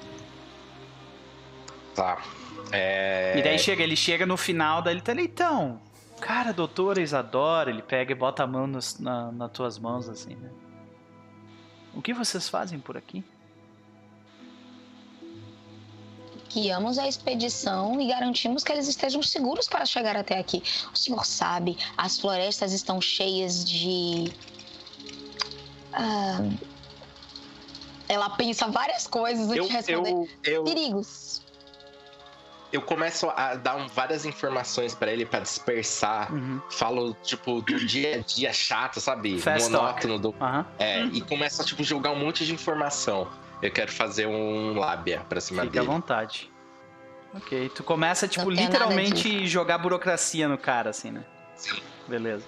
Tá. E daí ele chega no final, daí ele tá ali, então, cara, doutora Isadora, ele pega e bota a mão nas tuas mãos, assim, né? O que vocês fazem por aqui? Guiamos a expedição e garantimos que eles estejam seguros para chegar até aqui. O senhor sabe, as florestas estão cheias de... Ela pensa várias coisas antes de responder. Perigos. Eu começo a dar várias informações pra ele pra dispersar. Falo, tipo, do dia a dia chato, sabe? Fast monótono do... E começo a, tipo, jogar um monte de informação. Eu quero fazer um lábia pra cima dele. Fica à vontade. Ok, tu começa, tipo, literalmente jogar burocracia no cara, assim, né? Sim. Beleza.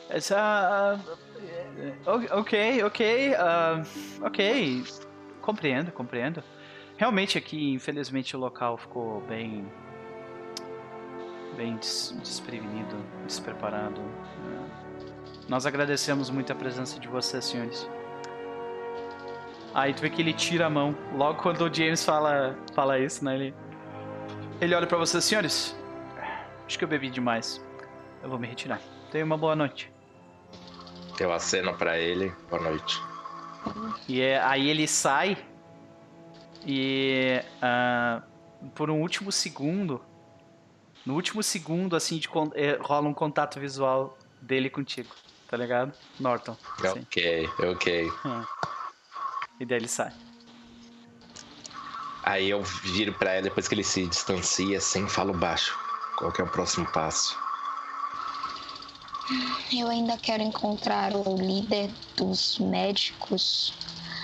Ok. Compreendo. Realmente aqui, infelizmente, o local ficou bem desprevenido, despreparado. Nós agradecemos muito a presença de vocês, senhores. Aí tu vê que ele tira a mão. Logo quando o James fala isso, né? Ele olha pra vocês, senhores. Acho que eu bebi demais. Eu vou me retirar. Tenha uma boa noite. Eu aceno pra ele. Boa noite. E aí ele sai. E por um último segundo, no último segundo, assim, rola um contato visual dele contigo, tá ligado? Norton. Assim. Ok. E daí ele sai. Aí eu viro pra ele depois que ele se distancia, assim, falo baixo. Qual que é o próximo passo? Eu ainda quero encontrar o líder dos médicos.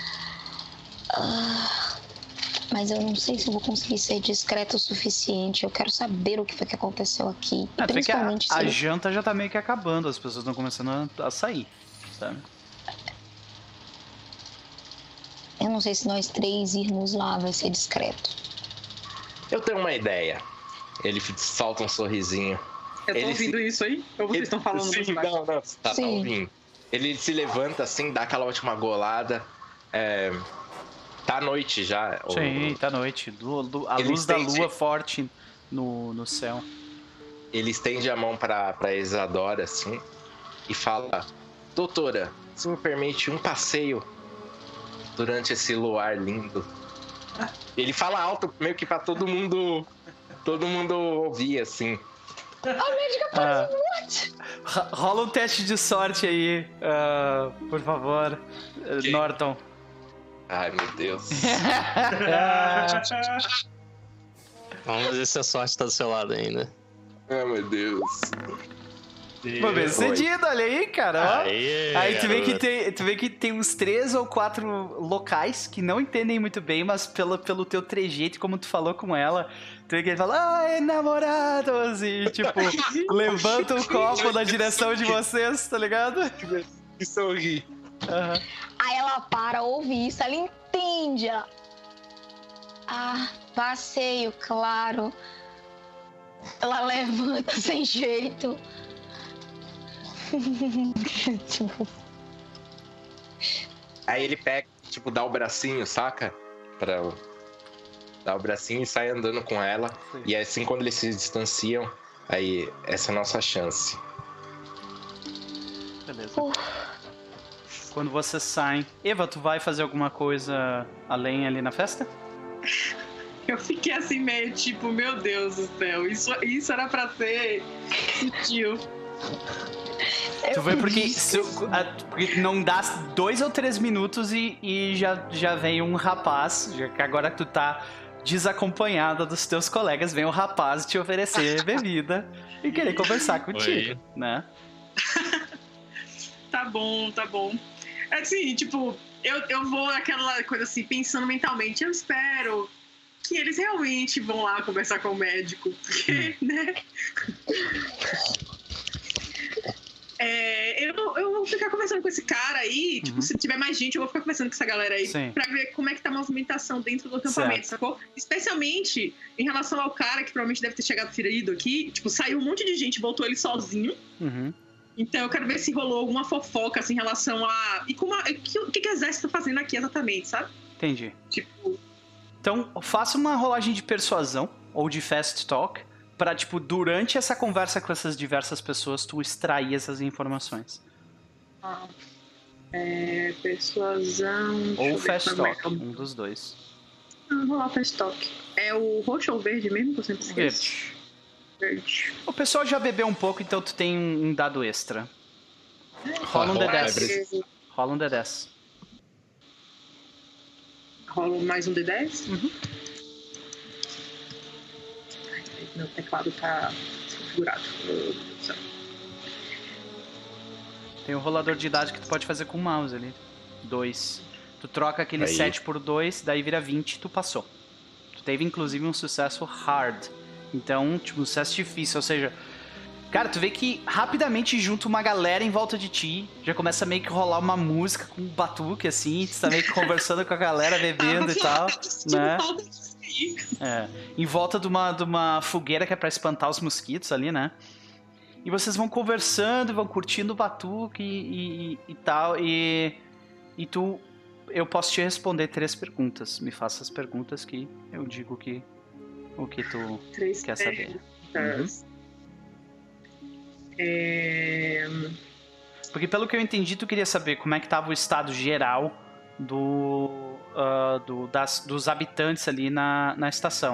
Mas eu não sei se eu vou conseguir ser discreto o suficiente. Eu quero saber o que foi que aconteceu aqui. E principalmente a janta já tá meio que acabando. As pessoas estão começando a sair, sabe? Eu não sei se nós três irmos lá vai ser discreto. Eu tenho uma ideia. Ele solta um sorrisinho. Eu tô ouvindo isso aí? Ou vocês estão falando Sim, não, tá ouvindo. Ele se levanta assim, dá aquela última golada. Tá à noite já. Sim, tá à noite. A luz da lua forte no céu. Ele estende a mão pra Isadora, assim, e fala: doutora, se me permite um passeio durante esse luar lindo. Ele fala alto, meio que pra todo mundo ouvir, assim. A médica parece morte. Rola um teste de sorte aí, por favor, okay. Norton. Ai, meu Deus. Vamos ver se a sorte tá do seu lado ainda. Ai, meu Deus. Pô, bem sucedido, olha aí, cara. Ó. Aí tu vê que tem uns 3 ou 4 locais que não entendem muito bem, mas pelo teu trejeito, como tu falou com ela, tu vê que ele fala, ai, namorados, e tipo, levanta o copo na direção de vocês, tá ligado? E sorri. Aham. Aí ela para, ouve isso, ela entende. Passeio, claro. Ela levanta sem jeito. Aí ele pega, tipo, dá o bracinho, saca? Pra dar o bracinho e sai andando com ela. Sim. E assim, quando eles se distanciam, aí, essa é a nossa chance. Beleza. Quando vocês saem... Eva, tu vai fazer alguma coisa além ali na festa? Eu fiquei assim meio tipo, meu Deus do céu, isso era pra ser sutil. Tu vê porque não dá 2 ou 3 minutos e já vem um rapaz, já que agora tu tá desacompanhada dos teus colegas, vem um rapaz te oferecer bebida e querer conversar contigo, né? Tá bom. Assim, tipo, eu vou aquela coisa assim, pensando mentalmente, eu espero que eles realmente vão lá conversar com o médico, porque, né? Eu vou ficar conversando com esse cara aí, tipo, se tiver mais gente, eu vou ficar conversando com essa galera aí, Sim. pra ver como é que tá a movimentação dentro do acampamento, sacou? Especialmente em relação ao cara que provavelmente deve ter chegado ferido aqui, tipo, saiu um monte de gente, voltou ele sozinho. Uhum. Então eu quero ver se rolou alguma fofoca, assim, em relação a... E o que o exército tá fazendo aqui exatamente, sabe? Entendi. Tipo... Então, faça uma rolagem de persuasão ou de fast talk pra, tipo, durante essa conversa com essas diversas pessoas, tu extrair essas informações. Persuasão... Ou fast talk, um dos dois. Vou lá, fast talk. É o roxo ou verde mesmo que eu sempre esqueço? Verde. O pessoal já bebeu um pouco, então tu tem um dado extra. Rola um D10. Rola um D10. Rola mais um D10? Uhum. Meu teclado tá desconfigurado. Tem um rolador de idade que tu pode fazer com o mouse ali. 2. Tu troca aquele Aí. 7 por 2, daí vira 20, tu passou. Tu teve inclusive um sucesso hard. Então, tipo, um sucesso difícil, ou seja... Cara, tu vê que rapidamente junta uma galera em volta de ti, já começa meio que rolar uma música com um batuque, assim, tu tá meio que conversando com a galera, bebendo e tal, né? Em volta de uma fogueira que é pra espantar os mosquitos ali, né? E vocês vão conversando, vão curtindo o batuque e tal, e tu... Eu posso te responder 3 perguntas. Me faça as perguntas que eu digo o que tu 3 quer saber. Porque pelo que eu entendi, tu queria saber como é que tava o estado geral dos habitantes ali no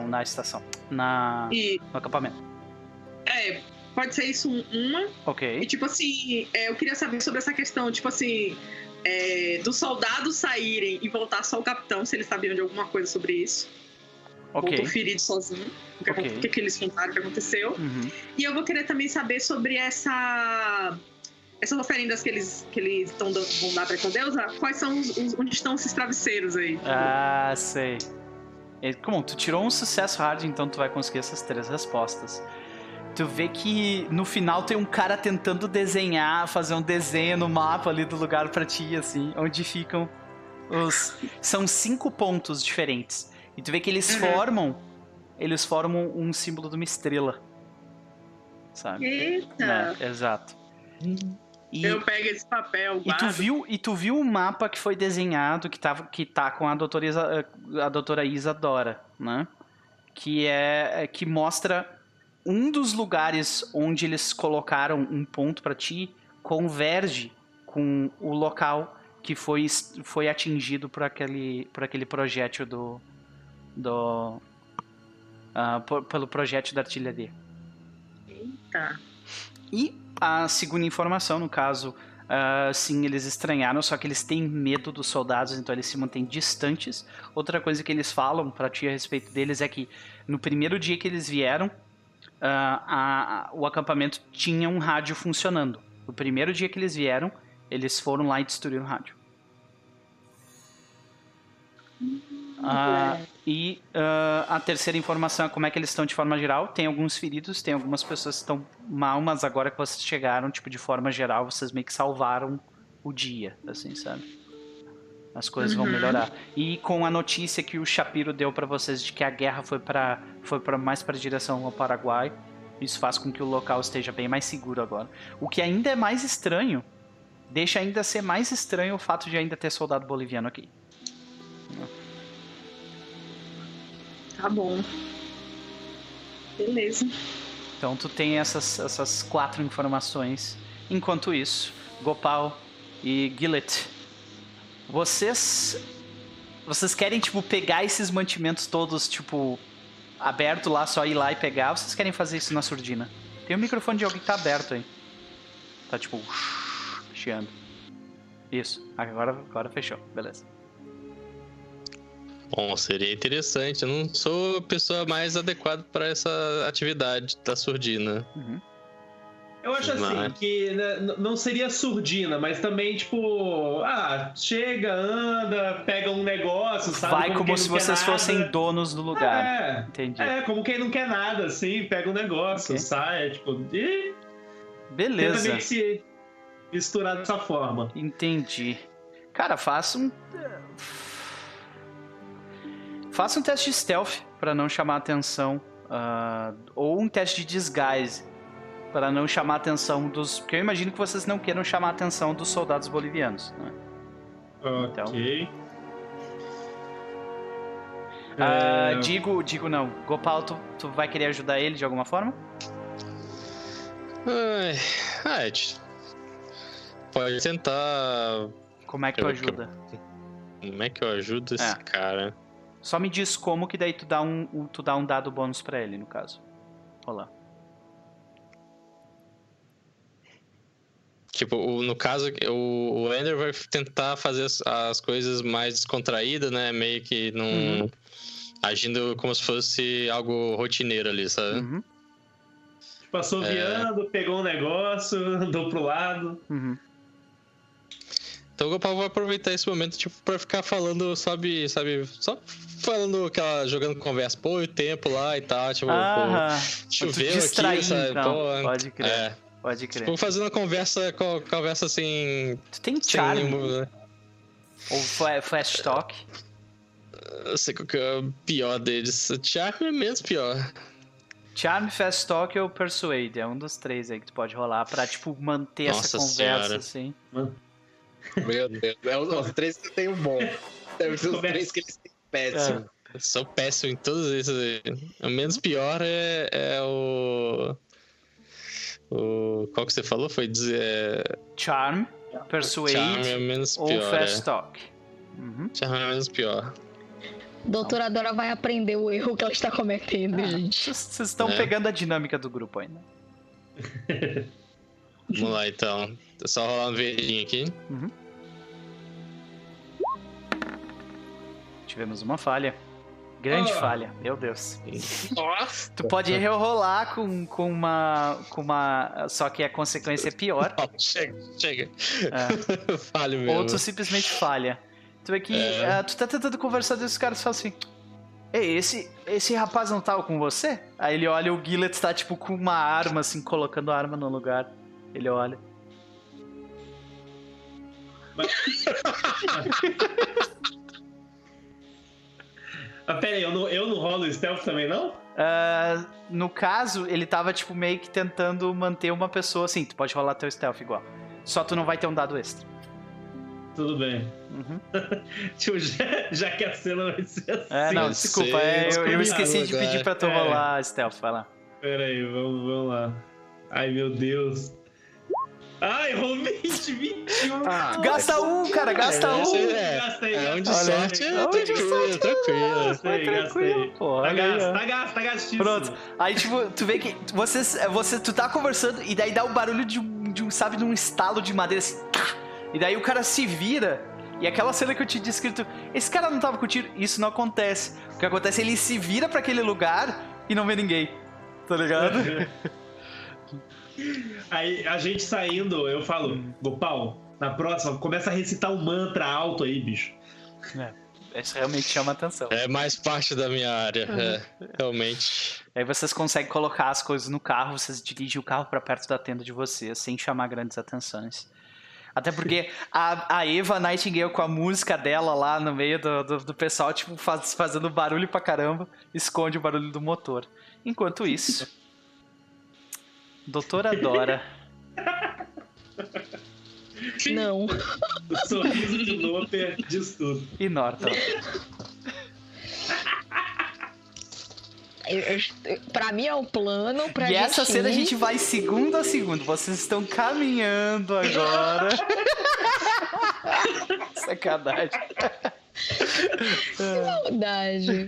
acampamento. Pode ser isso uma. Ok. E tipo assim, eu queria saber sobre essa questão, tipo assim, dos soldados saírem e voltar só o capitão, se eles sabiam de alguma coisa sobre isso. Ok. Voltou ferido sozinho. O que eles contaram que aconteceu. Uhum. E eu vou querer também saber sobre essas oferendas que eles vão dar pra deusa. Quais são onde estão esses travesseiros aí? Ah, sei. Como tu tirou um sucesso hard, então tu vai conseguir essas 3 respostas. Tu vê que no final tem um cara tentando fazer um desenho no mapa ali do lugar pra ti, assim, onde ficam são 5 pontos diferentes. E tu vê que eles formam um símbolo de uma estrela. Sabe? Eita! Exato. Eu pego esse papel, guardo. E tu viu o mapa que foi desenhado, que tá com a doutora Isadora, né? Que mostra um dos lugares onde eles colocaram um ponto pra ti, converge com o local que foi atingido por aquele projétil pelo projétil da artilharia. Eita. E a segunda informação, no caso, sim, eles estranharam, só que eles têm medo dos soldados, então eles se mantêm distantes. Outra coisa que eles falam pra ti a respeito deles é que no primeiro dia que eles vieram, o acampamento tinha um rádio funcionando. O primeiro dia que eles vieram, eles foram lá e destruíram o rádio. E a terceira informação é como é que eles estão de forma geral. Tem alguns feridos, tem algumas pessoas que estão mal, mas agora que vocês chegaram, tipo, de forma geral, vocês meio que salvaram o dia, assim, sabe? As coisas vão melhorar. E com a notícia que o Shapiro deu pra vocês de que a guerra foi mais pra direção ao Paraguai, isso faz com que o local esteja bem mais seguro agora. O que ainda é mais estranho, deixa ainda ser mais estranho o fato de ainda ter soldado boliviano aqui. Tá bom. Beleza. Então tu tem essas 4 informações. Enquanto isso, Gopal e Gillet, vocês querem, tipo, pegar esses mantimentos todos, tipo, aberto lá, só ir lá e pegar, ou vocês querem fazer isso na surdina? Tem o microfone de alguém que tá aberto aí. Tá, tipo, chiando. Isso, agora fechou, beleza. Bom, seria interessante. Eu não sou a pessoa mais adequada para essa atividade da surdina. Eu acho assim, que não seria surdina, mas também, tipo, chega, anda, pega um negócio, sabe? Vai como se vocês fossem donos do lugar. Entendi. Como quem não quer nada, assim, pega um negócio, sai, tipo, e... Beleza. Tenta meio que se misturar dessa forma. Entendi. Cara, faça um teste de stealth pra não chamar atenção. Ou um teste de disguise para não chamar a atenção dos... Porque eu imagino que vocês não queiram chamar a atenção dos soldados bolivianos, né? Ok. Digo não. Gopal, tu vai querer ajudar ele de alguma forma? Pode tentar... Como é que tu ajuda? Como é que eu ajudo esse cara? Só me diz como, que daí tu dá um dado bônus pra ele, no caso. Olá. Tipo, no caso, o Ender vai tentar fazer as coisas mais descontraídas, né? Meio que não... Agindo como se fosse algo rotineiro ali, sabe? Passou viando, pegou um negócio, andou pro lado. Então o Gopal vai aproveitar esse momento, tipo, pra ficar falando, sabe, só falando jogando conversa, pô, o tempo lá e tal, tipo, choveu aqui, sabe? Então. Pô, pode crer. Pode crer. Tipo, fazendo uma conversa assim... Tu tem charme? Ou fast talk? Eu sei qual que é o pior deles. O charme é menos pior. Charme, fast talk ou persuade. É um dos 3 aí que tu pode rolar pra, tipo, manter essa conversa, assim. Meu Deus. É os 3 que tem o bom. É os 3 que eles têm péssimo. Eu sou péssimo em todos esses aí. O menos pior é o... Qual que você falou? Foi dizer... Charm, persuade é menos ou pior, fast talk. Charme é menos pior. Doutoradora vai aprender o erro que ela está cometendo, gente. Vocês estão pegando a dinâmica do grupo ainda. Vamos lá, então. É só rolar um verdinho aqui. Tivemos uma falha. Grande falha, meu Deus. Nossa! Tu pode rerolar com uma... Só que a consequência é pior. Chega. Falho mesmo. Ou tu simplesmente falha. Tu vê que tu tá tentando conversar com os caras e fala assim... Ei, esse rapaz não tava com você? Aí ele olha, o Gillet tá tipo com uma arma, assim, colocando a arma no lugar. Ele olha. Pera aí, eu não rolo stealth também, não? No caso, ele tava tipo meio que tentando manter uma pessoa assim. Tu pode rolar teu stealth igual. Só tu não vai ter um dado extra. Tudo bem. Tipo, já que a cena vai ser assim. Não, desculpa. Eu esqueci de pedir pra tu rolar stealth. Vai lá. Pera aí, vamos lá. Ai, meu Deus. Ai, rolou 21. Gasta um, cara, gasta um. Gastei. Onde sorte é tranquilo. Gastei. Pô, Tá gastíssimo. Pronto. Aí, tipo, tu vê que tu tá conversando e daí dá o barulho de um, sabe, de um estalo de madeira assim. E daí o cara se vira e aquela cena que eu tinha descrito, esse cara não tava com tiro, isso não acontece. O que acontece é ele se vira pra aquele lugar e não vê ninguém. Tá ligado? Aí a gente saindo, eu falo, Gopal, na próxima, começa a recitar um mantra alto aí, bicho. Isso realmente chama atenção. É mais parte da minha área, realmente. Aí vocês conseguem colocar as coisas no carro, vocês dirigem o carro pra perto da tenda de vocês, sem chamar grandes atenções. Até porque a Eva Nightingale com a música dela lá no meio do pessoal, tipo, fazendo barulho pra caramba, esconde o barulho do motor. Enquanto isso, Doutora Dora... Não. O sorriso do Noper diz tudo. E Norton. Pra mim é um plano pra gente. E essa cena a gente vai segundo a segundo. Vocês estão caminhando agora. Sacanagem. Que maldade.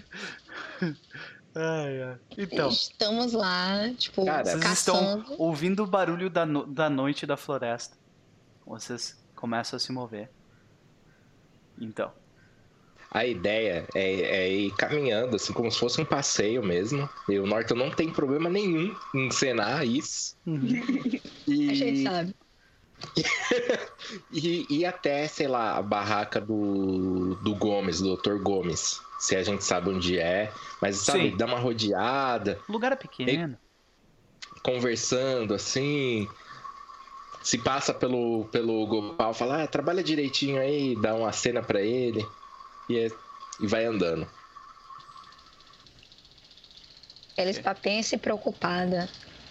Então, estamos lá, tipo, Cara, vocês caçando. estão ouvindo o barulho da noite da floresta. Vocês começam a se mover. Então. A ideia é ir caminhando, assim, como se fosse um passeio mesmo. E o Norton não tem problema nenhum em encenar isso. E... A gente sabe. e ir até, sei lá, a barraca do Gomes, do Dr. Gomes. Se a gente sabe onde é. Mas, sabe, Sim. dá uma rodeada. O lugar é pequeno. Conversando, assim... Se passa pelo Gopal, fala, trabalha direitinho aí, dá uma cena pra ele e vai andando. Ela está tensa e preocupada.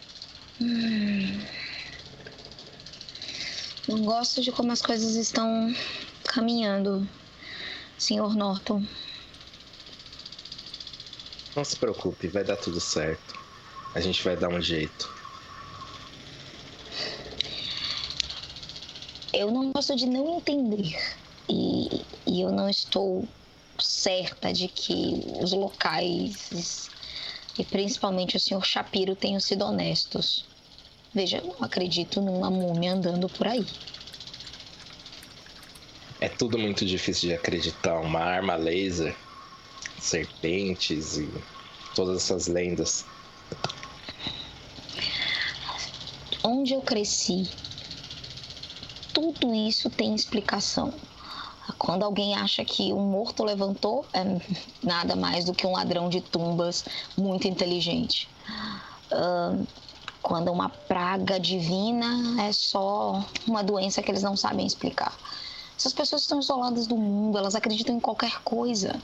Não gosto de como as coisas estão caminhando, Sr. Norton. Não se preocupe, vai dar tudo certo. A gente vai dar um jeito. Eu não gosto de não entender. E eu não estou certa de que os locais, e principalmente o Sr. Shapiro, tenham sido honestos. Veja, eu não acredito numa múmia andando por aí. É tudo muito difícil de acreditar. Uma arma laser, serpentes e todas essas lendas. Onde eu cresci, tudo isso tem explicação. Quando alguém acha que um morto levantou, é nada mais do que um ladrão de tumbas muito inteligente. Quando uma praga divina é só uma doença que eles não sabem explicar. Essas pessoas estão isoladas do mundo, elas acreditam em qualquer coisa.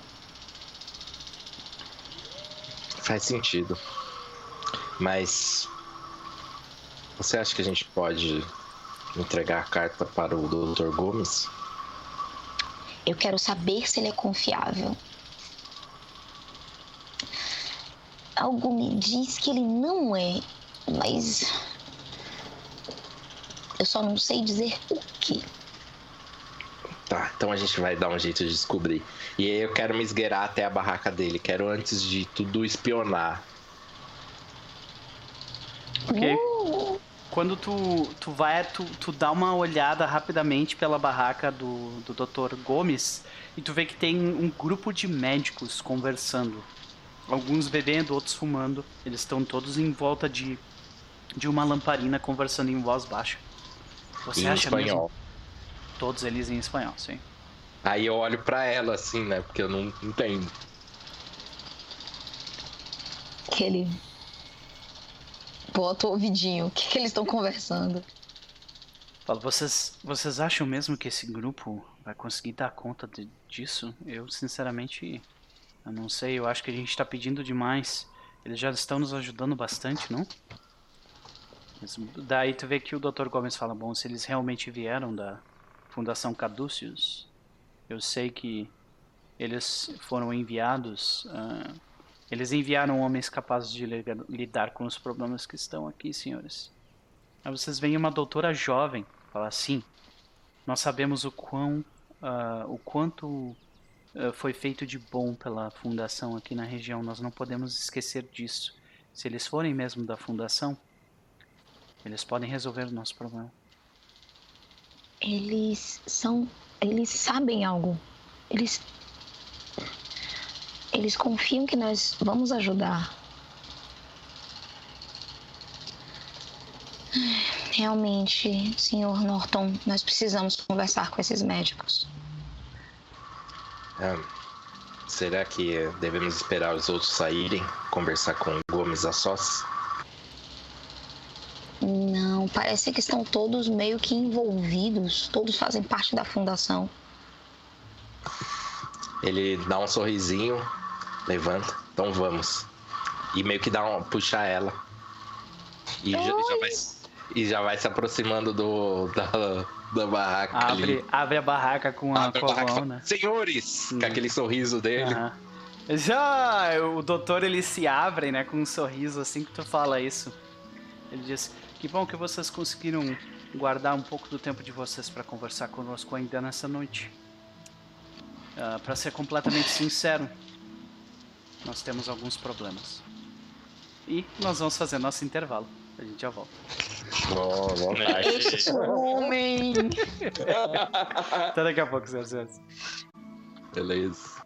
Faz sentido. Mas você acha que a gente pode entregar a carta para o Dr. Gomes? Eu quero saber se ele é confiável. Algo me diz que ele não é, mas eu só não sei dizer o quê. Tá, então a gente vai dar um jeito de descobrir. E aí eu quero me esgueirar até a barraca dele. Quero, antes de tudo, espionar. Ok. Quando tu vai, tu dá uma olhada rapidamente pela barraca do Dr. Gomes e tu vê que tem um grupo de médicos conversando. Alguns bebendo, outros fumando. Eles estão todos em volta de uma lamparina conversando em voz baixa. Você Em acha espanhol. mesmo? Todos eles em espanhol, sim. Aí eu olho pra ela assim, né? Porque eu não entendo. Aquele... Bota o ouvidinho. O que eles estão conversando? Falo, vocês acham mesmo que esse grupo vai conseguir dar conta disso? Eu, sinceramente, eu não sei. Eu acho que a gente tá pedindo demais. Eles já estão nos ajudando bastante, não? Mas daí tu vê que o Dr. Gomes fala, bom, se eles realmente vieram da Fundação Caduceus, eu sei que eles foram enviados... Eles enviaram homens capazes de lidar com os problemas que estão aqui, senhores. Aí vocês veem uma doutora jovem falar assim, nós sabemos o quanto foi feito de bom pela fundação aqui na região, nós não podemos esquecer disso. Se eles forem mesmo da fundação, eles podem resolver o nosso problema. Eles sabem algo. Eles confiam que nós vamos ajudar. Realmente, Sr. Norton, nós precisamos conversar com esses médicos. Será que devemos esperar os outros saírem, conversar com o Gomes a sós? Não, parece que estão todos meio que envolvidos. Todos fazem parte da fundação. Ele dá um sorrisinho, levanta, então vamos. E meio que puxa ela. E já vai se aproximando da barraca ali. Abre a barraca com a mão, né? Senhores! Com aquele sorriso dele. Já o doutor, ele se abre, né, com um sorriso assim que tu fala isso. Ele diz, que bom que vocês conseguiram guardar um pouco do tempo de vocês para conversar conosco ainda nessa noite. Para ser completamente sincero, nós temos alguns problemas. E nós vamos fazer nosso intervalo. A gente já volta. Esse homem! Até daqui a pouco, senhores. Beleza.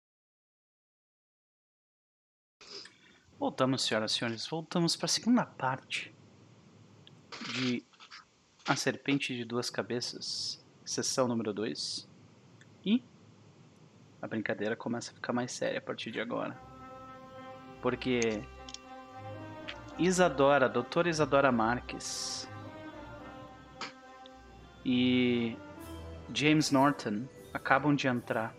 Voltamos, senhoras e senhores. Voltamos para a segunda parte de A Serpente de Duas Cabeças, sessão número 2. E a brincadeira começa a ficar mais séria a partir de agora. Porque doutora Isadora Marques e James Norton acabam de entrar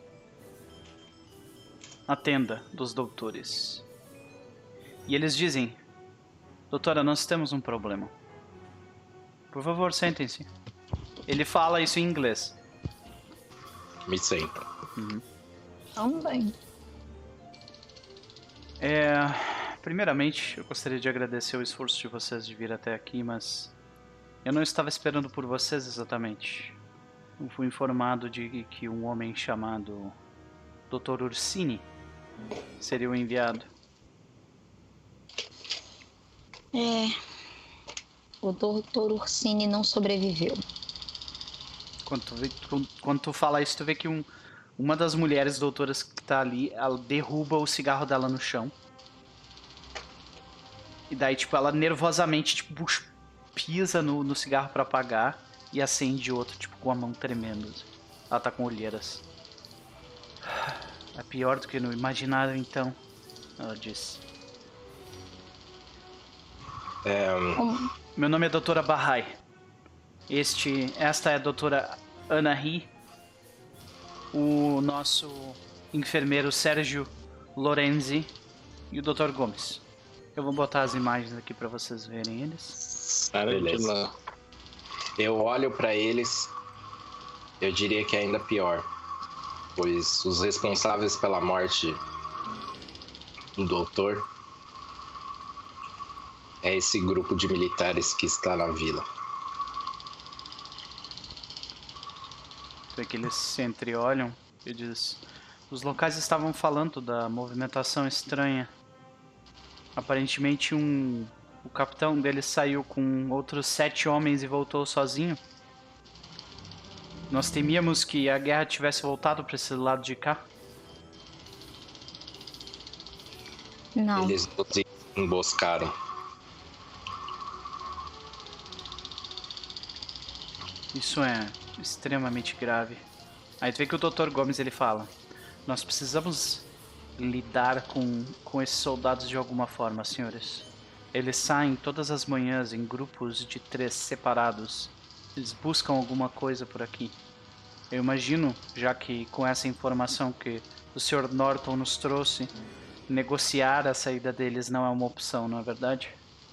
na tenda dos doutores. E eles dizem, doutora, nós temos um problema. Por favor, sentem-se. Ele fala isso em inglês. Me senta. Também. Primeiramente, eu gostaria de agradecer o esforço de vocês de vir até aqui, mas eu não estava esperando por vocês exatamente. Eu fui informado de que um homem chamado Dr. Ursini seria o enviado. O Dr. Ursini não sobreviveu. Quando tu fala isso, tu vê que uma das mulheres doutoras que tá ali, ela derruba o cigarro dela no chão. E daí, tipo, ela nervosamente, tipo, pisa no cigarro pra apagar e acende outro, tipo, com a mão tremendo. Ela tá com olheiras. É pior do que no imaginário, então, ela disse. Meu nome é Doutora Bahai. Esta é a Doutora Ana Ri. O nosso enfermeiro Sérgio Lorenzi e o Dr. Gomes. Eu vou botar as imagens aqui pra vocês verem eles. Beleza. Eu olho pra eles, eu diria que é ainda pior, pois os responsáveis pela morte do doutor é esse grupo de militares que está na vila. Vê que eles se entreolham e diz: os locais estavam falando da movimentação estranha. Aparentemente o capitão deles saiu com outros 7 homens e voltou sozinho. Nós temíamos que a guerra tivesse voltado para esse lado de cá. Não. Eles nos emboscaram. Isso é extremamente grave. Aí tu vê que o Dr. Gomes ele fala: nós precisamos lidar com esses soldados de alguma forma, senhores. Eles saem todas as manhãs em grupos de 3 separados. Eles buscam alguma coisa por aqui. Eu imagino, já que com essa informação que o Sr. Norton nos trouxe, negociar a saída deles não é uma opção, não é verdade?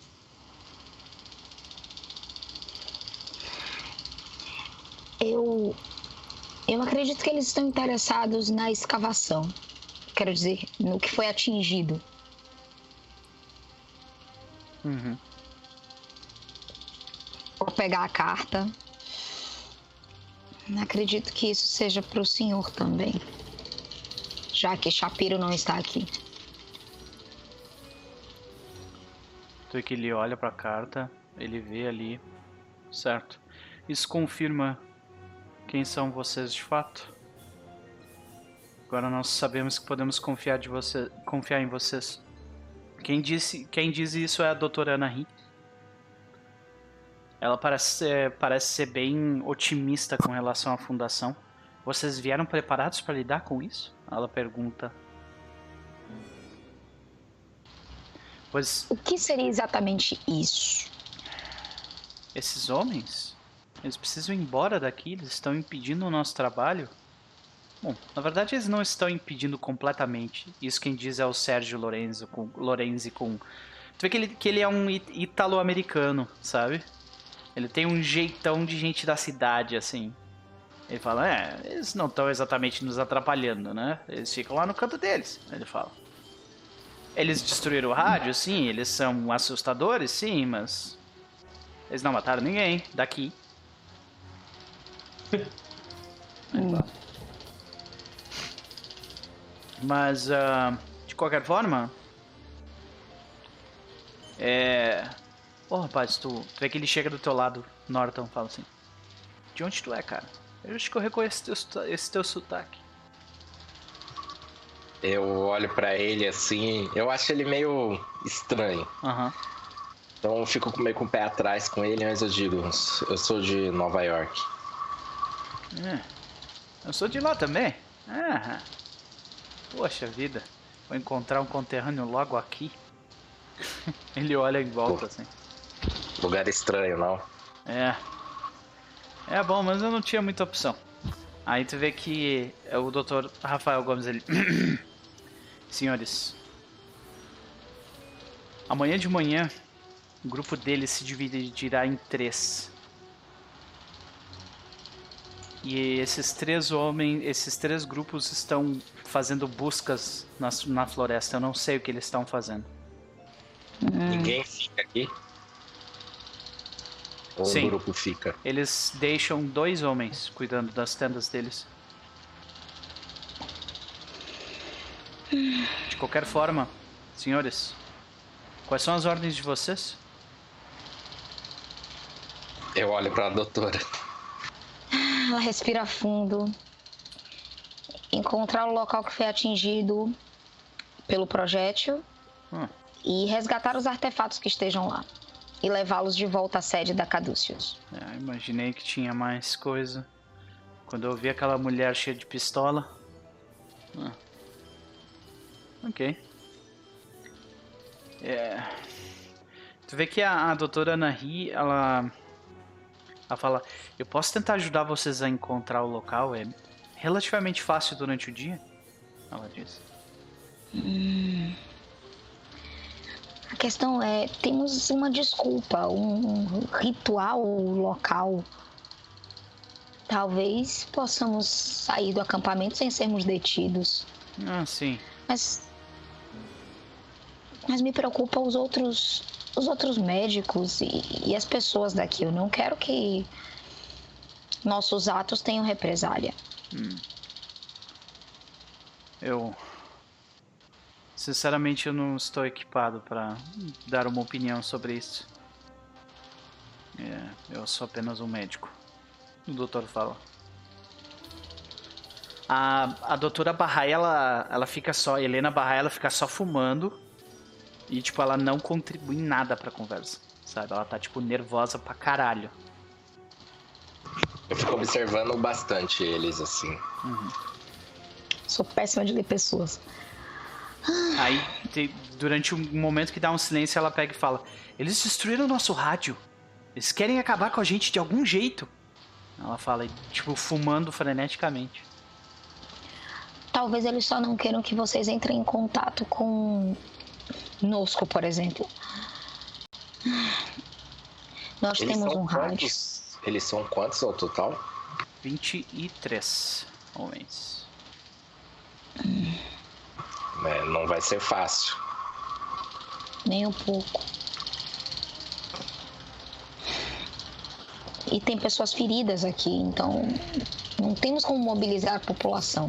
Eu acredito que eles estão interessados na escavação. Quero dizer, no que foi atingido. Vou pegar a carta. Acredito que isso seja para o senhor também, já que Shapiro não está aqui. Então é que ele olha para a carta, ele vê ali, certo? Isso confirma quem são vocês de fato. Agora nós sabemos que podemos confiar em vocês. Quem diz isso é a doutora Ana Ri. Ela parece ser bem otimista com relação à fundação. Vocês vieram preparados para lidar com isso? Ela pergunta. Pois O que seria exatamente isso? esses homens, eles precisam ir embora daqui, eles estão impedindo o nosso trabalho. Bom, na verdade eles não estão impedindo completamente. Isso quem diz é o Sérgio Lorenzi com... Tu vê que ele é um italo-americano, sabe? Ele tem um jeitão de gente da cidade, assim. Ele fala, eles não estão exatamente nos atrapalhando, né? Eles ficam lá no canto deles, ele fala. Eles destruíram o rádio, sim, eles são assustadores, sim, mas... Eles não mataram ninguém daqui. Ele fala. Mas, de qualquer forma... Ô, rapaz, tu vê que ele chega do teu lado, Norton, fala assim. De onde tu é, cara? Eu acho que eu reconheço esse teu sotaque. Eu olho pra ele assim, eu acho ele meio estranho. Aham. Então eu fico meio com o pé atrás com ele, mas eu digo, eu sou de Nova York. Eu sou de lá também. Poxa vida. Vou encontrar um conterrâneo logo aqui. Ele olha em volta assim. Lugar estranho, não? É bom, mas eu não tinha muita opção. Aí tu vê que o Dr. Rafael Gomes, ele... Senhores, amanhã de manhã, o grupo dele se dividirá em 3. E esses 3 grupos estão fazendo buscas na floresta. Eu não sei o que eles estão fazendo. Ninguém fica aqui? Ou Sim. o grupo fica? Eles deixam 2 homens cuidando das tendas deles. De qualquer forma, senhores, quais são as ordens de vocês? Eu olho pra doutora. Ela respira fundo. Encontrar o local que foi atingido pelo projétil e resgatar os artefatos que estejam lá. E levá-los de volta à sede da Caduceus. Imaginei que tinha mais coisa. Quando eu vi aquela mulher cheia de pistola. Ok. Tu vê que a doutora Anahi, ela fala, eu posso tentar ajudar vocês a encontrar o local, é relativamente fácil durante o dia, ela diz. A questão é, temos uma desculpa, um ritual local. Talvez possamos sair do acampamento sem sermos detidos. Sim. Mas me preocupa os outros médicos e as pessoas daqui. Eu não quero que nossos atos tenham represália. Sinceramente, eu não estou equipado para dar uma opinião sobre isso. Eu sou apenas um médico. O doutor fala. A doutora Bahá'í, ela fica só... Helena Bahá'í, ela fica só fumando. E, tipo, ela não contribui em nada pra conversa, sabe? Ela tá, tipo, nervosa pra caralho. Eu fico observando bastante eles, assim. Sou péssima de ler pessoas. Aí, durante um momento que dá um silêncio, ela pega e fala: eles destruíram o nosso rádio. Eles querem acabar com a gente de algum jeito. Ela fala, tipo, fumando freneticamente. Talvez eles só não queiram que vocês entrem em contato com... Nosco, por exemplo. Nós temos um rádio. Eles são quantos ao total? 23 homens. Não vai ser fácil. Nem um pouco. E tem pessoas feridas aqui, então não temos como mobilizar a população.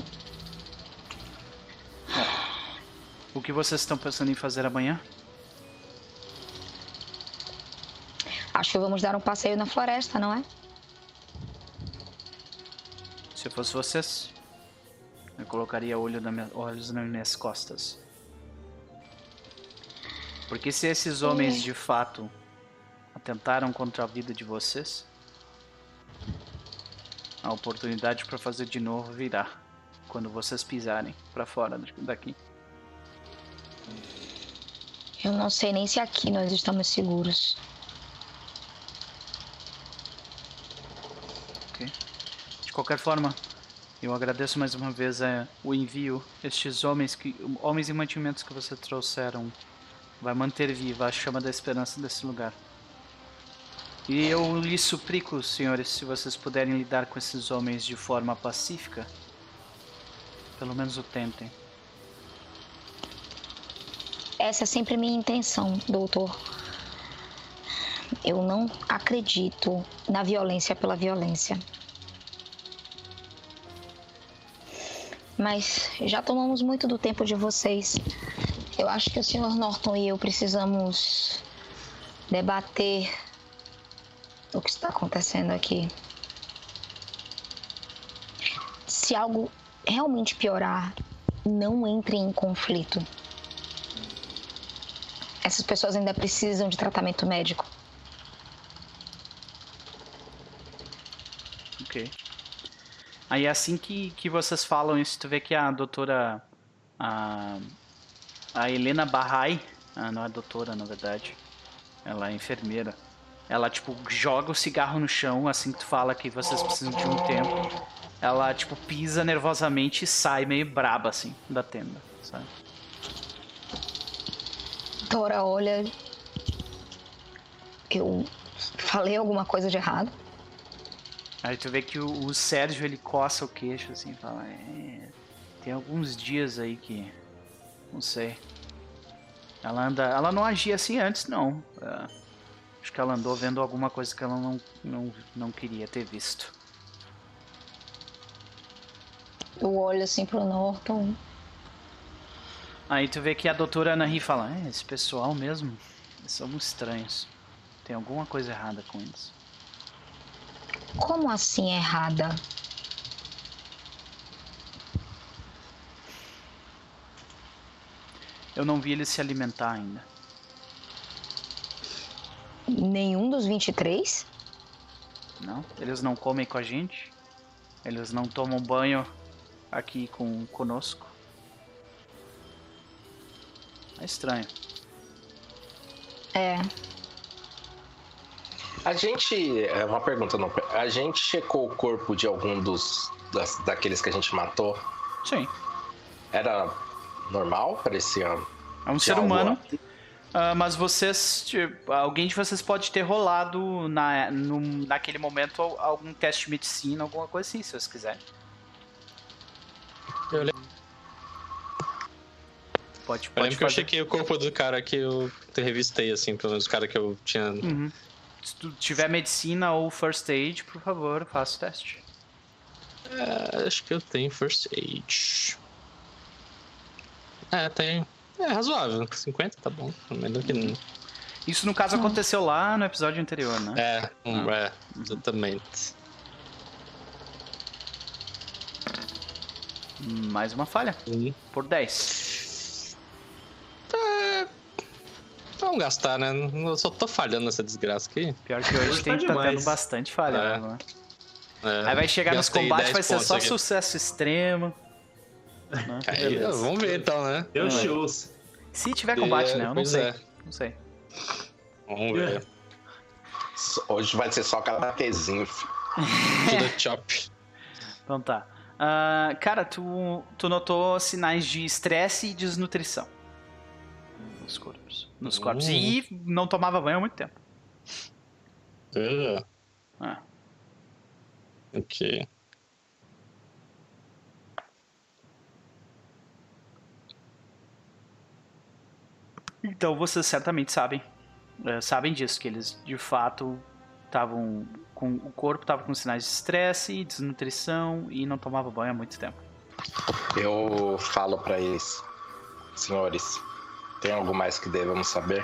O que vocês estão pensando em fazer amanhã? Acho que vamos dar um passeio na floresta, não é? Se eu fosse vocês, eu colocaria olhos nas minhas costas. Porque se esses homens de fato tentaram contra a vida de vocês, a oportunidade para fazer de novo virá quando vocês pisarem para fora daqui. Eu não sei nem se aqui nós estamos seguros. Ok. De qualquer forma, eu agradeço mais uma vez o envio. Estes homens e mantimentos que vocês trouxeram vai manter viva a chama da esperança desse lugar. E eu lhes suplico, senhores, se vocês puderem lidar com esses homens de forma pacífica, pelo menos o tentem. Essa é sempre minha intenção, doutor. Eu não acredito na violência pela violência. Mas já tomamos muito do tempo de vocês. Eu acho que o Sr. Norton e eu precisamos debater o que está acontecendo aqui. Se algo realmente piorar, não entre em conflito. Essas pessoas ainda precisam de tratamento médico. Ok. Aí assim que vocês falam isso, tu vê que a doutora... A Helena Barrai... não é doutora, na verdade. Ela é enfermeira. Ela, tipo, joga o cigarro no chão assim que tu fala que vocês precisam de um tempo. Ela, tipo, pisa nervosamente e sai meio braba, assim, da tenda, sabe? Dora, olha... Eu falei alguma coisa de errado? Aí tu vê que o Sérgio, ele coça o queixo, assim, e fala... tem alguns dias aí que... Não sei. Ela não agia assim antes, não. Acho que ela andou vendo alguma coisa que ela não queria ter visto. Eu olho assim pro Norton. Aí tu vê que a doutora Anahi fala... esse pessoal mesmo, eles são muito estranhos. Tem alguma coisa errada com eles. Como assim errada? Eu não vi eles se alimentar ainda. Nenhum dos 23? Não, eles não comem com a gente. Eles não tomam banho aqui conosco. É estranho. É. A gente. É uma pergunta, não. A gente checou o corpo de algum daqueles que a gente matou? Sim. Era normal? Parecia. É um ser humano. Mas vocês. Alguém de vocês pode ter rolado naquele momento algum teste de medicina, alguma coisa assim, se vocês quiserem. Eu lembro Pode que eu fazer. chequei o corpo do cara que eu revistei, assim, pelo menos o cara que eu tinha. Uhum. Se tu tiver medicina ou first aid, por favor, faça o teste. Acho que eu tenho first aid. Tenho. É razoável. 50 tá bom. Melhor que não. Isso, no caso, aconteceu lá no episódio anterior, né? Exatamente. Mais uma falha. Por 10. Vamos gastar, né? Eu só tô falhando nessa desgraça aqui. Pior que hoje tem que estar tendo bastante falha, né? Aí vai chegar nos combates, vai ser só sucesso extremo. Né? Aí, vamos ver então, né? Deu shows. Se tiver combate, né? Eu não sei. Não sei. Vamos ver. Hoje vai ser só karatezinho, filho. Tudo chop. Então tá. Cara, tu notou sinais de estresse e desnutrição nos corpos. E não tomava banho há muito tempo. Ok. Então vocês certamente sabem disso, que eles de fato estavam com o corpo estava com sinais de estresse, desnutrição e não tomava banho há muito tempo. Eu falo pra eles, senhores, tem algo mais que devemos saber?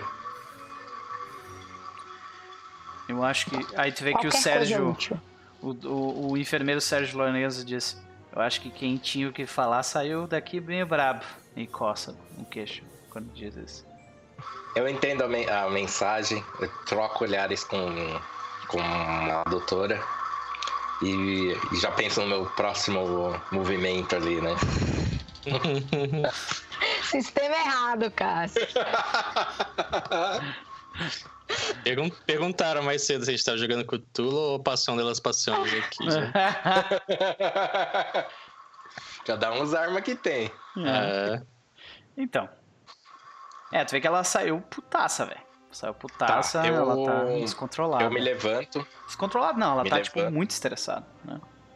Eu acho que aí tu vê que o Sérgio, o enfermeiro Sérgio Lourenço disse: eu acho que quem tinha o que falar saiu daqui bem brabo e coça no queixo quando diz isso. Eu entendo a mensagem, eu troco olhares com a doutora e já penso no meu próximo movimento ali, né? Sistema errado, Cássio. Perguntaram mais cedo se a gente tá jogando Cthulhu ou Passion de las Passiones aqui. Cada um usa a arma que tem. Então. Tu vê que ela saiu putaça, velho. Saiu putaça, ela tá descontrolada. Eu me levanto. Descontrolada não, ela tá, tipo, muito estressada, né?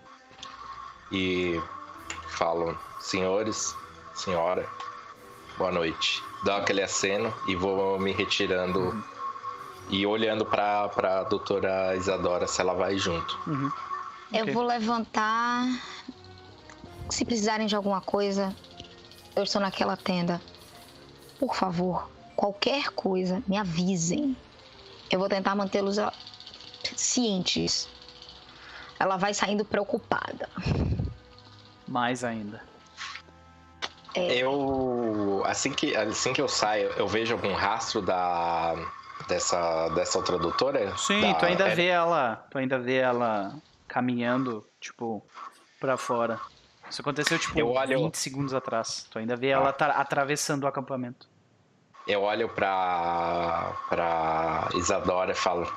E falo, senhores, senhora, boa noite. Dou aquele aceno e vou me retirando e olhando pra doutora Isadora se ela vai junto. Eu vou levantar. Se precisarem de alguma coisa, eu estou naquela tenda. Por favor, qualquer coisa, me avisem. Eu vou tentar mantê-los cientes. Ela vai saindo preocupada. Mais ainda. Eu assim que eu saio, eu vejo algum rastro dessa outra doutora? Sim, tu ainda vê ela caminhando, tipo, pra fora. Isso aconteceu, tipo, 20 segundos atrás. Tu ainda vê ela atravessando o acampamento. Eu olho pra Isadora e falo,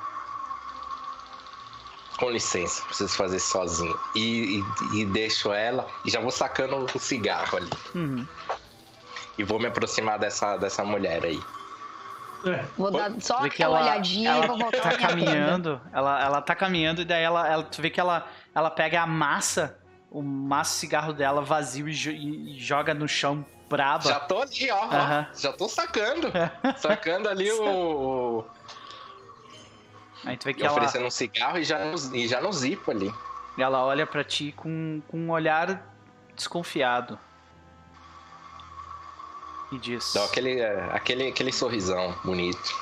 com licença, preciso fazer isso sozinho. E deixo ela e já vou sacando o cigarro ali. E vou me aproximar dessa mulher aí. Vou dar só aquela olhadinha e vou voltar. Tá caminhando, ela tá caminhando e daí tu vê que ela pega o maço de cigarro dela vazio e joga no chão braba. Já tô ali, ó. Já tô sacando. Sacando ali o... Aí tu vê que oferecendo um cigarro e já no zipo ali. Ela olha pra ti com um olhar desconfiado. E diz... Dá aquele sorrisão bonito.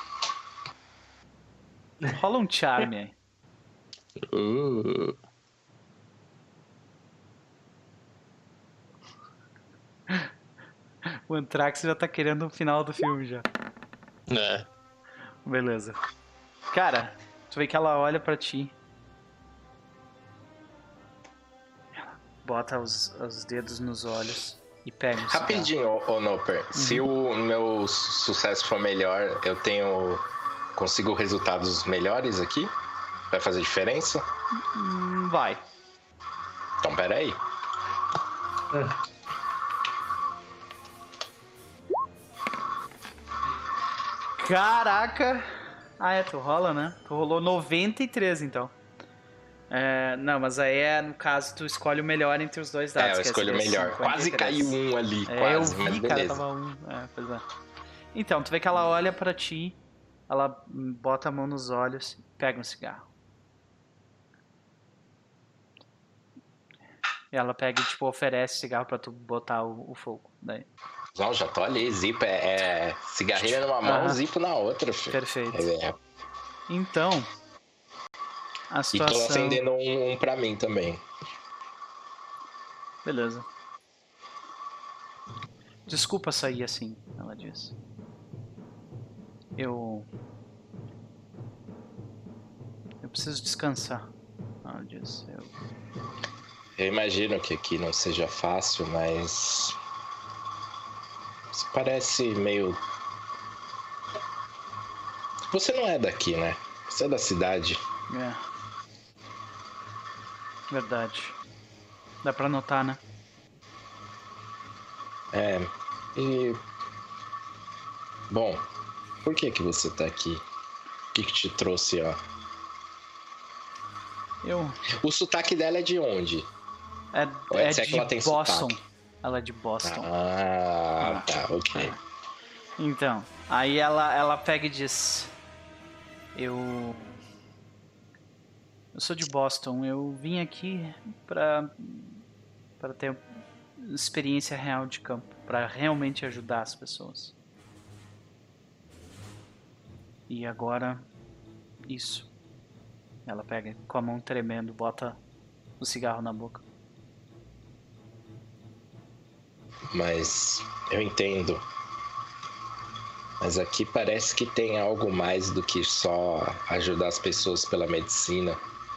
Rola um charme aí. O Anthrax já tá querendo o final do filme já. Beleza. Cara, tu vê que ela olha pra ti. Ela bota os dedos nos olhos e pega o cigarro. Rapidinho, Noper. Se o meu sucesso for melhor, consigo resultados melhores aqui? Vai fazer diferença? Vai. Então, peraí. Caraca! Tu rola, né? Tu rolou 93, então. Não, mas aí no caso, tu escolhe o melhor entre os dois dados. Eu escolho o melhor. Quase caiu um ali, quase, eu vi, mas cara, beleza. tava pois é. Então, tu vê que ela olha pra ti, ela bota a mão nos olhos e pega um cigarro. E ela pega e, tipo, oferece o cigarro pra tu botar o fogo. Daí. Não, já tô ali, zipo cigarrinha numa mão, zipo na outra, filho. Perfeito. Então, a situação... E tô acendendo um pra mim também. Beleza. Desculpa sair assim, ela diz. Eu preciso descansar, ela diz. Eu imagino que aqui não seja fácil, mas... Você parece meio... Você não é daqui, né? Você é da cidade. Verdade. Dá pra notar, né? E... Bom, por que você tá aqui? O que te trouxe, ó? O sotaque dela é de onde? É de Boston. Ela é de Boston. Tá, ok. Então, aí ela pega e diz... Eu sou de Boston. Eu vim aqui pra ter experiência real de campo. Pra realmente ajudar as pessoas. E agora... Isso. Ela pega com a mão tremendo, bota o cigarro na boca. Mas eu entendo. Mas aqui parece que tem algo mais do que só ajudar as pessoas pela medicina.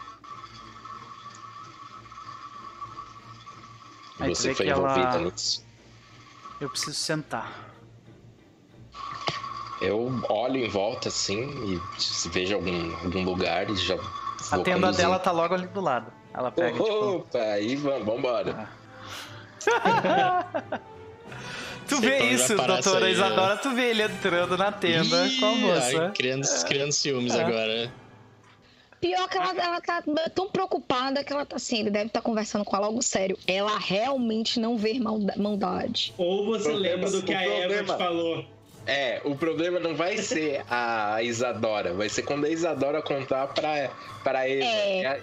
Aí tu Você vê foi que envolvida ela... nisso. Eu preciso sentar. Eu olho em volta assim e se vejo algum lugar e já A vou tenda conduzindo. dela tá logo ali do lado. Ela pega, tipo... Opa, aí vambora. Tu Sei vê pra onde isso, vai parar doutora isso aí, Isadora, tu vê ele entrando na tenda com a moça. Ai, criando ciúmes agora. Pior que ela tá tão preocupada que ela tá assim, ele deve estar conversando com ela algo sério. Ela realmente não vê maldade. Ou você Problema- lembra do que o a Eva te problema- falou. O problema não vai ser a Isadora, vai ser quando a Isadora contar pra Eva.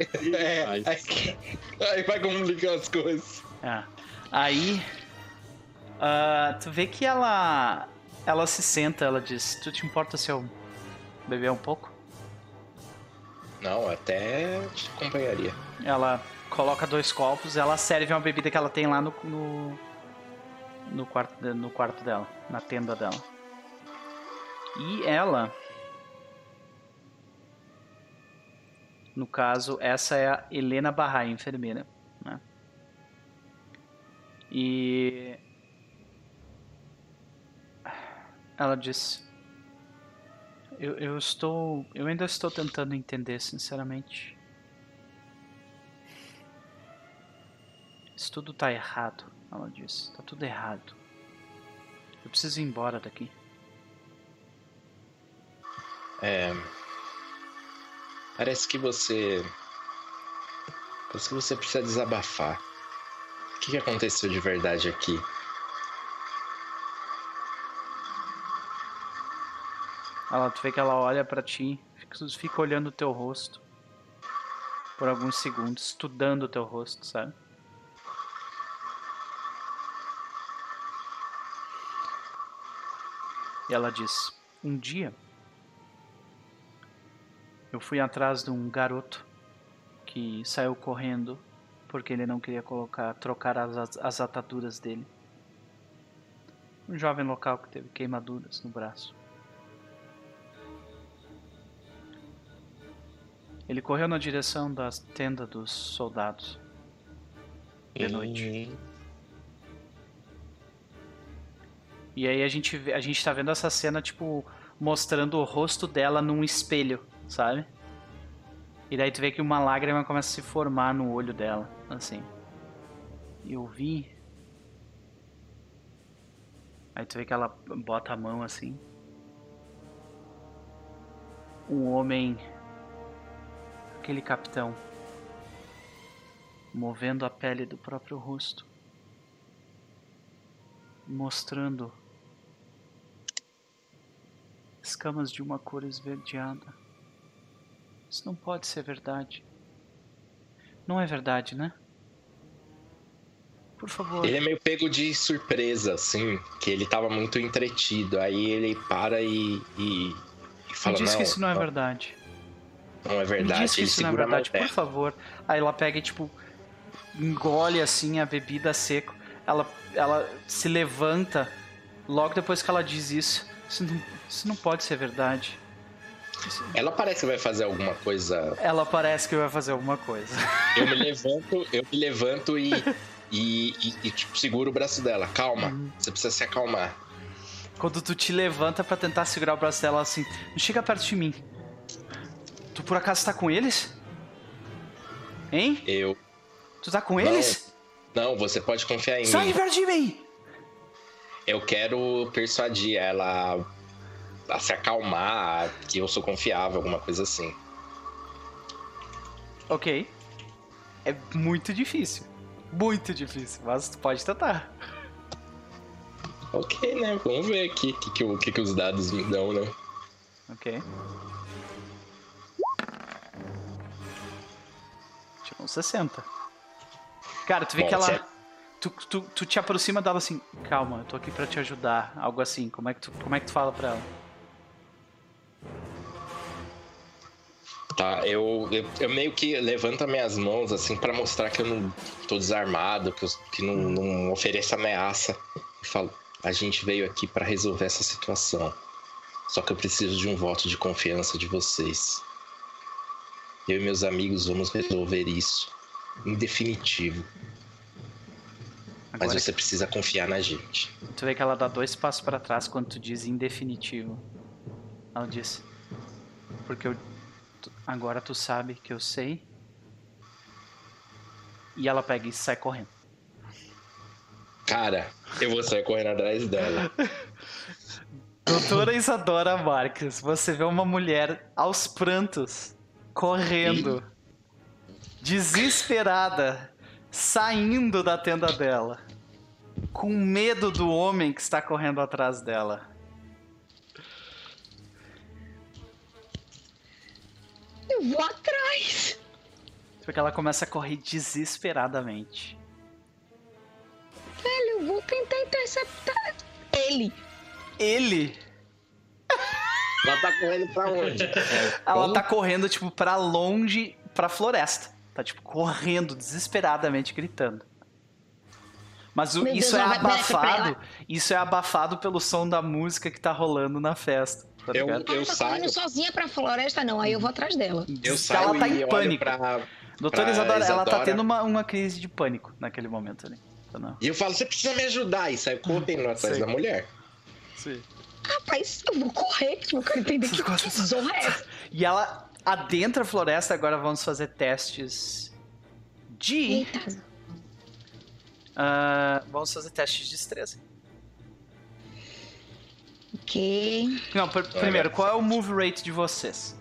Aí vai complicar as coisas. Aí, tu vê que ela se senta, ela diz, tu te importa se eu beber um pouco? Não, até te acompanharia. Ela coloca 2 copos, ela serve uma bebida que ela tem lá no quarto dela, na tenda dela. E ela, no caso, essa é a Helena Barra, enfermeira, né? E ela diz: eu ainda estou tentando entender, sinceramente. Isso tudo tá errado, ela diz. Tá tudo errado. Eu preciso ir embora daqui. Parece que você precisa desabafar. O que aconteceu de verdade aqui? Tu vê que ela olha pra ti, fica olhando o teu rosto por alguns segundos, estudando o teu rosto, sabe? E ela diz: um dia eu fui atrás de um garoto que saiu correndo porque ele não queria trocar as ataduras dele. Um jovem local que teve queimaduras no braço. Ele correu na direção da tenda dos soldados de noite. E aí a gente tá vendo essa cena, tipo, mostrando o rosto dela num espelho, sabe? E daí tu vê que uma lágrima começa a se formar no olho dela, assim. E eu vi... Aí tu vê que ela bota a mão assim. Um homem... Aquele capitão... movendo a pele do próprio rosto. Mostrando... escamas de uma cor esverdeada. Isso não pode ser verdade. Não é verdade, né? Por favor. Ele é meio pego de surpresa, assim, que ele tava muito entretido. Aí ele para e fala, Me diz não, que isso não é verdade. Não é verdade. Me diz que Ele isso não é segura a mão verdade, por dela. favor. Aí ela pega e, tipo, engole, assim, a bebida seco. Ela se levanta logo depois que ela diz isso. Isso não pode ser verdade. Ela parece que vai fazer alguma coisa. Ela parece que vai fazer alguma coisa. Eu me levanto e tipo, seguro o braço dela. Calma, você precisa se acalmar. Quando tu te levanta pra tentar segurar o braço dela, assim, não chega perto de mim. Tu por acaso tá com eles? Hein? Eu. Tu tá com eles? Não, você pode confiar em Sai mim. perto de mim! Eu quero persuadir ela a se acalmar, que eu sou confiável, alguma coisa assim. Ok. É muito difícil. Muito difícil, mas tu pode tentar. Ok, né? Vamos ver aqui o que os dados me dão, né? Ok. Tirou 60. Cara, tu vê que ela... certo. Tu te aproxima dela assim, calma, eu tô aqui pra te ajudar, algo assim. Como é que tu fala pra ela? Tá, eu meio que levanto as minhas mãos, assim, pra mostrar que eu não tô desarmado, que não ofereço ameaça. E falo, a gente veio aqui pra resolver essa situação. Só que eu preciso de um voto de confiança de vocês. Eu e meus amigos vamos resolver isso. Em definitivo. Agora Mas você precisa confiar na gente. tu vê que ela dá 2 passos pra trás quando tu diz em definitivo. Ela disse: porque agora tu sabe que eu sei. E ela pega e sai correndo. Cara, eu vou sair correndo atrás dela. Doutora Isadora Marques, você vê uma mulher aos prantos, correndo, desesperada, saindo da tenda dela, com medo do homem que está correndo atrás dela. Eu vou atrás. Porque ela começa a correr desesperadamente. Velho, eu vou tentar interceptar ele. Ele? Ela tá correndo pra onde? Ela tá correndo, tipo, pra longe, pra floresta. Tá, tipo, correndo desesperadamente, gritando. Mas Meu isso Deus, é ela vai virar aqui pra abafado. Isso é abafado pelo som da música que tá rolando na festa. Tá ligado? Eu Ela tá correndo saio. sozinha pra floresta, não. Aí eu vou atrás dela. Eu Diz que saio ela tá e em olho pânico. pra... Doutora pra Isadora, ela tá Isadora. tendo uma crise de pânico naquele momento ali. Entendeu? E eu falo, você precisa me ajudar. E saio correndo atrás Sim. da mulher. Sim. Rapaz, eu vou correr. Tipo, eu quero entender que zorra é essa. E ela adentra a floresta. Agora vamos fazer testes de... Eita. vamos fazer testes de destreza. Ok. Não, primeiro, qual é o move rate de vocês?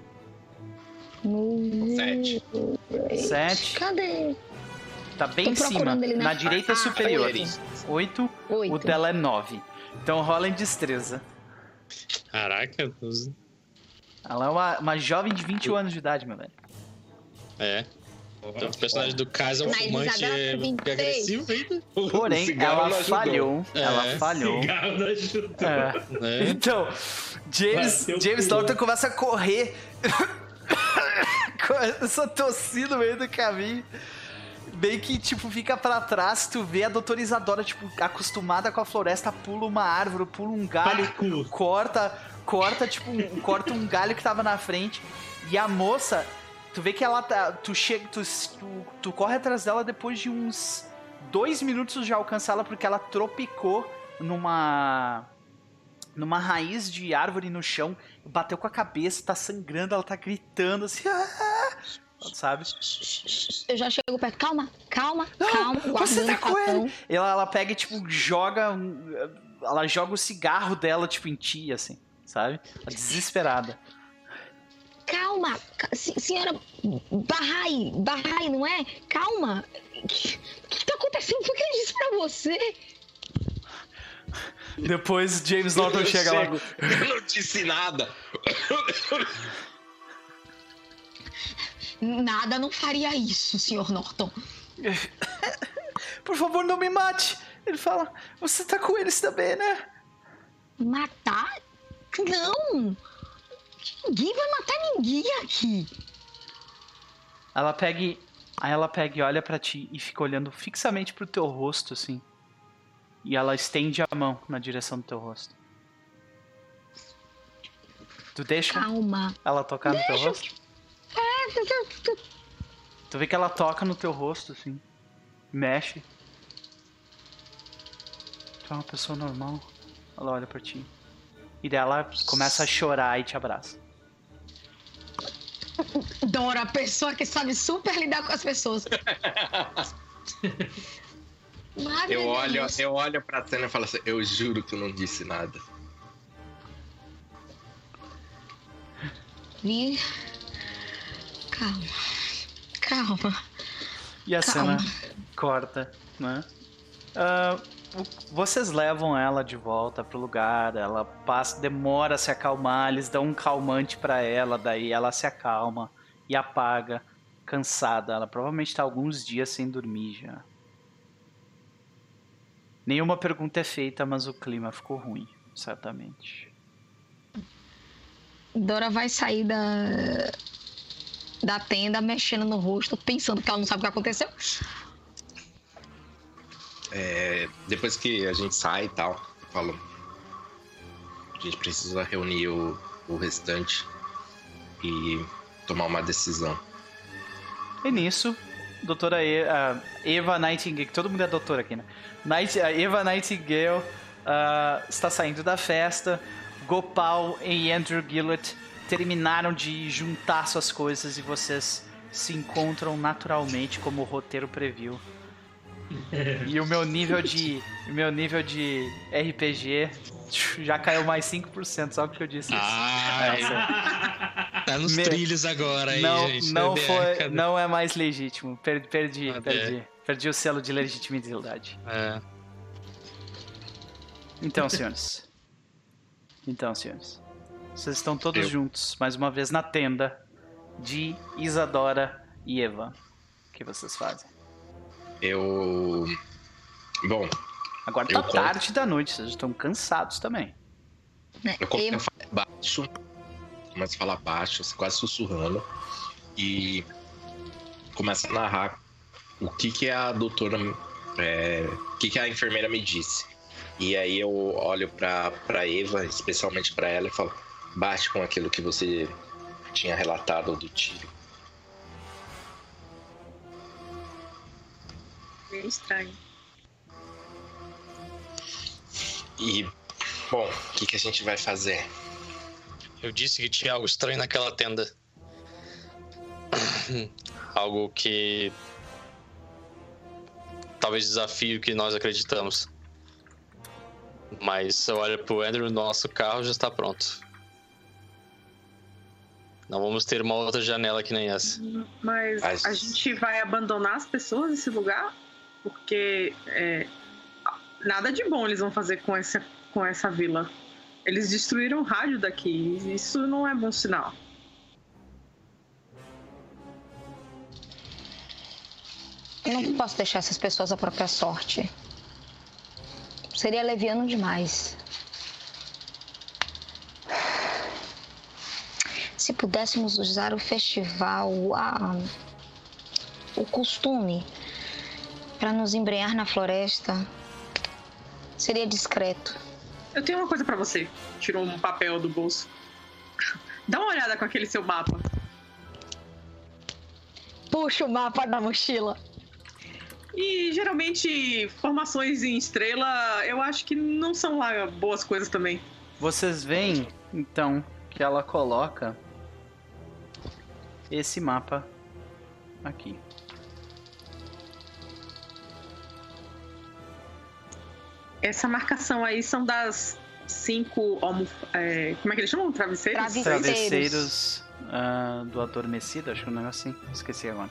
7. 7. Cadê? Tá bem em Tô cima, procurando ele na na direita superior. 8. 8. O dela é 9. Então rola em destreza. Caraca. Ela é uma jovem de 21 anos de idade, meu velho. É. Então, o personagem do caso é um Mas fumante Isadora tem 26. agressivo ainda. Porém, cigarro ela não ajudou. falhou. É. Ela falhou. Cigarro não ajudou. É. Né? Então, Bateu James o Norton começa a correr. Começa a tossir no meio do caminho. Bem que, tipo, fica pra trás, tu vê a doutora Isadora, tipo, acostumada com a floresta, pula uma árvore, pula um galho, Parkour. corta um galho que tava na frente. E a moça, tu vê que ela tá. Tu corre atrás dela depois de uns 2 minutos já alcançar ela, porque ela tropicou numa raiz de árvore no chão, bateu com a cabeça, tá sangrando, ela tá gritando assim, sabe? Eu já chego perto. Calma. Você guardando tá o com cartão. ele! Ela pega e, tipo, ela joga o cigarro dela, tipo, em ti, assim, sabe? Ela desesperada. Calma. Senhora Barrai, não é? Calma. O que tá acontecendo? Foi o que ele disse pra você? Depois James Norton chega lá. Eu não disse nada. Nada não faria isso, Sr. Norton. Por favor, não me mate! Ele fala, você tá com eles também, né? Matar? Não! Ninguém vai matar ninguém aqui. Aí ela pega e olha pra ti e fica olhando fixamente pro teu rosto, assim. E ela estende a mão na direção do teu rosto. Tu deixa Calma. ela tocar no teu Deixa. rosto? Tu vê que ela toca no teu rosto, assim. Mexe. Tu é uma pessoa normal. Ela olha pra ti. E daí ela começa a chorar e te abraça. Dora, a pessoa que sabe super lidar com as pessoas. Eu olho pra cena e falo assim, eu juro que eu não disse nada. Vi. Calma. E a Calma. cena corta, né? Vocês levam ela de volta pro lugar, ela demora a se acalmar, eles dão um calmante pra ela, daí ela se acalma e apaga, cansada. Ela provavelmente tá alguns dias sem dormir já. Nenhuma pergunta é feita, mas o clima ficou ruim, certamente. Dora vai sair da tenda mexendo no rosto, pensando que ela não sabe o que aconteceu. Depois que a gente sai e tal, eu falo. A gente precisa reunir o restante e tomar uma decisão. E nisso, doutora Eva Nightingale, que todo mundo é doutora aqui, né? A Eva Nightingale está saindo da festa. Gopal e Andrew Gillett terminaram de juntar suas coisas e vocês se encontram naturalmente como o roteiro previu. E o meu nível de RPG já caiu mais 5%, só porque eu disse isso. Tá nos trilhos agora aí, gente. Não é mais legítimo. Perdi o selo de legitimidade. Então, senhores. Vocês estão todos juntos, mais uma vez, na tenda de Isadora e Eva. O que vocês fazem? Bom... Agora tá tarde da noite, vocês estão cansados também. Eu começo a falar baixo, quase sussurrando, e começo a narrar o que a doutora... o que a enfermeira me disse. E aí eu olho pra Eva, especialmente pra ela, e falo: bate com aquilo que você tinha relatado do tiro. Bem estranho. E, bom, o que a gente vai fazer? Eu disse que tinha algo estranho naquela tenda. Algo que talvez desafie o que nós acreditamos. Mas eu olho pro Andrew, nosso carro já está pronto. Não vamos ter uma outra janela que nem essa. Mas a gente vai abandonar as pessoas nesse lugar? Porque nada de bom eles vão fazer com essa vila. Eles destruíram o rádio daqui. Isso não é bom sinal. Eu não posso deixar essas pessoas à própria sorte. Seria leviano demais. Se pudéssemos usar o festival, o costume, para nos embrenhar na floresta, seria discreto. Eu tenho uma coisa pra você. Tirou um papel do bolso. Dá uma olhada com aquele seu mapa. Puxa o mapa da mochila. E geralmente formações em estrela, eu acho que não são lá boas coisas também. Vocês veem, então, que ela coloca esse mapa aqui. Essa marcação aí são das 5 como é que eles chamam? Travesseiros? Travesseiros do adormecido, acho que é um negócio assim. Esqueci agora.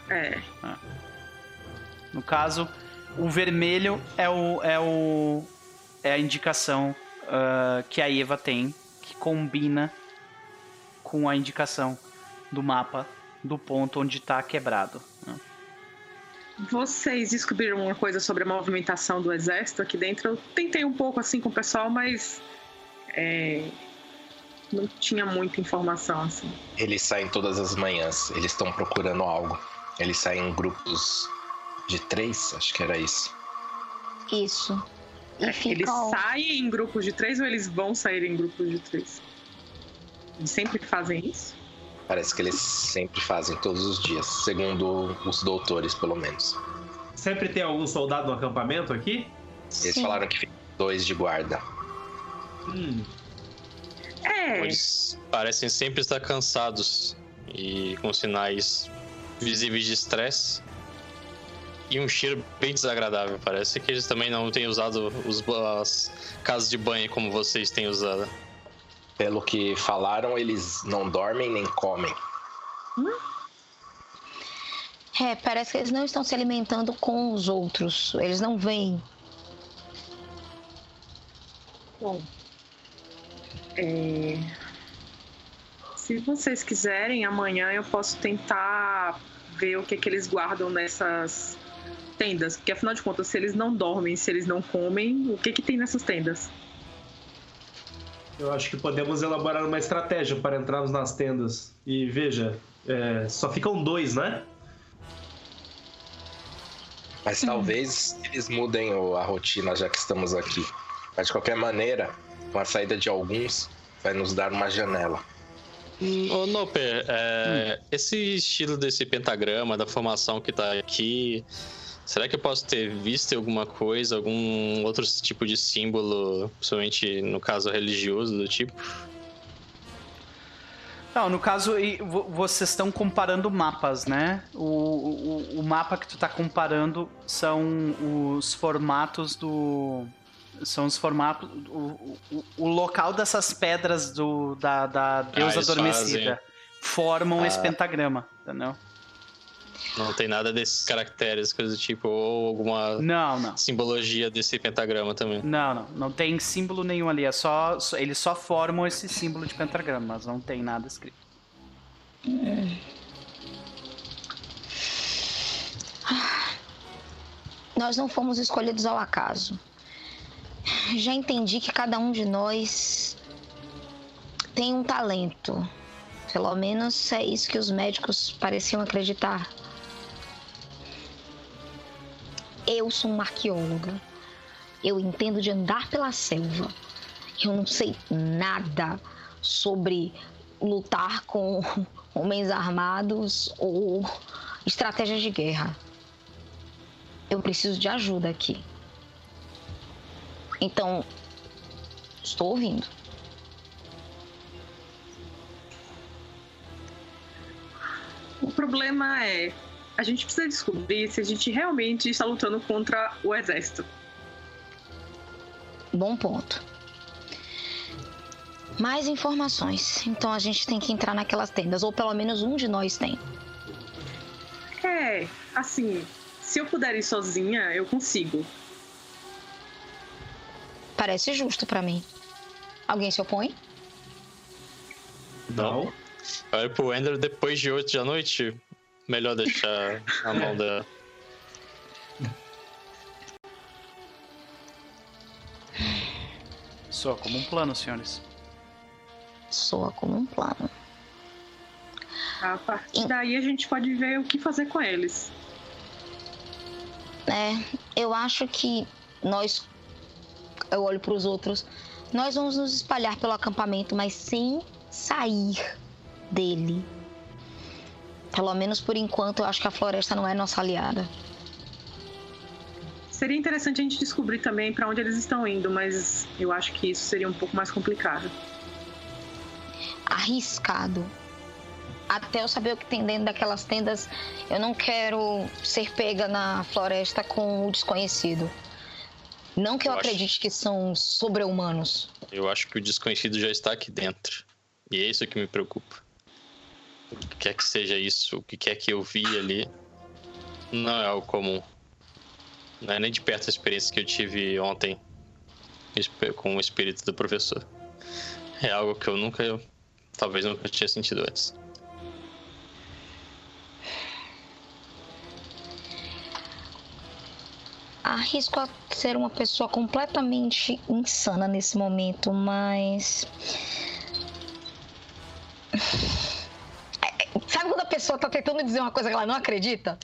No caso, o vermelho é a indicação que a Eva tem, que combina com a indicação do mapa do ponto onde está quebrado. Vocês descobriram uma coisa sobre a movimentação do exército aqui dentro? Eu tentei um pouco assim com o pessoal, mas não tinha muita informação assim. Eles saem todas as manhãs, eles estão procurando algo. Eles saem em grupos de 3, acho que era isso. Isso. Eles saem em grupos de 3 ou eles vão sair em grupos de 3? Eles sempre fazem isso? Parece que eles sempre fazem, todos os dias, segundo os doutores, pelo menos. Sempre tem algum soldado no acampamento aqui? Eles falaram que ficam 2 de guarda. Eles parecem sempre estar cansados e com sinais visíveis de estresse. E um cheiro bem desagradável. Parece que eles também não têm usado as casas de banho como vocês têm usado. Pelo que falaram, eles não dormem nem comem. Parece que eles não estão se alimentando com os outros. Eles não vêm. Bom, se vocês quiserem, amanhã eu posso tentar ver o que eles guardam nessas tendas. Porque, afinal de contas, se eles não dormem, se eles não comem, o que tem nessas tendas? Eu acho que podemos elaborar uma estratégia para entrarmos nas tendas. E veja, só ficam 2, né? Mas talvez eles mudem a rotina já que estamos aqui. Mas de qualquer maneira, com a saída de alguns, vai nos dar uma janela. Ô, Noper, esse estilo desse pentagrama, da formação que tá aqui, será que eu posso ter visto alguma coisa, algum outro tipo de símbolo, principalmente no caso religioso do tipo? Não, no caso, vocês estão comparando mapas, né? O mapa que tu tá comparando são os formatos do... São os formatos... O local dessas pedras da deusa adormecida formam esse pentagrama, entendeu? Não tem nada desses caracteres, coisa do tipo, ou alguma simbologia desse pentagrama também? Não tem símbolo nenhum ali, eles só formam esse símbolo de pentagrama, mas não tem nada escrito. Nós não fomos escolhidos ao acaso. Já entendi que cada um de nós tem um talento. Pelo menos é isso que os médicos pareciam acreditar. Eu sou uma arqueóloga. Eu entendo de andar pela selva. Eu não sei nada sobre lutar com homens armados ou estratégias de guerra. Eu preciso de ajuda aqui. Então, estou ouvindo. O problema é, a gente precisa descobrir se a gente realmente está lutando contra o exército. Bom ponto. Mais informações. Então a gente tem que entrar naquelas tendas, ou pelo menos um de nós tem. Assim, se eu puder ir sozinha, eu consigo. Parece justo pra mim. Alguém se opõe? Não. Olha pro Ender, depois de 8 da noite, melhor deixar a mão da... Soa como um plano, senhores. Soa como um plano. A partir daí a gente pode ver o que fazer com eles. Eu acho que nós... Eu olho pros outros. Nós vamos nos espalhar pelo acampamento, mas sem sair dele. Pelo menos por enquanto, eu acho que a floresta não é nossa aliada. Seria interessante a gente descobrir também para onde eles estão indo, mas eu acho que isso seria um pouco mais complicado. Arriscado. Até eu saber o que tem dentro daquelas tendas, eu não quero ser pega na floresta com o desconhecido. Não que eu acredite que são sobre-humanos. Eu acho que o desconhecido já está aqui dentro. E é isso que me preocupa. O que quer que seja isso, o que quer que eu vi ali, não é algo comum. Não é nem de perto a experiência que eu tive ontem com o espírito do professor. É algo que eu talvez nunca tinha sentido antes. Arrisco a ser uma pessoa completamente insana nesse momento, mas... Sabe quando a pessoa tá tentando dizer uma coisa que ela não acredita?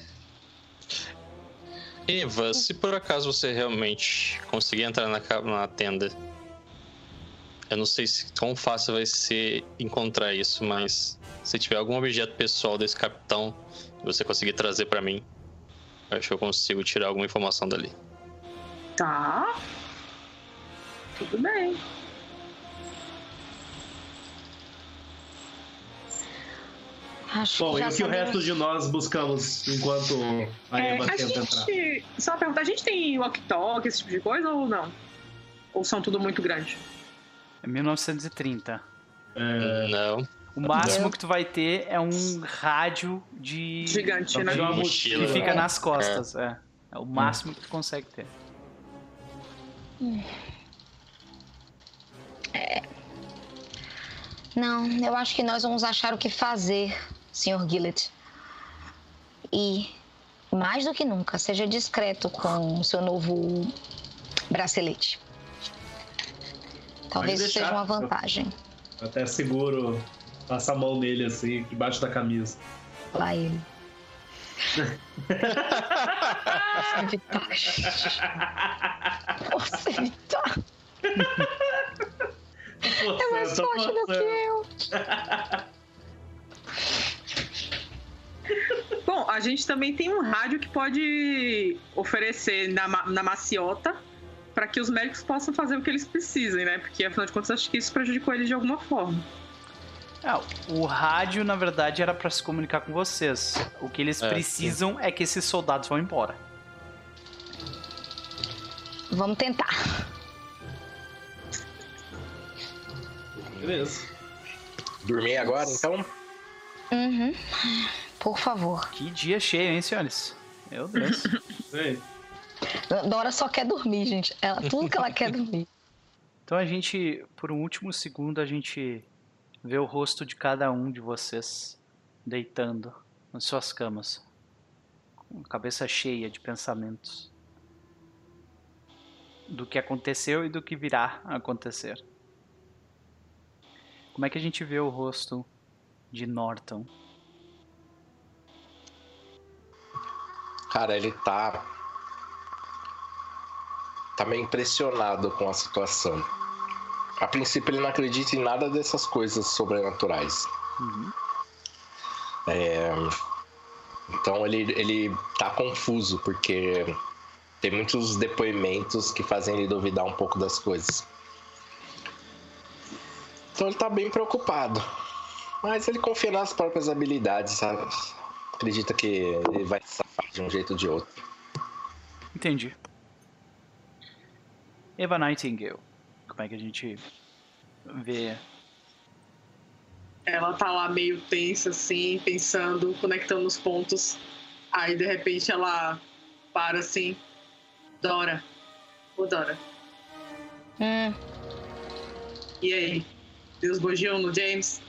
Eva, se por acaso você realmente conseguir entrar na tenda, eu não sei quão fácil vai ser encontrar isso, mas se tiver algum objeto pessoal desse capitão que você conseguir trazer pra mim, eu acho que eu consigo tirar alguma informação dali. Tá. Tudo bem. Acho e o que o resto de nós buscamos enquanto a Eva tenta entrar? Só uma pergunta, a gente tem walkie-talkie, esse tipo de coisa ou não? Ou são tudo muito grande? É 1930. Não. O máximo que tu vai ter é um rádio de... Gigante, né? Que Mochila. fica nas costas, é o máximo que tu consegue ter. Não, eu acho que nós vamos achar o que fazer, Sr. Gillett. E, mais do que nunca, seja discreto com o seu novo bracelete. Talvez isso seja uma vantagem. Até seguro, passa a mão nele assim, debaixo da camisa. Lá ele. Posso evitar. Você mais forte do que eu. Bom, a gente também tem um rádio que pode oferecer na maciota para que os médicos possam fazer o que eles precisem, né? Porque, afinal de contas, acho que isso prejudicou eles de alguma forma. O rádio, na verdade, era para se comunicar com vocês. O que eles precisam é que esses soldados vão embora. Vamos tentar. Beleza. Dormir agora, então? Uhum. Por favor. Que dia cheio, hein, senhores? Meu Deus. Dora só quer dormir, gente. Tudo que ela quer é dormir. Então a gente, por um último segundo, a gente vê o rosto de cada um de vocês deitando nas suas camas, com a cabeça cheia de pensamentos do que aconteceu e do que virá a acontecer. Como é que a gente vê o rosto de Norton? Cara, ele tá meio impressionado com a situação. A princípio ele não acredita em nada dessas coisas sobrenaturais. Uhum. Então ele tá confuso, porque tem muitos depoimentos que fazem ele duvidar um pouco das coisas. Então ele tá bem preocupado. Mas ele confia nas próprias habilidades, sabe? Acredita que ele vai se safar de um jeito ou de outro. Entendi. Eva Nightingale, como é que a gente vê? Ela tá lá meio tensa, assim, pensando, conectando os pontos. Aí, de repente, ela para assim. Dora. Ô, Dora. E aí? Deus bogiou no James?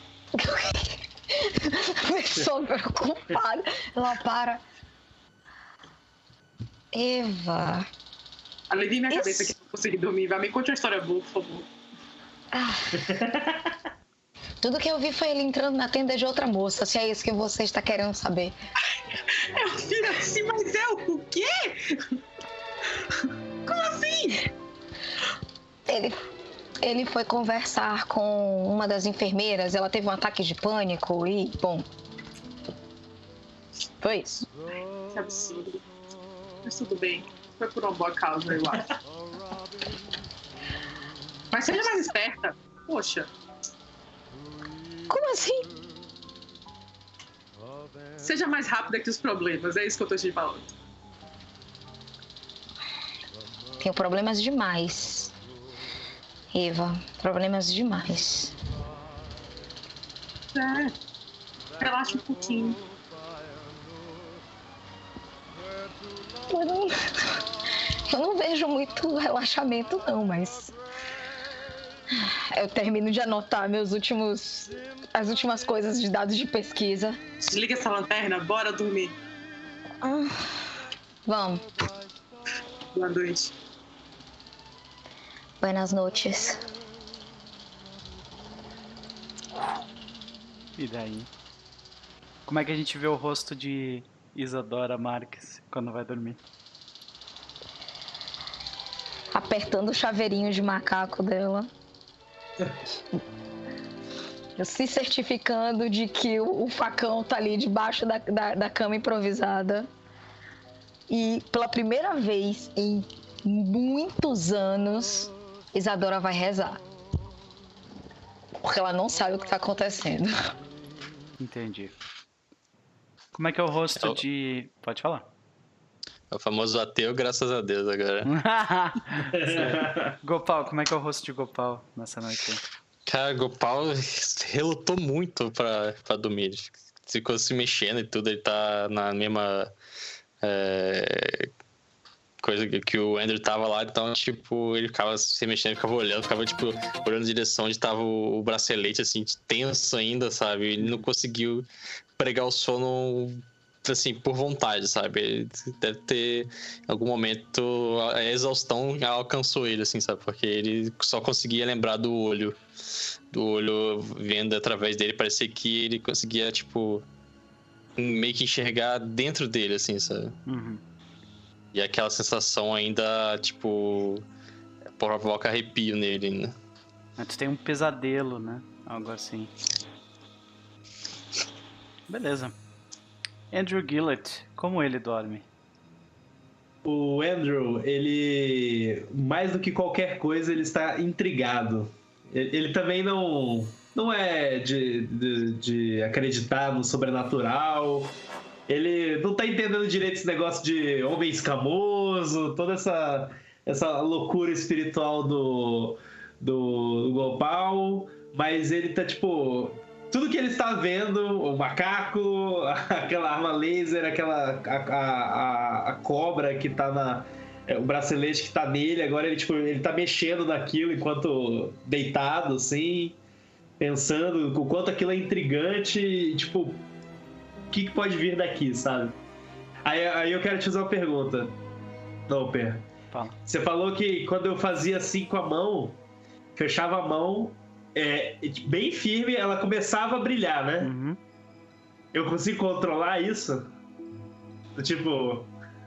Pessoa preocupada. Ela para. Eva. Alivia minha cabeça que eu não consegui dormir. Vai, me conte uma história boa, por favor. Tudo que eu vi foi ele entrando na tenda de outra moça, se é isso que você está querendo saber. É o filho assim, mas é o quê? Como assim? Ele foi conversar com uma das enfermeiras, ela teve um ataque de pânico e, bom... Foi isso. Que absurdo. Mas tudo bem. Foi por uma boa causa, eu acho. Mas seja mais esperta. Poxa. Como assim? Seja mais rápida que os problemas. É isso que eu tô te falando. Tenho problemas demais. Eva, problemas demais. Relaxa um pouquinho. Eu não vejo muito relaxamento, não, mas... Eu termino de anotar as últimas coisas de dados de pesquisa. Desliga essa lanterna, bora dormir. Vamos. Boa noite. Buenas noches. E daí? Como é que a gente vê o rosto de Isadora Marques quando vai dormir? Apertando o chaveirinho de macaco dela. Se certificando de que o facão tá ali debaixo da cama improvisada. E pela primeira vez em muitos anos, Isadora vai rezar. Porque ela não sabe o que tá acontecendo. Entendi. Como é que é o rosto de... Pode falar. É o famoso ateu, graças a Deus, agora. Gopal, como é que é o rosto de Gopal nessa noite? Cara, Gopal relutou muito pra dormir. Ele ficou se mexendo e tudo, ele tá na mesma coisa que o Andrew tava lá, então, tipo, ele ficava se mexendo, ficava olhando, ficava, tipo, olhando na direção onde tava o bracelete, assim, tenso ainda, sabe? Ele não conseguiu pregar o sono, assim, por vontade, sabe? Ele deve ter, em algum momento, a exaustão alcançou ele, assim, sabe? Porque ele só conseguia lembrar do olho vendo através dele, parecia que ele conseguia, tipo, meio que enxergar dentro dele, assim, sabe? Uhum. E aquela sensação ainda, tipo, provoca arrepio nele, né? Tu tem um pesadelo, né? Algo assim. Beleza. Andrew Gillett, como ele dorme? O Andrew, ele, mais do que qualquer coisa, ele está intrigado. Ele também não é de acreditar no sobrenatural. Ele não tá entendendo direito esse negócio de homem escamoso, toda essa loucura espiritual do Gopal, mas ele tá tipo... Tudo que ele está vendo, o macaco, aquela arma laser, a cobra que tá o bracelete que tá nele, agora ele tá mexendo naquilo enquanto deitado, assim, pensando o quanto aquilo é intrigante e, tipo, o que pode vir daqui, sabe? Aí eu quero te fazer uma pergunta, Doper. Fala. Você falou que quando eu fazia assim com a mão, fechava a mão, bem firme, ela começava a brilhar, né? Uhum. Eu consigo controlar isso? Tipo...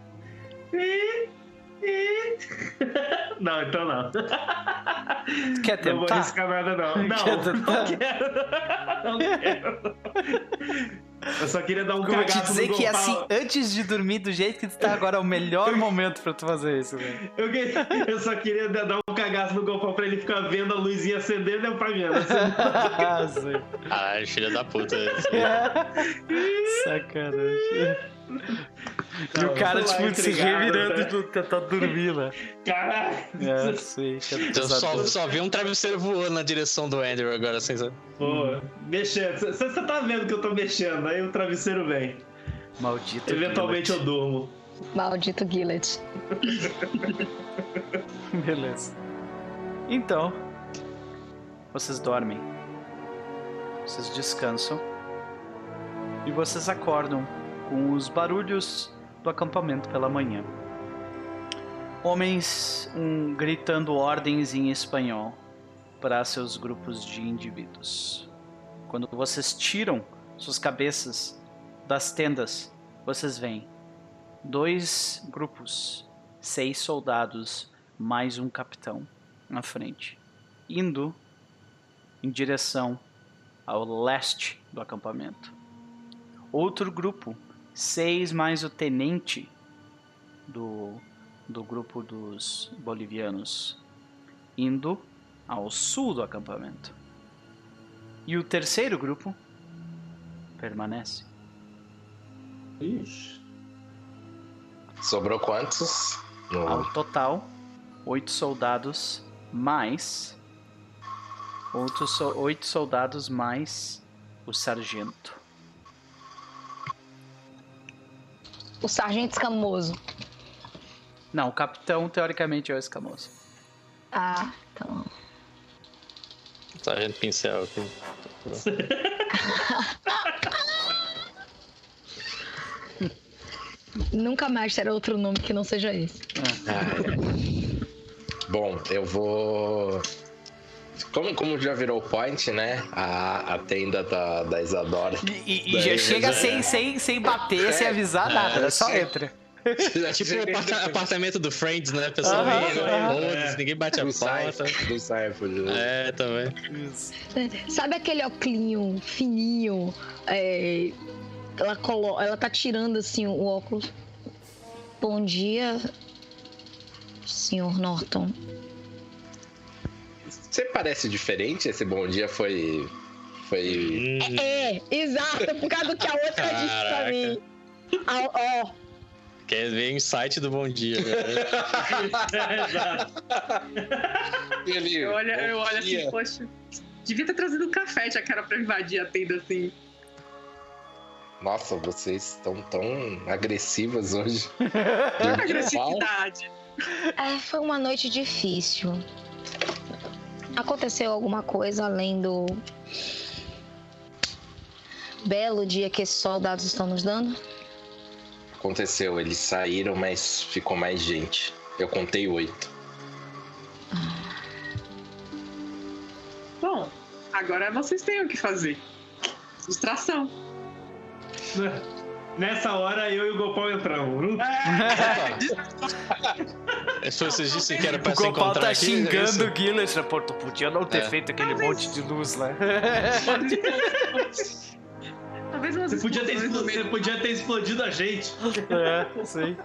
Não, então não. Quer tentar? Não vou arriscar nada, não. Não quero. Eu só queria dar um Vou te cagaço dizer no que Gopal. assim, antes de dormir do jeito que tu tá agora, é o melhor momento pra tu fazer isso, velho. Eu só queria dar um cagaço no Gopal pra ele ficar vendo a luzinha acender e deu pra mim. Sei. Caralho, filha da puta. Sacanagem. E o cara, tipo, se revirando e tentando dormir, né? Caralho. Sei. Eu só vi um travesseiro voando na direção do Andrew agora, assim, sabe? Pô, mexendo. Você tá vendo que eu tô mexendo, aí o travesseiro vem. Maldito. Eventualmente eu durmo. Maldito Gillett. Beleza. Então, vocês dormem. Vocês descansam. E vocês acordam com os barulhos do acampamento pela manhã. Homens gritando ordens em espanhol para seus grupos de indivíduos. Quando vocês tiram suas cabeças das tendas, vocês veem 2 grupos, 6 soldados, mais um capitão na frente, indo em direção ao leste do acampamento. Outro grupo, 6 mais o tenente do grupo dos bolivianos, indo ao sul do acampamento. E o terceiro grupo permanece. Ixi. Sobrou quantos? Ao total, 8 soldados mais 8 soldados mais o sargento. O sargento escamoso. Não, o capitão teoricamente é o escamoso. Ah, então. Sargento pincel aqui. Nunca mais terá outro nome que não seja esse. Bom, eu vou... Como já virou point, né? A tenda da Isadora. E já chega sem bater, sem avisar nada, só entra. É tipo o apartamento do Friends, né? Pessoal indo, ninguém bate a porta. Do Seinfeld, né? É, também. Isso. Sabe aquele óculinho fininho? Ela tá tirando assim o óculos. Bom dia, Sr. Norton. Você parece diferente? Esse bom dia foi... Exato, por causa do que a outra disse pra mim. Quer ver o insight do bom dia, velho. Eu olho assim, poxa, devia ter trazido um café, já que era pra invadir a tenda assim. Nossa, vocês estão tão agressivas hoje. Agressividade. Foi uma noite difícil. Aconteceu alguma coisa além do belo dia que esses soldados estão nos dando? Aconteceu, eles saíram, mas ficou mais gente. Eu contei 8. Bom, agora vocês têm o que fazer. Distração. Nessa hora eu e o Gopal entramos. Se vocês dissem que era pra O se Gopal encontrar tá aqui, xingando é o Gillet, né? Pô, tu podia não ter É. feito aquele monte de luz lá. Talvez umas Você podia ter explosões no meio. explodido a gente. É, sim.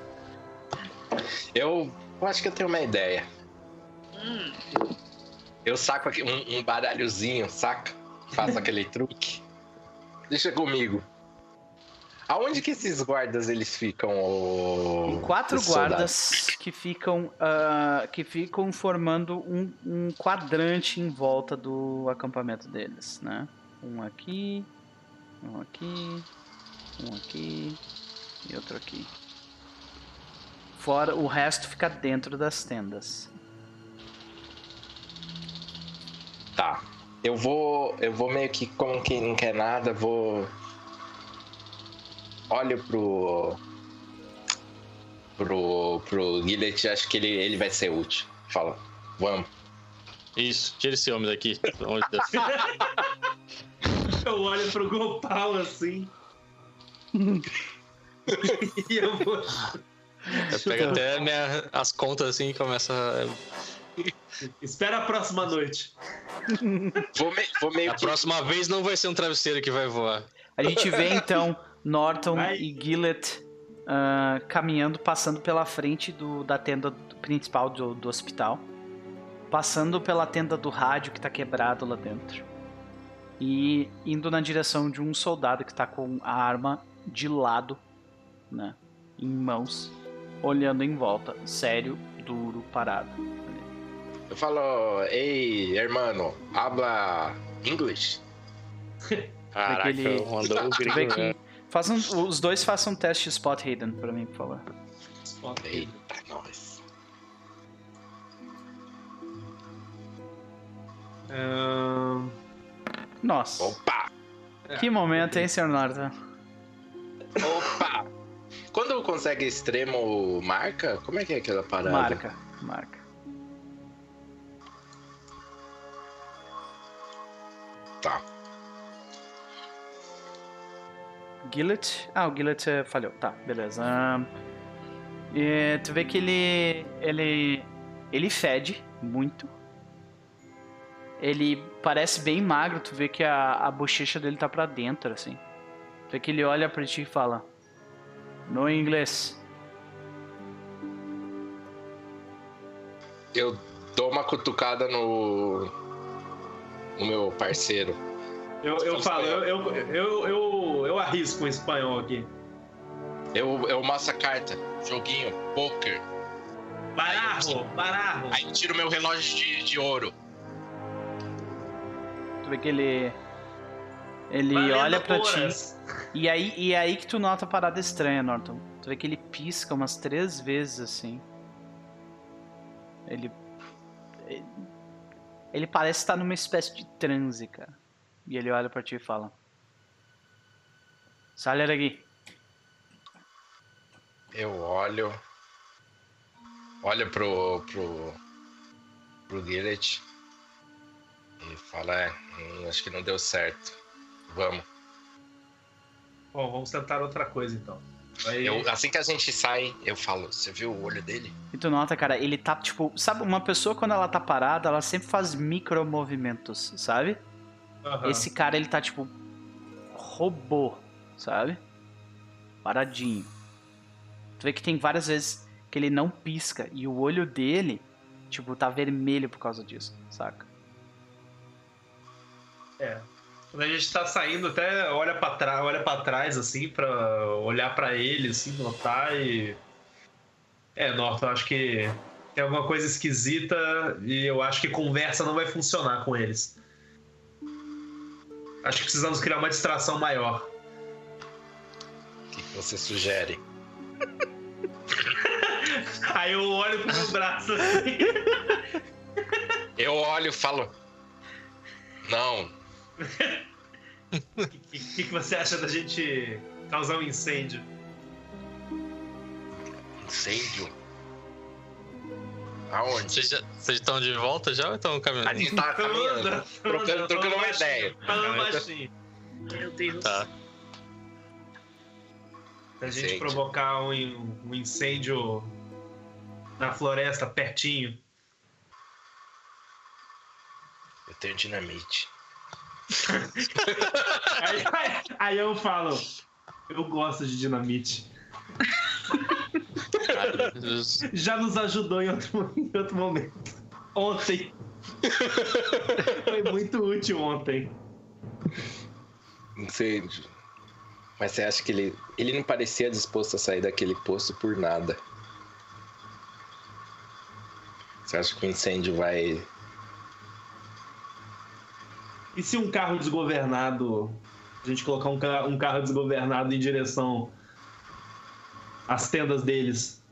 Eu acho que eu tenho uma ideia. Eu saco aqui um baralhozinho, saca? Faço aquele truque. Deixa comigo. Aonde que esses guardas eles ficam? Tem 4 os soldados? guardas que ficam formando um quadrante em volta do acampamento deles, né? Um aqui e outro aqui. Fora, o resto fica dentro das tendas. Tá. Eu vou meio que como quem não quer nada, olho pro Gillet, acho que ele vai ser útil. Fala, vamos. Isso, tira esse homem daqui, pelo amor de Deus. Eu olho pro Gopal assim. E eu vou. Eu pego até as contas assim e começa Espera a próxima noite. Vou meio a que. próxima vez não vai ser um travesseiro que vai voar. A gente vê então Norton Vai. e Gillet caminhando, passando pela frente da tenda principal do hospital, passando pela tenda do rádio que tá quebrado lá dentro e indo na direção de um soldado que tá com a arma de lado, né, em mãos, olhando em volta, sério, duro, parado. Eu falo, ei, hermano, habla English? Caraca, ele- mandou o Tu vê gringo, que né? os dois façam um teste de spot hidden pra mim, por favor. Eita, nós. Nossa, Opa! que momento, hein, Sr. Norton? Opa! Quando consegue extremo, marca? Como é que é aquela parada? Marca. Tá. Gillet. O Gillet falhou. Tá, beleza. E tu vê que ele fede muito. Ele parece bem magro. Tu vê que a bochecha dele tá pra dentro, assim. Tu vê que ele olha pra ti e fala: no inglês. Eu dou uma cutucada no meu parceiro. Eu falo, eu arrisco um espanhol aqui. Eu mostro a carta, joguinho, poker. Bararro. Aí tiro meu relógio de ouro. Tu vê que ele Valendo olha pra horas. ti. E aí que tu nota a parada estranha, Norton. Tu vê que ele pisca umas 3 vezes, assim. Ele parece estar numa espécie de transe, cara. E ele olha pra ti e fala: sai daqui. Eu olho pro Gillet e falo, acho que não deu certo. Vamos. Bom, vamos tentar outra coisa então. Aí, Assim que a gente sai, eu falo, você viu o olho dele? E tu nota, cara, ele tá tipo... Sabe, uma pessoa quando ela tá parada, ela sempre faz micromovimentos, sabe? aham. Esse cara, ele tá tipo... robô, sabe? Paradinho. Tu vê que tem várias vezes que ele não pisca e o olho dele, tipo, tá vermelho por causa disso, saca? Quando a gente tá saindo, até olha pra trás, assim, pra olhar pra ele, assim, notar e... Norton, acho que tem alguma coisa esquisita e eu acho que conversa não vai funcionar com eles. Acho que precisamos criar uma distração maior. O que você sugere? Aí eu olho pro meu braço, assim. Eu olho e falo, não. O que você acha da gente causar um incêndio? Incêndio? Aonde? Vocês estão de volta já ou estão A caminhando? gente tá caminhando, trocando uma ideia. Falando baixinho. Meu Deus. Tá. Se a gente Incêndio. provocar um incêndio na floresta, pertinho. Eu tenho dinamite. Aí eu falo, eu gosto de dinamite. Ai, meu Deus. Já nos ajudou em outro momento. Ontem. Foi muito útil ontem. Não sei. Mas você acha que ele não parecia disposto a sair daquele poço por nada? Você acha que o incêndio vai... E se um carro desgovernado... A gente colocar um carro desgovernado em direção às tendas deles?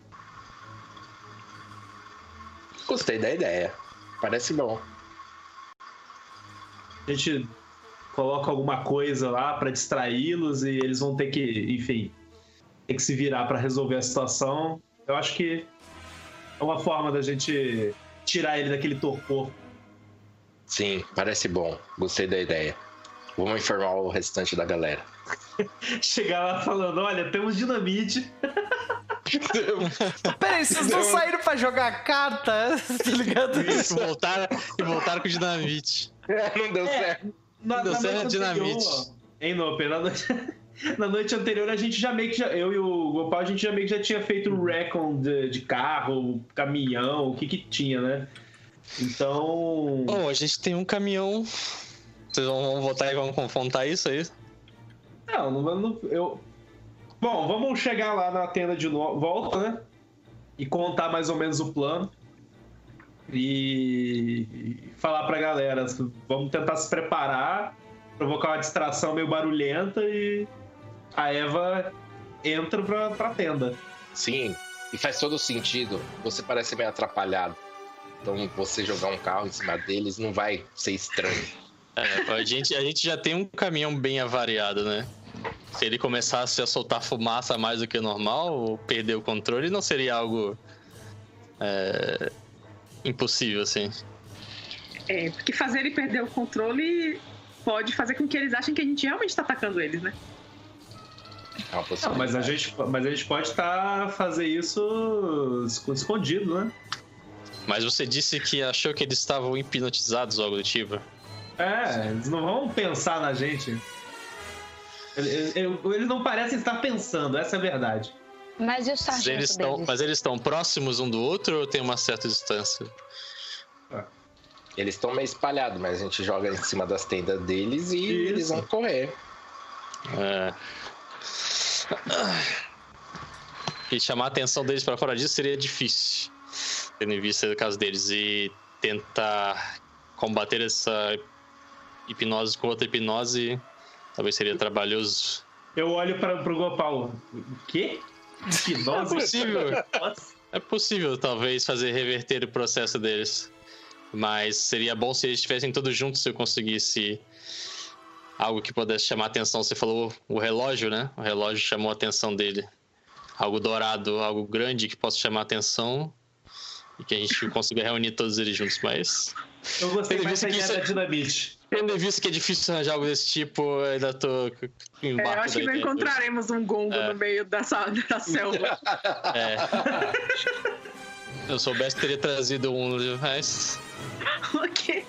Gostei da ideia. Parece bom. A gente coloca alguma coisa lá pra distraí-los e eles vão ter que, enfim, ter que se virar pra resolver a situação. Eu acho que é uma forma da gente tirar ele daquele torpor. Sim, parece bom. Gostei da ideia. Vamos informar o restante da galera. Chegar lá falando, olha, temos dinamite. Peraí, vocês não saíram pra jogar carta? Tá ligado? E voltaram com dinamite. Não deu certo. Na Deu certo, noite dinamite. anterior, hein, Noper? Na noite anterior a gente já meio que... eu e o Gopal, a gente já meio que já tinha feito um recon de carro, caminhão, o que tinha, né? Então... Bom, a gente tem um caminhão. Vocês vão voltar e vão confrontar isso aí? Bom, vamos chegar lá na tenda de novo, volta, né? E contar mais ou menos o plano. E falar pra galera, vamos tentar se preparar, provocar uma distração meio barulhenta e a Eva entra pra tenda. Sim, e faz todo sentido. Você parece meio atrapalhado. Então você jogar um carro em cima deles não vai ser estranho. A gente já tem um caminhão bem avariado, né? Se ele começasse a soltar fumaça mais do que o normal, ou perder o controle, não seria algo impossível, assim. Porque fazer ele perder o controle pode fazer com que eles achem que a gente realmente tá atacando eles, né? É uma possibilidade. Mas a gente pode fazer isso escondido, né? Mas você disse que achou que eles estavam hipnotizados ou algo do tipo. Eles não vão pensar na gente. Eles não parecem estar pensando, essa é a verdade. Mas e o sargento deles? Mas eles estão próximos um do outro ou tem uma certa distância? Eles estão meio espalhados, mas a gente joga em cima das tendas deles e eles vão correr. E chamar a atenção deles para fora disso seria difícil, tendo em vista o caso deles, e tentar combater essa hipnose com outra hipnose talvez seria trabalhoso. Eu olho pro Gopal. O quê? Hipnose? É possível. É possível, talvez, reverter o processo deles. Mas seria bom se eles estivessem todos juntos, se eu conseguisse algo que pudesse chamar a atenção. Você falou o relógio, né? O relógio chamou a atenção dele. Algo dourado, algo grande que possa chamar a atenção e que a gente consiga reunir todos eles juntos. Mas eu gostei mais da ideia da dinamite. Tendo visto que é difícil arranjar algo desse tipo, eu ainda tô embaixo. Eu acho que não encontraremos um gongo no meio da selva. Se eu soubesse, teria trazido um, mas... Ok.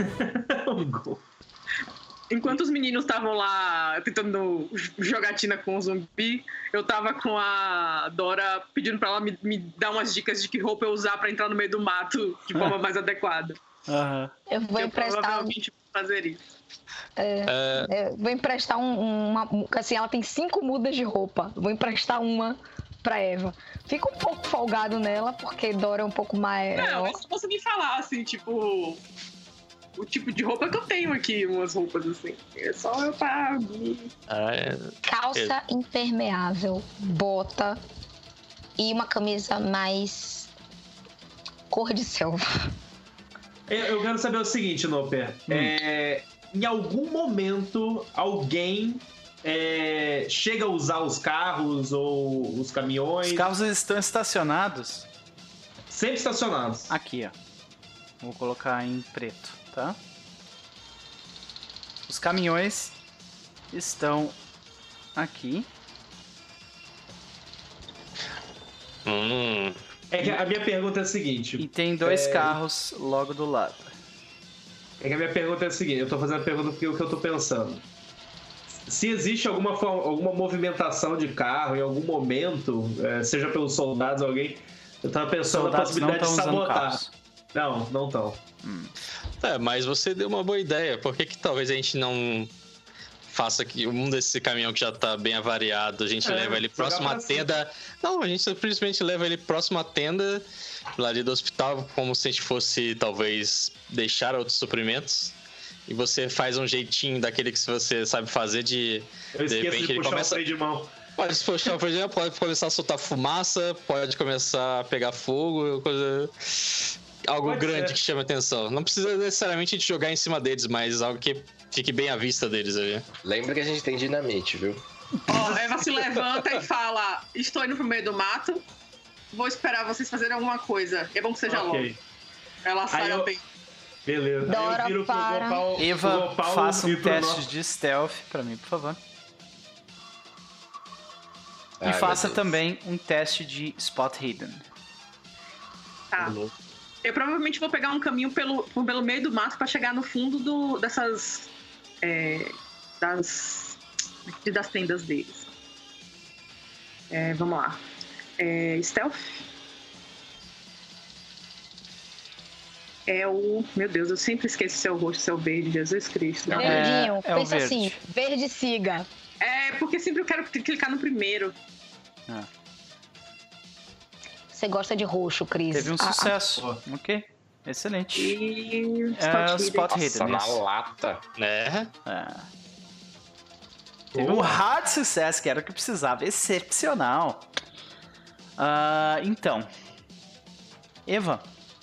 Enquanto os meninos estavam lá tentando jogatina com o zumbi, eu tava com a Dora pedindo pra ela me dar umas dicas de que roupa eu usar pra entrar no meio do mato de forma mais adequada. Eu vou emprestar... provavelmente vou fazer isso. Eu vou emprestar uma... Assim, ela tem 5 mudas de roupa. Vou emprestar uma pra Eva. Fica um pouco folgado nela, porque Dora é um pouco mais... Não, mas se você me falar, assim, tipo... O tipo de roupa que eu tenho aqui, umas roupas assim. É só eu pra... Calça impermeável, bota e uma camisa mais cor de selva. Eu quero saber o seguinte, Noper. Em algum momento, alguém chega a usar os carros ou os caminhões? Os carros estão estacionados. Sempre estacionados. Aqui, ó. Vou colocar em preto, tá? Os caminhões estão aqui. É que a minha pergunta é a seguinte. E tem 2 carros logo do lado. É que a minha pergunta é a seguinte. Eu tô fazendo a pergunta porque é o que eu tô pensando. Se existe alguma movimentação de carro em algum momento, seja pelos soldados ou alguém, eu tava pensando na Soldados possibilidade de não tão usando sabotar. carros. Não estão. Mas você deu uma boa ideia. Por que talvez a gente não faça que um desse caminhão que já tá bem avariado, a gente leva ele próximo à tenda. Não, a gente simplesmente leva ele próximo à tenda lá ali do hospital, como se a gente fosse talvez deixar outros suprimentos. E você faz um jeitinho daquele que você sabe fazer de repente ele começa o freio de mão. Pode puxar o freio de mão, pode começar a soltar fumaça, pode começar a pegar fogo, coisa algo Pode grande ser. que chame atenção. Não precisa necessariamente de jogar em cima deles, mas algo que fique bem à vista deles ali. Lembra que a gente tem dinamite, viu? Ó, Eva se levanta e fala: estou indo pro meio do mato, vou esperar vocês fazerem alguma coisa. É bom que seja logo. Ela sai eu- bem. Beleza. Dora Aí eu viro pro para. Gopal, Eva, pro Gopal faça e um pro teste nosso- de stealth pra mim, por favor. Ai, E faça meu Deus. também um teste de spot hidden. Tá. Eu provavelmente vou pegar um caminho pelo meio do mato pra chegar no fundo dessas. Das tendas deles. Vamos lá. Stealth. Meu Deus, eu sempre esqueço seu rosto, seu verde, Jesus Cristo. Não. Verdinho, é o pensa verde. assim, verde siga. Porque sempre eu quero clicar no primeiro. Você gosta de roxo, Cris. Teve um sucesso. Ok, excelente. E. Spot hidden, Nossa, na isso. lata. Né? Teve um hard sucesso, que era o que precisava. Excepcional. Então, Eva,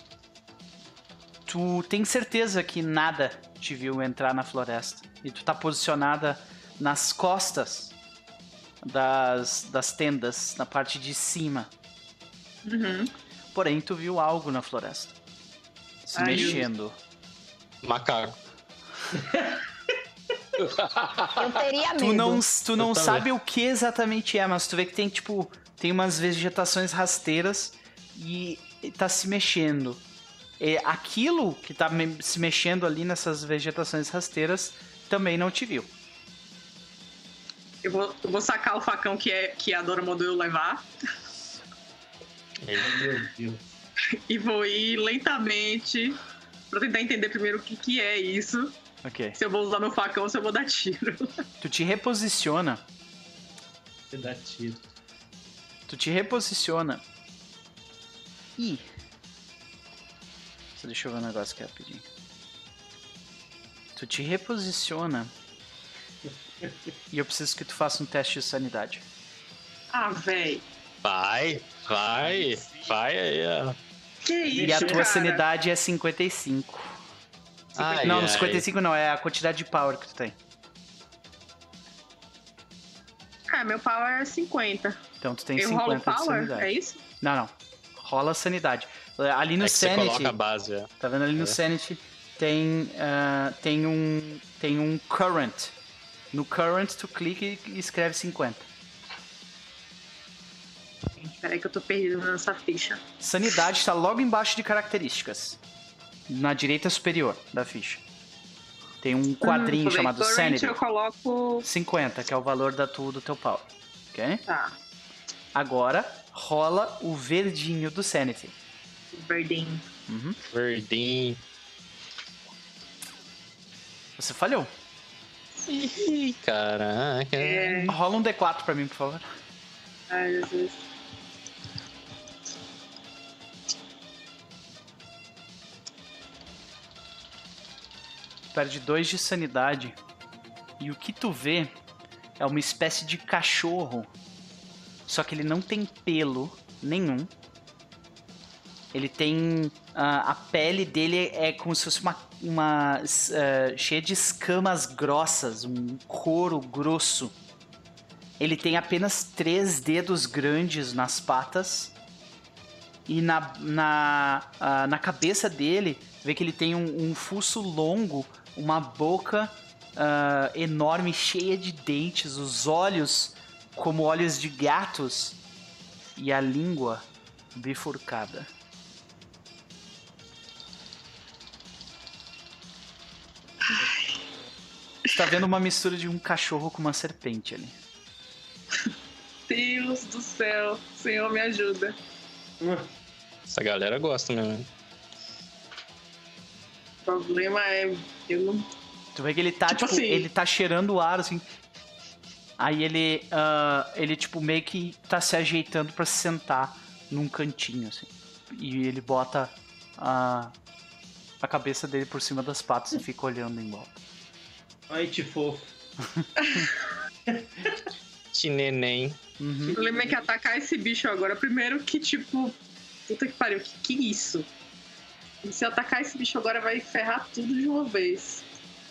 tu tem certeza que nada te viu entrar na floresta? E tu tá posicionada nas costas das tendas, na parte de cima. Uhum. Porém, tu viu algo na floresta. Se Ai, mexendo. Macaco. Eu teria medo. Tu não Eu sabe o que exatamente é, mas tu vê que tem, tipo, tem umas vegetações rasteiras e tá se mexendo. Aquilo que tá se mexendo ali nessas vegetações rasteiras também não te viu. Eu vou sacar o facão que a Dora mandou eu levar Meu Deus. e vou ir lentamente pra tentar entender primeiro o que é isso. Ok. Se eu vou usar meu facão ou se eu vou dar tiro. Tu te reposiciona. Você dá tiro. E... Só deixa eu ver um negócio aqui rapidinho. Tu te reposiciona. E eu preciso que tu faça um teste de sanidade. Ah, véi. Vai aí, ó. Que isso, E a tua cara? sanidade é 55. Ai, Não, ai. 55 não, é a quantidade de power que tu tem. Meu power é 50. Então tu tem Eu 50 rolo de power? sanidade. É isso? Não. Rola a sanidade. Ali no É que você Sanity, coloca a base, é. tá vendo ali no Sanity, tem um current. No current tu clica e escreve 50. Peraí que eu tô perdido nessa ficha. Sanidade está logo embaixo de características. Na direita superior da ficha. Tem um quadrinho Deixa eu ver. chamado Current Sanity. eu coloco... 50, que é o valor do teu power. Ok? Tá, Agora rola o verdinho do Sanity. verdinho. Verdinho. Você falhou. Ih, caraca. Rola um D4 pra mim, por favor. Ai, Jesus. Perde 2 de sanidade. E o que tu vê é uma espécie de cachorro. Só que ele não tem pelo nenhum. Ele tem... a pele dele é como se fosse cheia de escamas grossas. Um couro grosso. Ele tem apenas 3 dedos grandes nas patas. E na cabeça dele, vê que ele tem um fosso longo, uma boca enorme, cheia de dentes, os olhos como olhos de gatos, e a língua bifurcada. Você tá vendo uma mistura de um cachorro com uma serpente ali. Deus do céu, Senhor, me ajuda. Essa galera gosta mesmo. O problema é... eu não... Tu vê que ele tá, tipo, assim... ele tá cheirando o ar, assim. Aí ele, tipo, meio que tá se ajeitando pra se sentar num cantinho, assim. E ele bota a cabeça dele por cima das patas e fica olhando em volta. Ai, que fofo. Que neném. Uhum. O problema é que atacar esse bicho agora, primeiro que, tipo... Puta que pariu, que isso? E se eu atacar esse bicho agora, vai ferrar tudo de uma vez.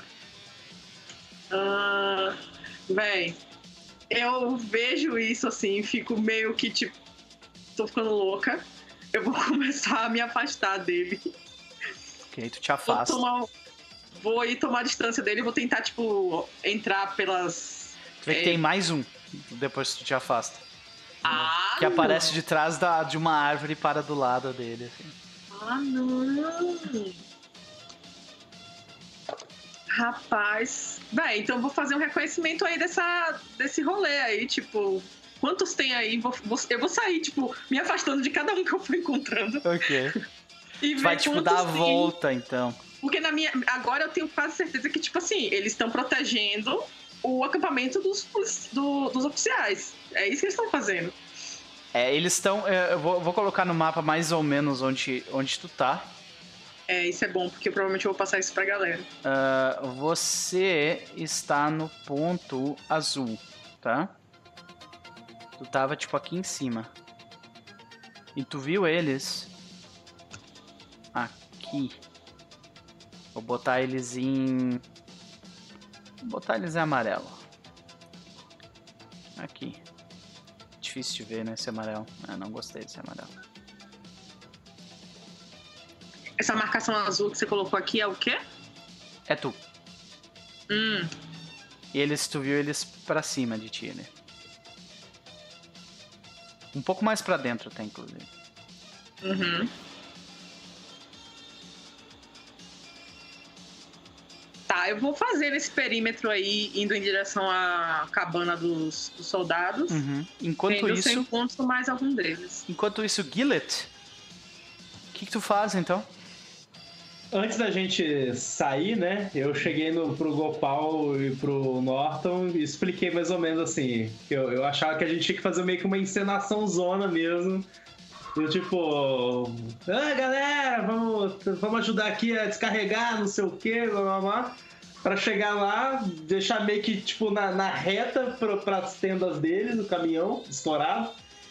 Véi, eu vejo isso assim, fico meio que, tipo... Tô ficando louca. Eu vou começar a me afastar dele. Ok, tu te afasta. Vou ir tomar a distância dele e vou tentar, tipo, entrar pelas... Tu vê que tem mais um, depois que tu te afasta. Ah, Que aparece de trás de uma árvore e para do lado dele, assim. Ah, não. Rapaz. Véi, então eu vou fazer um reconhecimento aí desse rolê aí, tipo... Quantos tem aí? Eu vou sair, tipo, me afastando de cada um que eu for encontrando. Ok. E Tu vai, tipo, dar a tem. volta, então. Porque agora eu tenho quase certeza que, tipo assim, eles estão protegendo o acampamento dos oficiais. É isso que eles estão fazendo. Eles estão... Eu vou colocar no mapa mais ou menos onde tu tá. Isso é bom, porque provavelmente eu vou passar isso pra galera. Você está no ponto azul, tá? Tu tava, tipo, aqui em cima. E tu viu eles aqui. Vou botar eles em amarelo. Aqui. Difícil de ver, né, esse amarelo. Não gostei desse amarelo. Essa marcação azul que você colocou aqui é o quê? É tu. E tu viu eles pra cima de ti, né? Um pouco mais pra dentro até, inclusive. Uhum. Tá, eu vou fazer esse perímetro aí, indo em direção à cabana dos soldados. Uhum. Enquanto isso... se eu encontro mais algum deles. Enquanto isso, Gillet, o que tu faz, então? Antes da gente sair, né, eu cheguei pro Gopal e pro Norton e expliquei mais ou menos assim, que eu achava que a gente tinha que fazer meio que uma encenação zona mesmo. Eu tipo, galera, vamos ajudar aqui a descarregar, não sei o que, blá blá blá. Pra chegar lá, deixar meio que tipo na reta pras tendas deles, o caminhão estourado.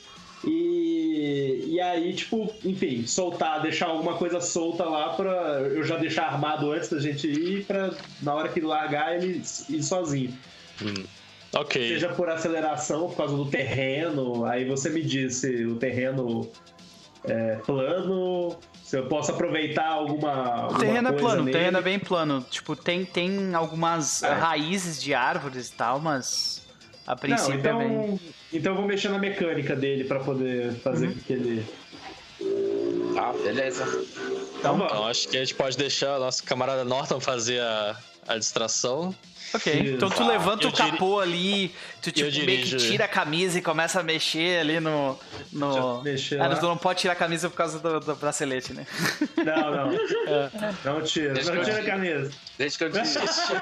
E aí, tipo, enfim, deixar alguma coisa solta lá pra eu já deixar armado antes da gente ir, pra na hora que largar ele ir sozinho. Ok. Seja por aceleração, por causa do terreno, aí você me diz se o terreno é plano, se eu posso aproveitar alguma O terreno é plano, nele. o terreno é bem plano. Tipo, tem algumas raízes de árvores e tal, mas a princípio é bem... Então eu vou mexer na mecânica dele pra poder fazer com que ele... Ah, beleza. Então acho que a gente pode deixar o nosso camarada Norton fazer a distração. Ok, então tu levanta o capô ali, tu tipo, meio que tira a camisa e começa a mexer ali no... tu não pode tirar a camisa por causa do bracelete, né? Não. Não tira. Não tira a camisa. Deixa que eu tire.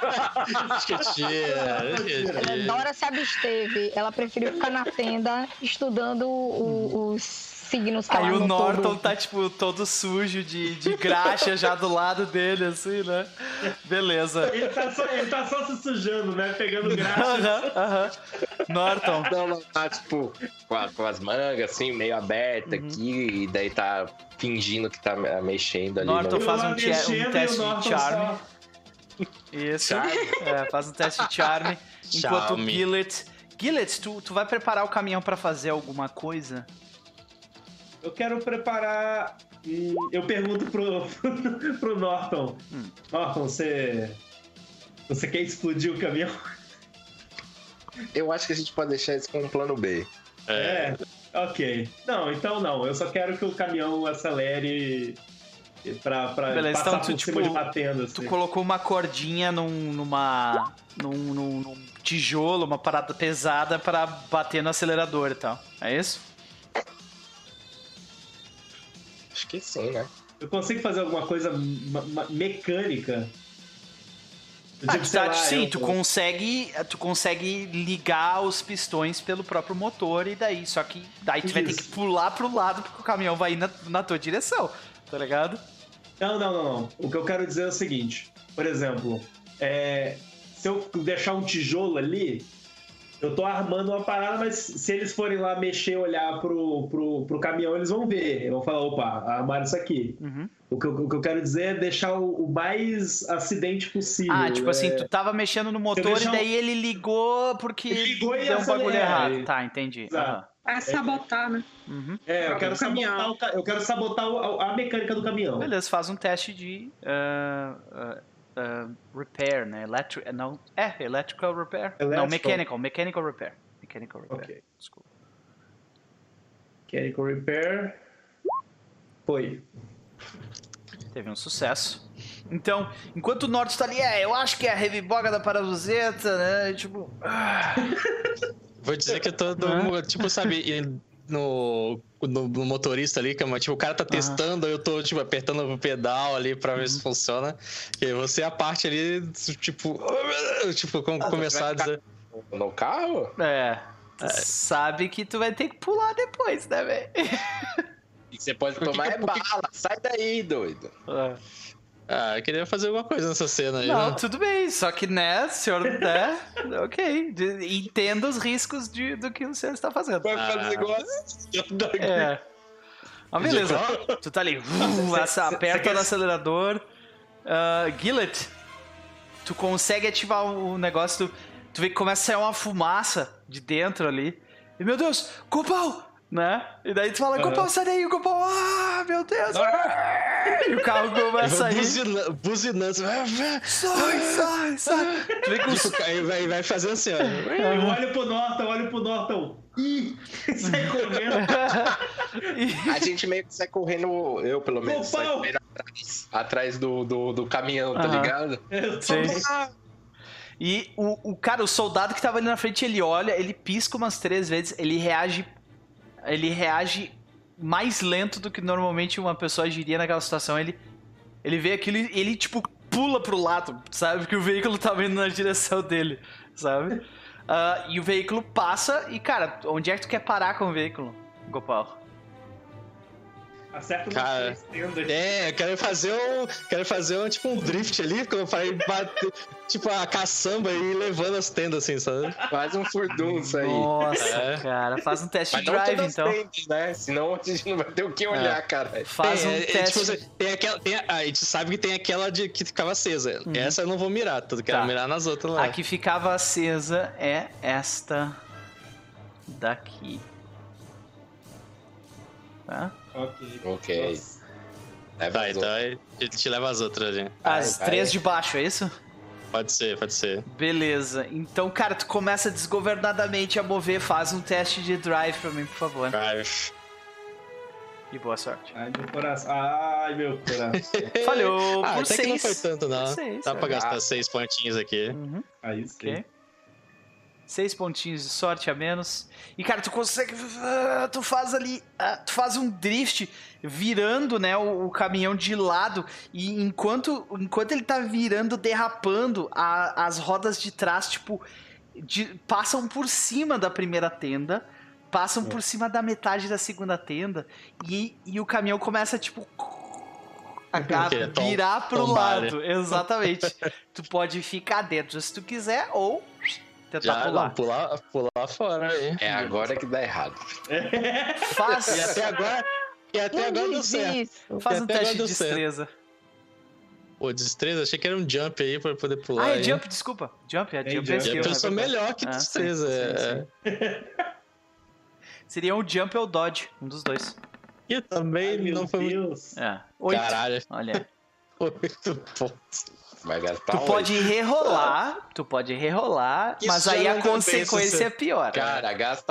Dora se absteve. Ela preferiu ficar na tenda estudando os signos que ela Aí o anotou Norton tá, tipo, todo sujo de graxa já do lado dele, assim, né? Beleza. Ele tá só se sujando, né? Pegando graxa. Norton. Não, tá, tipo, com as mangas, assim, meio aberta aqui, e daí tá fingindo que tá mexendo ali. Norton faz um teste e de charme. Isso. Faz um teste de charme. Enquanto o Gillet, tu vai preparar o caminhão pra fazer alguma coisa? Eu quero preparar... Eu pergunto pro Norton. Norton, você quer explodir o caminhão? Eu acho que a gente pode deixar isso como um plano B. Ok. Não, então não. Eu só quero que o caminhão acelere pra Beleza, passar então tu, por cima de uma tenda. Tu Assim. colocou uma cordinha num tijolo, uma parada pesada pra bater no acelerador e tal. É isso? Acho que sim, né? Eu consigo fazer alguma coisa mecânica? Tipo, sei lá, Sim, tu consegue ligar os pistões pelo próprio motor e daí, só que daí tu vai ter que pular pro lado porque o caminhão vai ir na tua direção, tá ligado? Não. O que eu quero dizer é o seguinte, por exemplo, se eu deixar um tijolo ali, eu tô armando uma parada, mas se eles forem lá mexer, olhar pro caminhão, eles vão ver. Eles vão falar, opa, armaram isso aqui. Uhum. O que eu quero dizer é deixar o mais acidente possível. Tipo assim, tu tava mexendo no motor e daí ele ligou porque ligou e deu um bagulho acelera. errado. Tá, entendi. Exato. É sabotar, né? Uhum. Eu quero sabotar a mecânica do caminhão. Beleza, faz um teste de repair, né? Electrical repair? Não, mechanical repair. Mechanical repair, Ok. desculpa. Mechanical repair. Foi. Teve um sucesso. Então, enquanto o Norte tá ali, eu acho que é a reviboga da parafuseta, né? Tipo... Vou dizer que eu tô, tipo, sabe, no motorista ali, que tipo, o cara tá testando, eu tô, tipo, apertando o pedal ali pra ver se funciona. E você a parte ali, tipo, começar a dizer... No carro? Sabe que tu vai ter que pular depois, né, velho? E você pode tomar bala. Sai daí, doido. Eu queria fazer alguma coisa nessa cena aí. Não, né? tudo bem, só que, né, senhor, né, ok, entenda os riscos do que o senhor está fazendo. Vai fazer igual Mas beleza, tu tá ali, aperta no acelerador. Gillet, tu consegue ativar o negócio, tu vê que começa a sair uma fumaça de dentro ali. E, meu Deus, Copal! Né? E daí tu fala, Copal, sai daí, Copal! Meu Deus! E o carro começa a ir. Buzinando. Sai! Tu vê que os... vai fazer assim, ó. Eu olho pro Norton. Ih! Sai correndo. A gente meio que sai correndo, eu pelo menos, sai correndo atrás do caminhão, tá ligado? Sim. E o cara, o soldado que tava ali na frente, ele olha, ele pisca umas 3 vezes, ele reage mais lento do que normalmente uma pessoa agiria naquela situação. Ele vê aquilo e ele, tipo, pula pro lado, sabe? Porque o veículo tava indo na direção dele, sabe? E o veículo passa e, cara, onde é que tu quer parar com o veículo, Gopal? Acerta Cara, eu quero fazer um tipo um drift ali, pra bater, tipo a caçamba e ir levando as tendas assim, sabe? Faz um furdunço aí. Nossa, cara, faz um test de drive, então. Tendas, né? Senão a gente não vai ter o que olhar, cara. Faz um teste. Tipo, a gente sabe que tem aquela que ficava acesa. Essa eu não vou mirar, eu quero mirar nas outras lá. A que ficava acesa é esta daqui. Tá? Ok. Tá, então a gente leva as outras ali. As 3 de baixo, é isso? Pode ser. Beleza. Então, cara, tu começa desgovernadamente a mover. Faz um teste de drive pra mim, por favor. Drive. E boa sorte. Ai, meu coração. Falhou por até 6. que não foi tanto, não. Seis, Dá pra gastar 6 pontinhos aqui. Aí sim. Ok. 6 pontinhos de sorte a menos. E, cara, tu consegue... Tu faz ali... Tu faz um drift virando, né, o caminhão de lado. E enquanto ele tá virando, derrapando, as rodas de trás, tipo... passam por cima da primeira tenda. Passam por cima da metade da segunda tenda. E o caminhão começa, tipo... a virar pro lado. Exatamente. Tu pode ficar dentro se tu quiser, ou... tentar pular. Não, pular fora aí. É agora que dá errado. Faz... E até agora deu certo. Faz um teste de destreza. Pô, destreza? Achei que era um jump aí pra poder pular. É jump, desculpa. Jump é jump. skill. Eu sou melhor que destreza. Seria um jump ou dodge, um dos dois. E também não foi muito... 8. Caralho. Olha. 8 pontos. Vai gastar Tu pode rerolar, mas aí a consequência é pior. Cara, gasta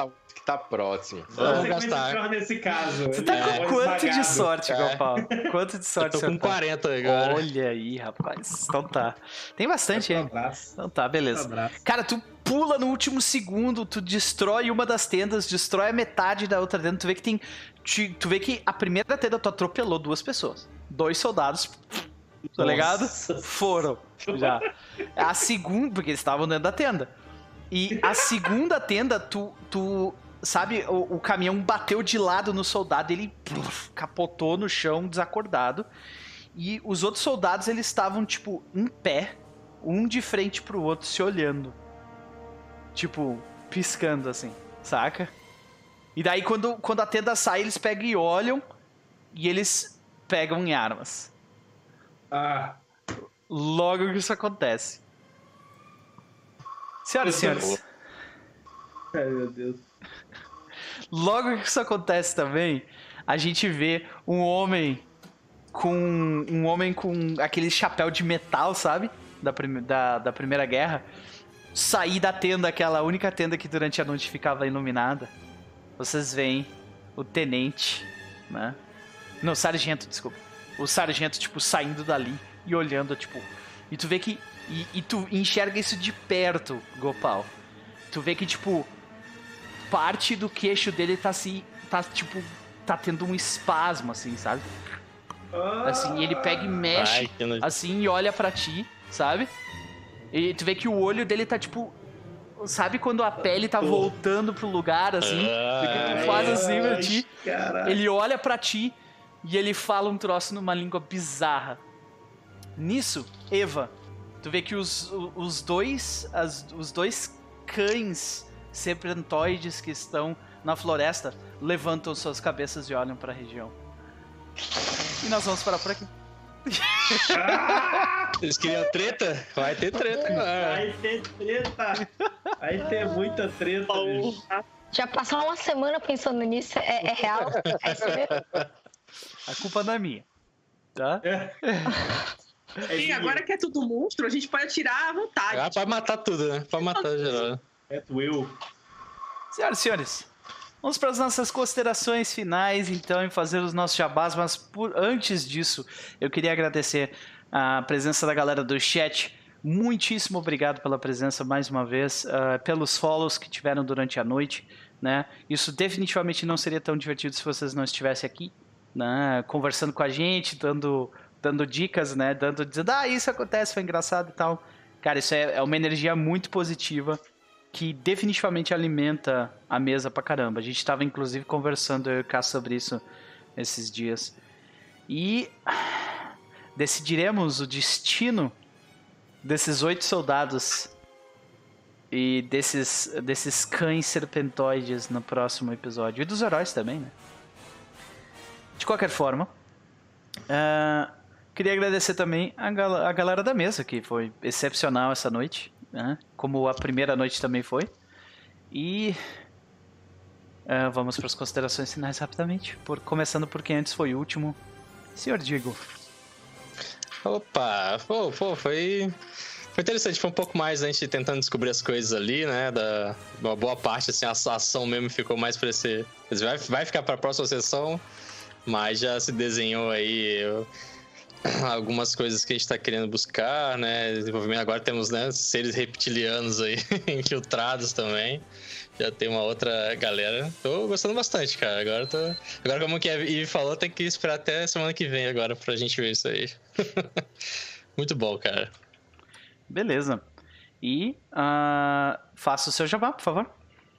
tá próximo. Vamos Você gastar. pior nesse caso. Você tá com quanto de sorte, Gopal? Quanto de Eu sorte tô você com tá? 40 agora. Olha aí, rapaz. Então tá. Tem bastante, Um hein? abraço. Então tá, beleza. Um abraço. Cara, tu pula no último segundo, tu destrói uma das tendas, destrói a metade da outra tenda. Tu vê que tem. Tu vê que a primeira tenda tu atropelou 2 pessoas. 2 soldados. Tá ligado? Nossa. Foram. Já. A segunda. Porque eles estavam dentro da tenda. E a segunda tenda, tu sabe, o caminhão bateu de lado no soldado, ele capotou no chão, desacordado. E os outros soldados, eles estavam, tipo, em pé, um de frente pro outro, se olhando. Tipo, piscando, assim, saca? E daí, quando a tenda sai, eles pegam e olham, e eles pegam em armas. Ah, Logo que isso acontece. Senhoras e senhores, ai meu Deus. logo que isso acontece também, a gente vê um homem com aquele chapéu de metal, sabe? Da Primeira Guerra, sair da tenda, aquela única tenda que durante a noite ficava iluminada. Vocês veem o tenente, né? Não, o sargento, desculpa. O sargento, tipo, saindo dali e olhando, tipo... E tu vê que... E tu enxerga isso de perto, Gopal. Tu vê que, tipo... Parte do queixo dele tá tendo um espasmo, assim, sabe? Assim, ele pega e mexe, Ai, que nojo. assim, e olha pra ti, sabe? E tu vê que o olho dele tá, tipo... Sabe quando a pele tá voltando pro lugar, assim? Ele faz assim pra ti. Caralho. Ele olha pra ti e ele fala um troço numa língua bizarra. Nisso, Eva, tu vê que os dois cães serpentoides que estão na floresta levantam suas cabeças e olham pra região. E nós vamos parar por aqui. Vocês queriam treta? Vai ter treta agora. Vai ter treta. Vai ter muita treta, bicho. Já passou uma semana pensando nisso, é real? É isso mesmo? A culpa não é minha, tá? E agora que é tudo monstro, a gente pode atirar à vontade. Ah, pode matar tudo, né? Pode matar geral. É Will. Senhoras e senhores, vamos para as nossas considerações finais, então, em fazer os nossos jabás, mas antes disso, eu queria agradecer a presença da galera do chat. Muitíssimo obrigado pela presença mais uma vez, pelos follows que tiveram durante a noite, né? Isso definitivamente não seria tão divertido se vocês não estivessem aqui, né? Conversando com a gente, dando dicas, né? Dizendo, isso acontece, foi engraçado e tal. Cara, isso é uma energia muito positiva que definitivamente alimenta a mesa pra caramba. A gente tava, inclusive, conversando, eu e o Cássio, sobre isso esses dias. E decidiremos o destino desses 8 soldados e desses cães serpentoides no próximo episódio. E dos heróis também, né? De qualquer forma, queria agradecer também a galera da mesa, que foi excepcional essa noite, né? Como a primeira noite também foi. E vamos para as considerações finais rapidamente, começando por quem antes foi o último. Senhor Diego. Opa, foi interessante, foi um pouco mais a gente tentando descobrir as coisas ali, né, uma boa parte, assim, a ação mesmo ficou mais pra esse... Vai ficar pra próxima sessão, mas já se desenhou aí algumas coisas que a gente tá querendo buscar, né, desenvolvimento. Agora temos, né, seres reptilianos aí, infiltrados também. Já tem uma outra galera. Tô gostando bastante, cara. Agora como que a Ivy falou, tem que esperar até semana que vem agora pra gente ver isso aí. Muito bom, cara. Beleza. E faça o seu jabá, por favor.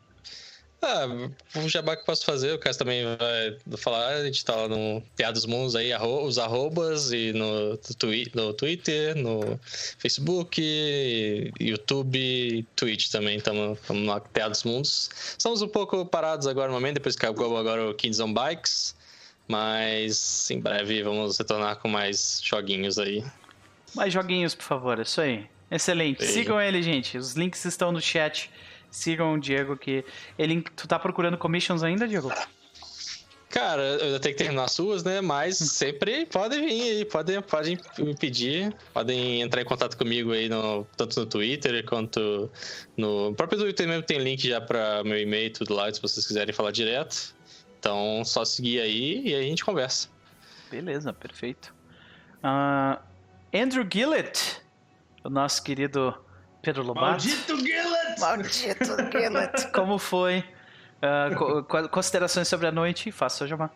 O jabá que eu posso fazer, o Cássio também vai falar, a gente tá lá no Teatro dos Mundos aí, os arrobas, e no Twitter, no Facebook, YouTube, Twitch também, estamos no Teatro dos Mundos. Estamos um pouco parados agora no momento, depois que acabou agora o Kids on Bikes, mas em breve vamos retornar com mais joguinhos aí. Mais joguinhos, por favor, isso aí. Excelente. Sim. Sigam ele, gente, os links estão no chat. Sigam o Diego, que tu tá procurando commissions ainda, Diego? Cara, eu ainda tenho que terminar as suas, né? Mas sempre podem vir aí, podem me pedir, podem entrar em contato comigo aí, tanto no Twitter quanto no próprio Twitter mesmo, tem link já pra meu e-mail e tudo lá, se vocês quiserem falar direto. Então, só seguir aí e aí a gente conversa. Beleza, perfeito. Andrew Gillett, o nosso querido Pedro Lobato. Maldito Gillett! Maldito Gillett! Como foi? Considerações sobre a noite? Faça seu jabá.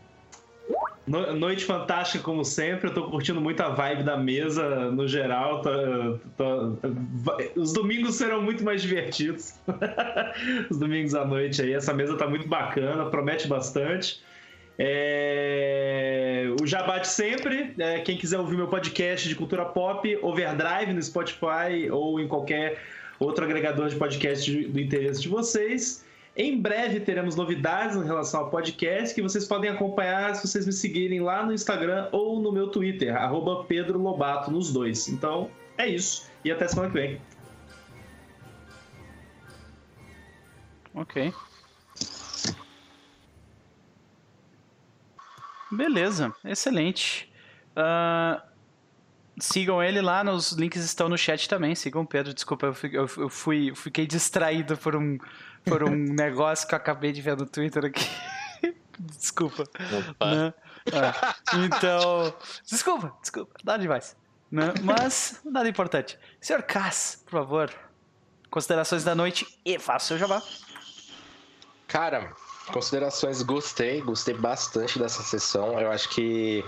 Noite fantástica, como sempre. Eu tô curtindo muito a vibe da mesa, no geral. Os domingos serão muito mais divertidos. Os domingos à noite aí. Essa mesa tá muito bacana, promete bastante. O jabá de sempre. Quem quiser ouvir meu podcast de cultura pop, Overdrive, no Spotify ou em qualquer outro agregador de podcast do interesse de vocês. Em breve teremos novidades em relação ao podcast que vocês podem acompanhar se vocês me seguirem lá no Instagram ou no meu Twitter, @Pedro Lobato, nos dois. Então, é isso. E até semana que vem. Ok. Beleza, excelente. Sigam ele lá, os links estão no chat também. Sigam o Pedro, desculpa, eu fiquei distraído por um negócio que eu acabei de ver no Twitter aqui. Desculpa. Né? Então, desculpa, nada demais. Né? Mas, nada importante. Senhor Cass, por favor, considerações da noite e faça o seu jabá. Cara, considerações, gostei bastante dessa sessão. Eu acho que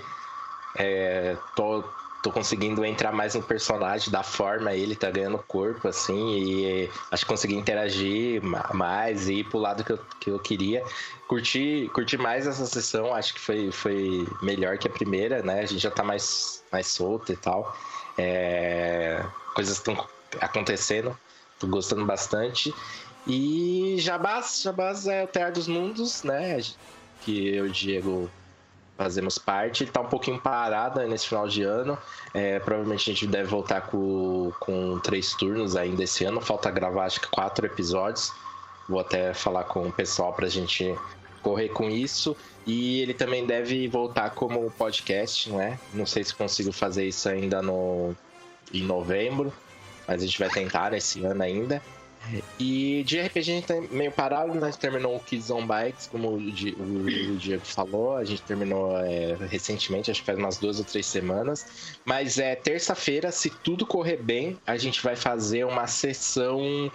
tô conseguindo entrar mais no personagem, da forma ele tá ganhando corpo, assim, e acho que consegui interagir mais e ir pro lado que eu queria. Curti mais essa sessão, acho que foi melhor que a primeira, né? A gente já tá mais solto e tal. Coisas estão acontecendo, tô gostando bastante. E Jabás é o Terra dos Mundos, né? Que eu e o Diego fazemos parte. Ele tá um pouquinho parado nesse final de ano. Provavelmente a gente deve voltar com 3 turnos ainda esse ano. Falta gravar, acho que 4 episódios. Vou até falar com o pessoal pra gente correr com isso. E ele também deve voltar como podcast, não é? Não sei se consigo fazer isso ainda em novembro, mas a gente vai tentar esse ano ainda. E de RPG a gente tá meio parado, né? A gente terminou o Kids on Bikes, como o Diego falou. A gente terminou recentemente, acho que faz umas 2 ou 3 semanas. Mas terça-feira, se tudo correr bem, a gente vai fazer uma sessão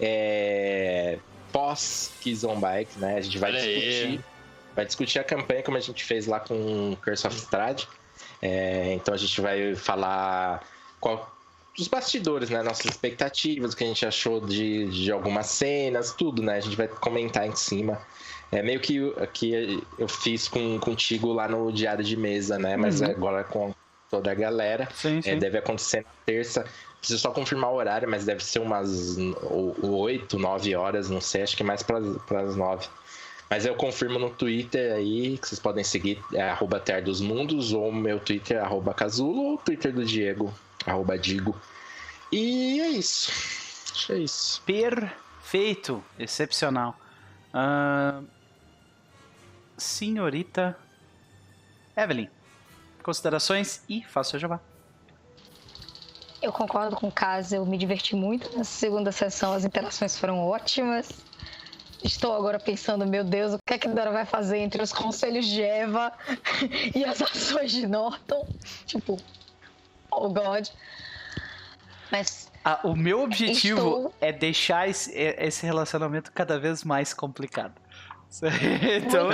pós Kids on Bikes, né? A gente vai discutir a campanha como a gente fez lá com Curse of Strahd. Então a gente vai falar dos bastidores, né? Nossas expectativas, o que a gente achou de algumas cenas, tudo, né? A gente vai comentar em cima. Meio que eu fiz contigo lá no Diário de Mesa, né? Mas agora com toda a galera. Sim. Deve acontecer na terça. Preciso só confirmar o horário, mas deve ser umas 8, 9 horas, não sei. Acho que mais para as 9. Mas eu confirmo no Twitter aí, que vocês podem seguir, @Terra dos Mundos, ou meu Twitter, @Casulo, ou o Twitter do Diego, @Digo. E é isso. Acho que é isso. Perfeito. Excepcional. Senhorita Evelyn, considerações e faça o seu jabá. Eu concordo com o Caso, eu me diverti muito nessa segunda sessão, as interações foram ótimas. Estou agora pensando, meu Deus, o que é que a Dora vai fazer entre os conselhos de Eva e as ações de Norton? Tipo, oh God. Mas o meu objetivo é deixar esse relacionamento cada vez mais complicado. Então...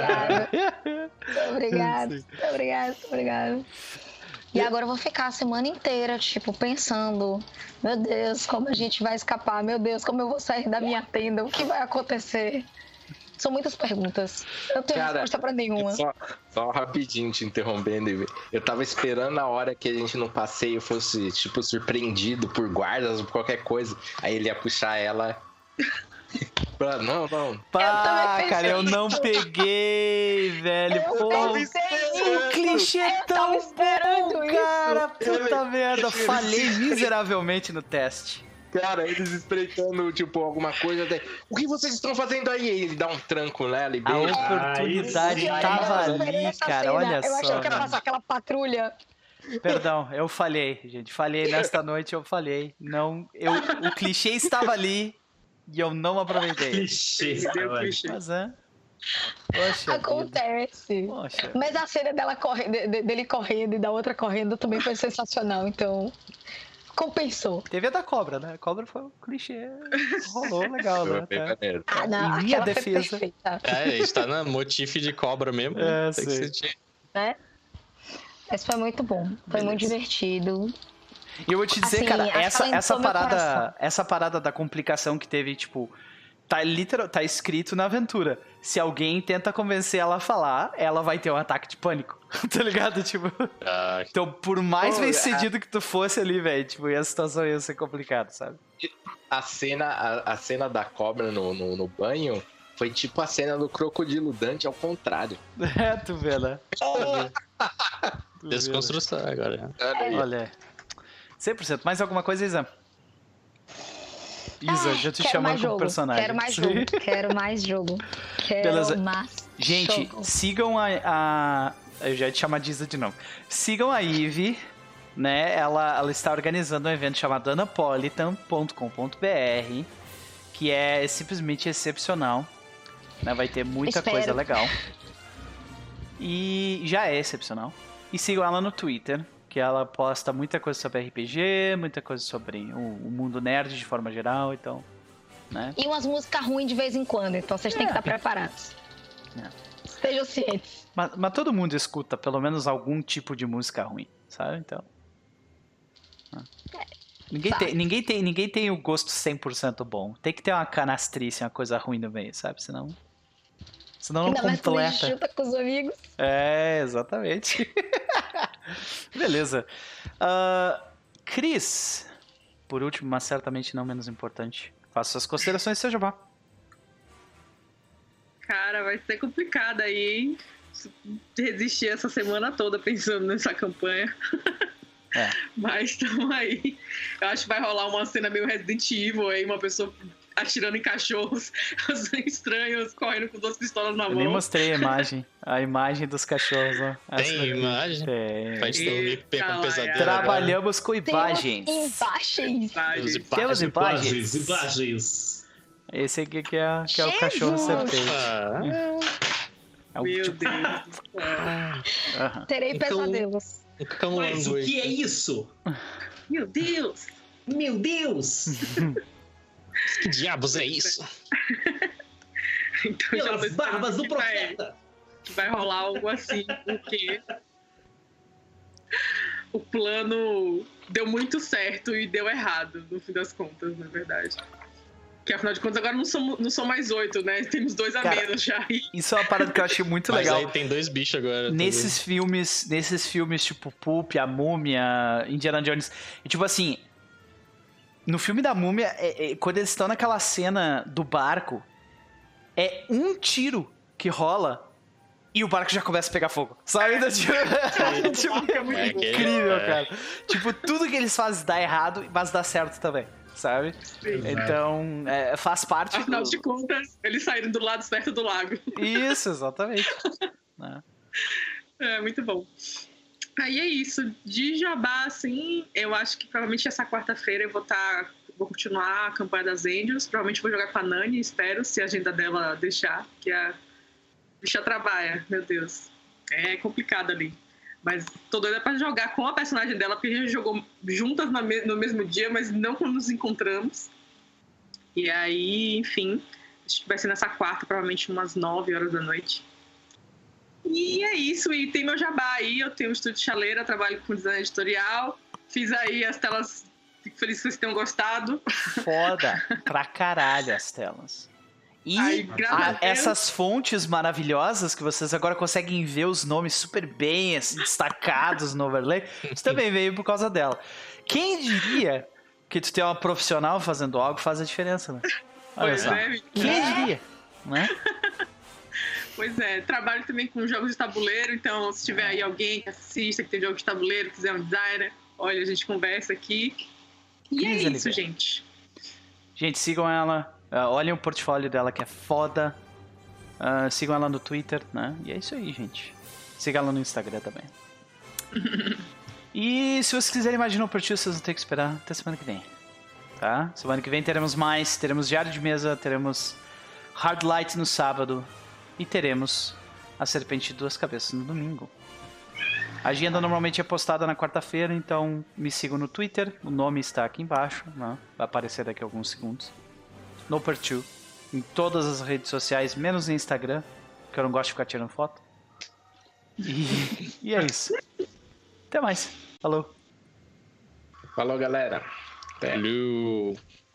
Muito obrigado. E agora eu vou ficar a semana inteira, tipo, pensando, meu Deus, como a gente vai escapar, meu Deus, como eu vou sair da minha tenda, o que vai acontecer? São muitas perguntas. Eu não tenho resposta pra nenhuma. Só rapidinho te interrompendo. Eu tava esperando a hora que a gente no passeio fosse, tipo, surpreendido por guardas ou por qualquer coisa. Aí ele ia puxar ela. Não. Cara, eu não peguei, velho. O clichê tão bom, cara. Puta merda. Falhei miseravelmente no teste. caras, eles espreitando, tipo, alguma coisa. Até, o que vocês estão fazendo aí? Ele dá um tranco nela e A beija. oportunidade tava ali, cara, olha Eu achei só. que ia passar aquela patrulha. Perdão, eu falhei, gente. Falhei nesta noite, eu falhei. Não, o clichê estava ali e eu não aproveitei. Clichê, Deu cara. clichê. Mas é. Poxa vida. Acontece. Poxa. Mas a cena dele correndo e da outra correndo também foi sensacional, então compensou. Teve a da cobra, né? A cobra foi um clichê. Rolou legal, né? Bem Tá. maneiro. Ah, não, Em minha aquela foi defesa. perfeita, É, a gente tá na motif de cobra mesmo. É, Tem que sim. sentir. né? Mas foi muito bom, foi muito divertido. E eu vou te dizer, Assim, cara, acalentou meu coração. essa parada da complicação que teve, tipo, tá escrito na aventura. Se alguém tenta convencer ela a falar, ela vai ter um ataque de pânico. Tá ligado? Tipo. Ah, Então, por mais Pô, bem sucedido que tu fosse ali, velho, tipo, a situação ia ser complicada, sabe? A cena da cobra no banho foi tipo a cena do crocodilo Dante ao contrário. É, tu vê, né? Tu vê, né? desconstrução agora. Olha. 100%. Mais alguma coisa, Isa? Isa, já te Quero chamando mais como jogo, personagem. quero mais Sim. jogo, quero mais jogo. Quero Beleza. mais Gente, jogo. sigam eu já ia te chamar de Isa de novo. Sigam a Ivy, né? Ela está organizando um evento chamado anapolitan.com.br, que é simplesmente excepcional, né? Vai ter muita Espero. coisa legal. E já é excepcional. E sigam ela no Twitter, que ela posta muita coisa sobre RPG, muita coisa sobre o mundo nerd de forma geral, então, né? E umas músicas ruins de vez em quando, então vocês têm que estar preparados. É. Estejam cientes. Mas todo mundo escuta pelo menos algum tipo de música ruim, sabe? Então. Ninguém tem o gosto 100% bom. Tem que ter uma canastrice, uma coisa ruim no meio, sabe? Senão não Ainda mais quando a gente completa. junta com os amigos. É, exatamente. Beleza. Cris, por último, mas certamente não menos importante, faça suas considerações, seu Jabá. Cara, vai ser complicado aí, hein? Resistir essa semana toda pensando nessa campanha. É. Mas estamos aí. Eu acho que vai rolar uma cena meio Resident Evil aí, uma pessoa atirando em cachorros estranhos, correndo com 2 pistolas na Eu mão. nem mostrei a imagem dos cachorros, ó. Tem imagem? Tem. Faz dormir com Eita, pesadelo. agora. Trabalhamos com imagens. Temos imagens. Temos imagens. Imagens. Esse aqui que é o cachorro serpente. Ah, É o Meu tipo- Deus do céu. Aham. Terei Então- pesadelos. um calango Mas o aí. que é isso? Meu Deus! Meu Deus! Que diabos é isso? Então, já tô Pelas esperando barbas do que profeta! vai rolar algo assim, porque o plano deu muito certo e deu errado, no fim das contas, na verdade. Que afinal de contas, agora não são mais 8, né? Temos 2 a Cara, menos já. Isso é uma parada que eu achei muito Mas legal. aí tem 2 bichos agora. Nesses filmes tipo Pulp, A Múmia, Indiana Jones. E tipo assim, no filme da Múmia, quando eles estão naquela cena do barco, é um tiro que rola e o barco já começa a pegar fogo. Sabe? Então, tipo, é muito É que- incrível, é. cara. Tipo, tudo que eles fazem dá errado, mas dá certo também. Sabe? Então, faz parte Afinal de contas, eles saíram do lado certo do lago. Isso, exatamente. Né? É, muito bom. Aí é isso. De jabá, assim, eu acho que provavelmente essa quarta-feira eu vou continuar a campanha das Angels. Provavelmente vou jogar com a Nani, espero, se a agenda dela deixar, que a bicha trabalha, meu Deus. É complicado ali. Mas tô doida pra jogar com a personagem dela, porque a gente jogou juntas no mesmo dia, mas não quando nos encontramos. E aí, enfim, acho que vai ser nessa quarta, provavelmente umas 9 horas da noite. E é isso, e tem meu jabá aí, eu tenho um estúdio de chaleira, trabalho com design editorial, fiz aí as telas, fico feliz que vocês tenham gostado. Foda pra caralho as telas. E Aí, graças a Deus. essas fontes maravilhosas que vocês agora conseguem ver os nomes super bem assim, destacados no overlay, isso também veio por causa dela. Quem diria que tu ter uma profissional fazendo algo faz a diferença, né? Olha Pois só. é, Quem diria? Né? pois é, trabalho também com jogos de tabuleiro, então se tiver aí alguém que assista, que tem jogo de tabuleiro, quiser um designer, olha, a gente conversa aqui. E Cris é isso, Oliveira. gente. Gente, sigam ela. Olhem o portfólio dela que é foda. Sigam ela no Twitter, né? E é isso aí, gente. Sigam ela no Instagram também. E se vocês quiserem imaginar o perfil, vocês vão ter que esperar até semana que vem. Tá? Semana que vem teremos mais. Teremos Diário de Mesa, teremos Hard Light no sábado. E teremos a Serpente de Duas Cabeças no domingo. A agenda normalmente é postada na quarta-feira, então me sigam no Twitter. O nome está aqui embaixo, né? Vai aparecer daqui a alguns segundos. Noper2. Em todas as redes sociais, menos no Instagram, que eu não gosto de ficar tirando foto. E é isso. Até mais. Falou. Falou, galera. Até. Valeu.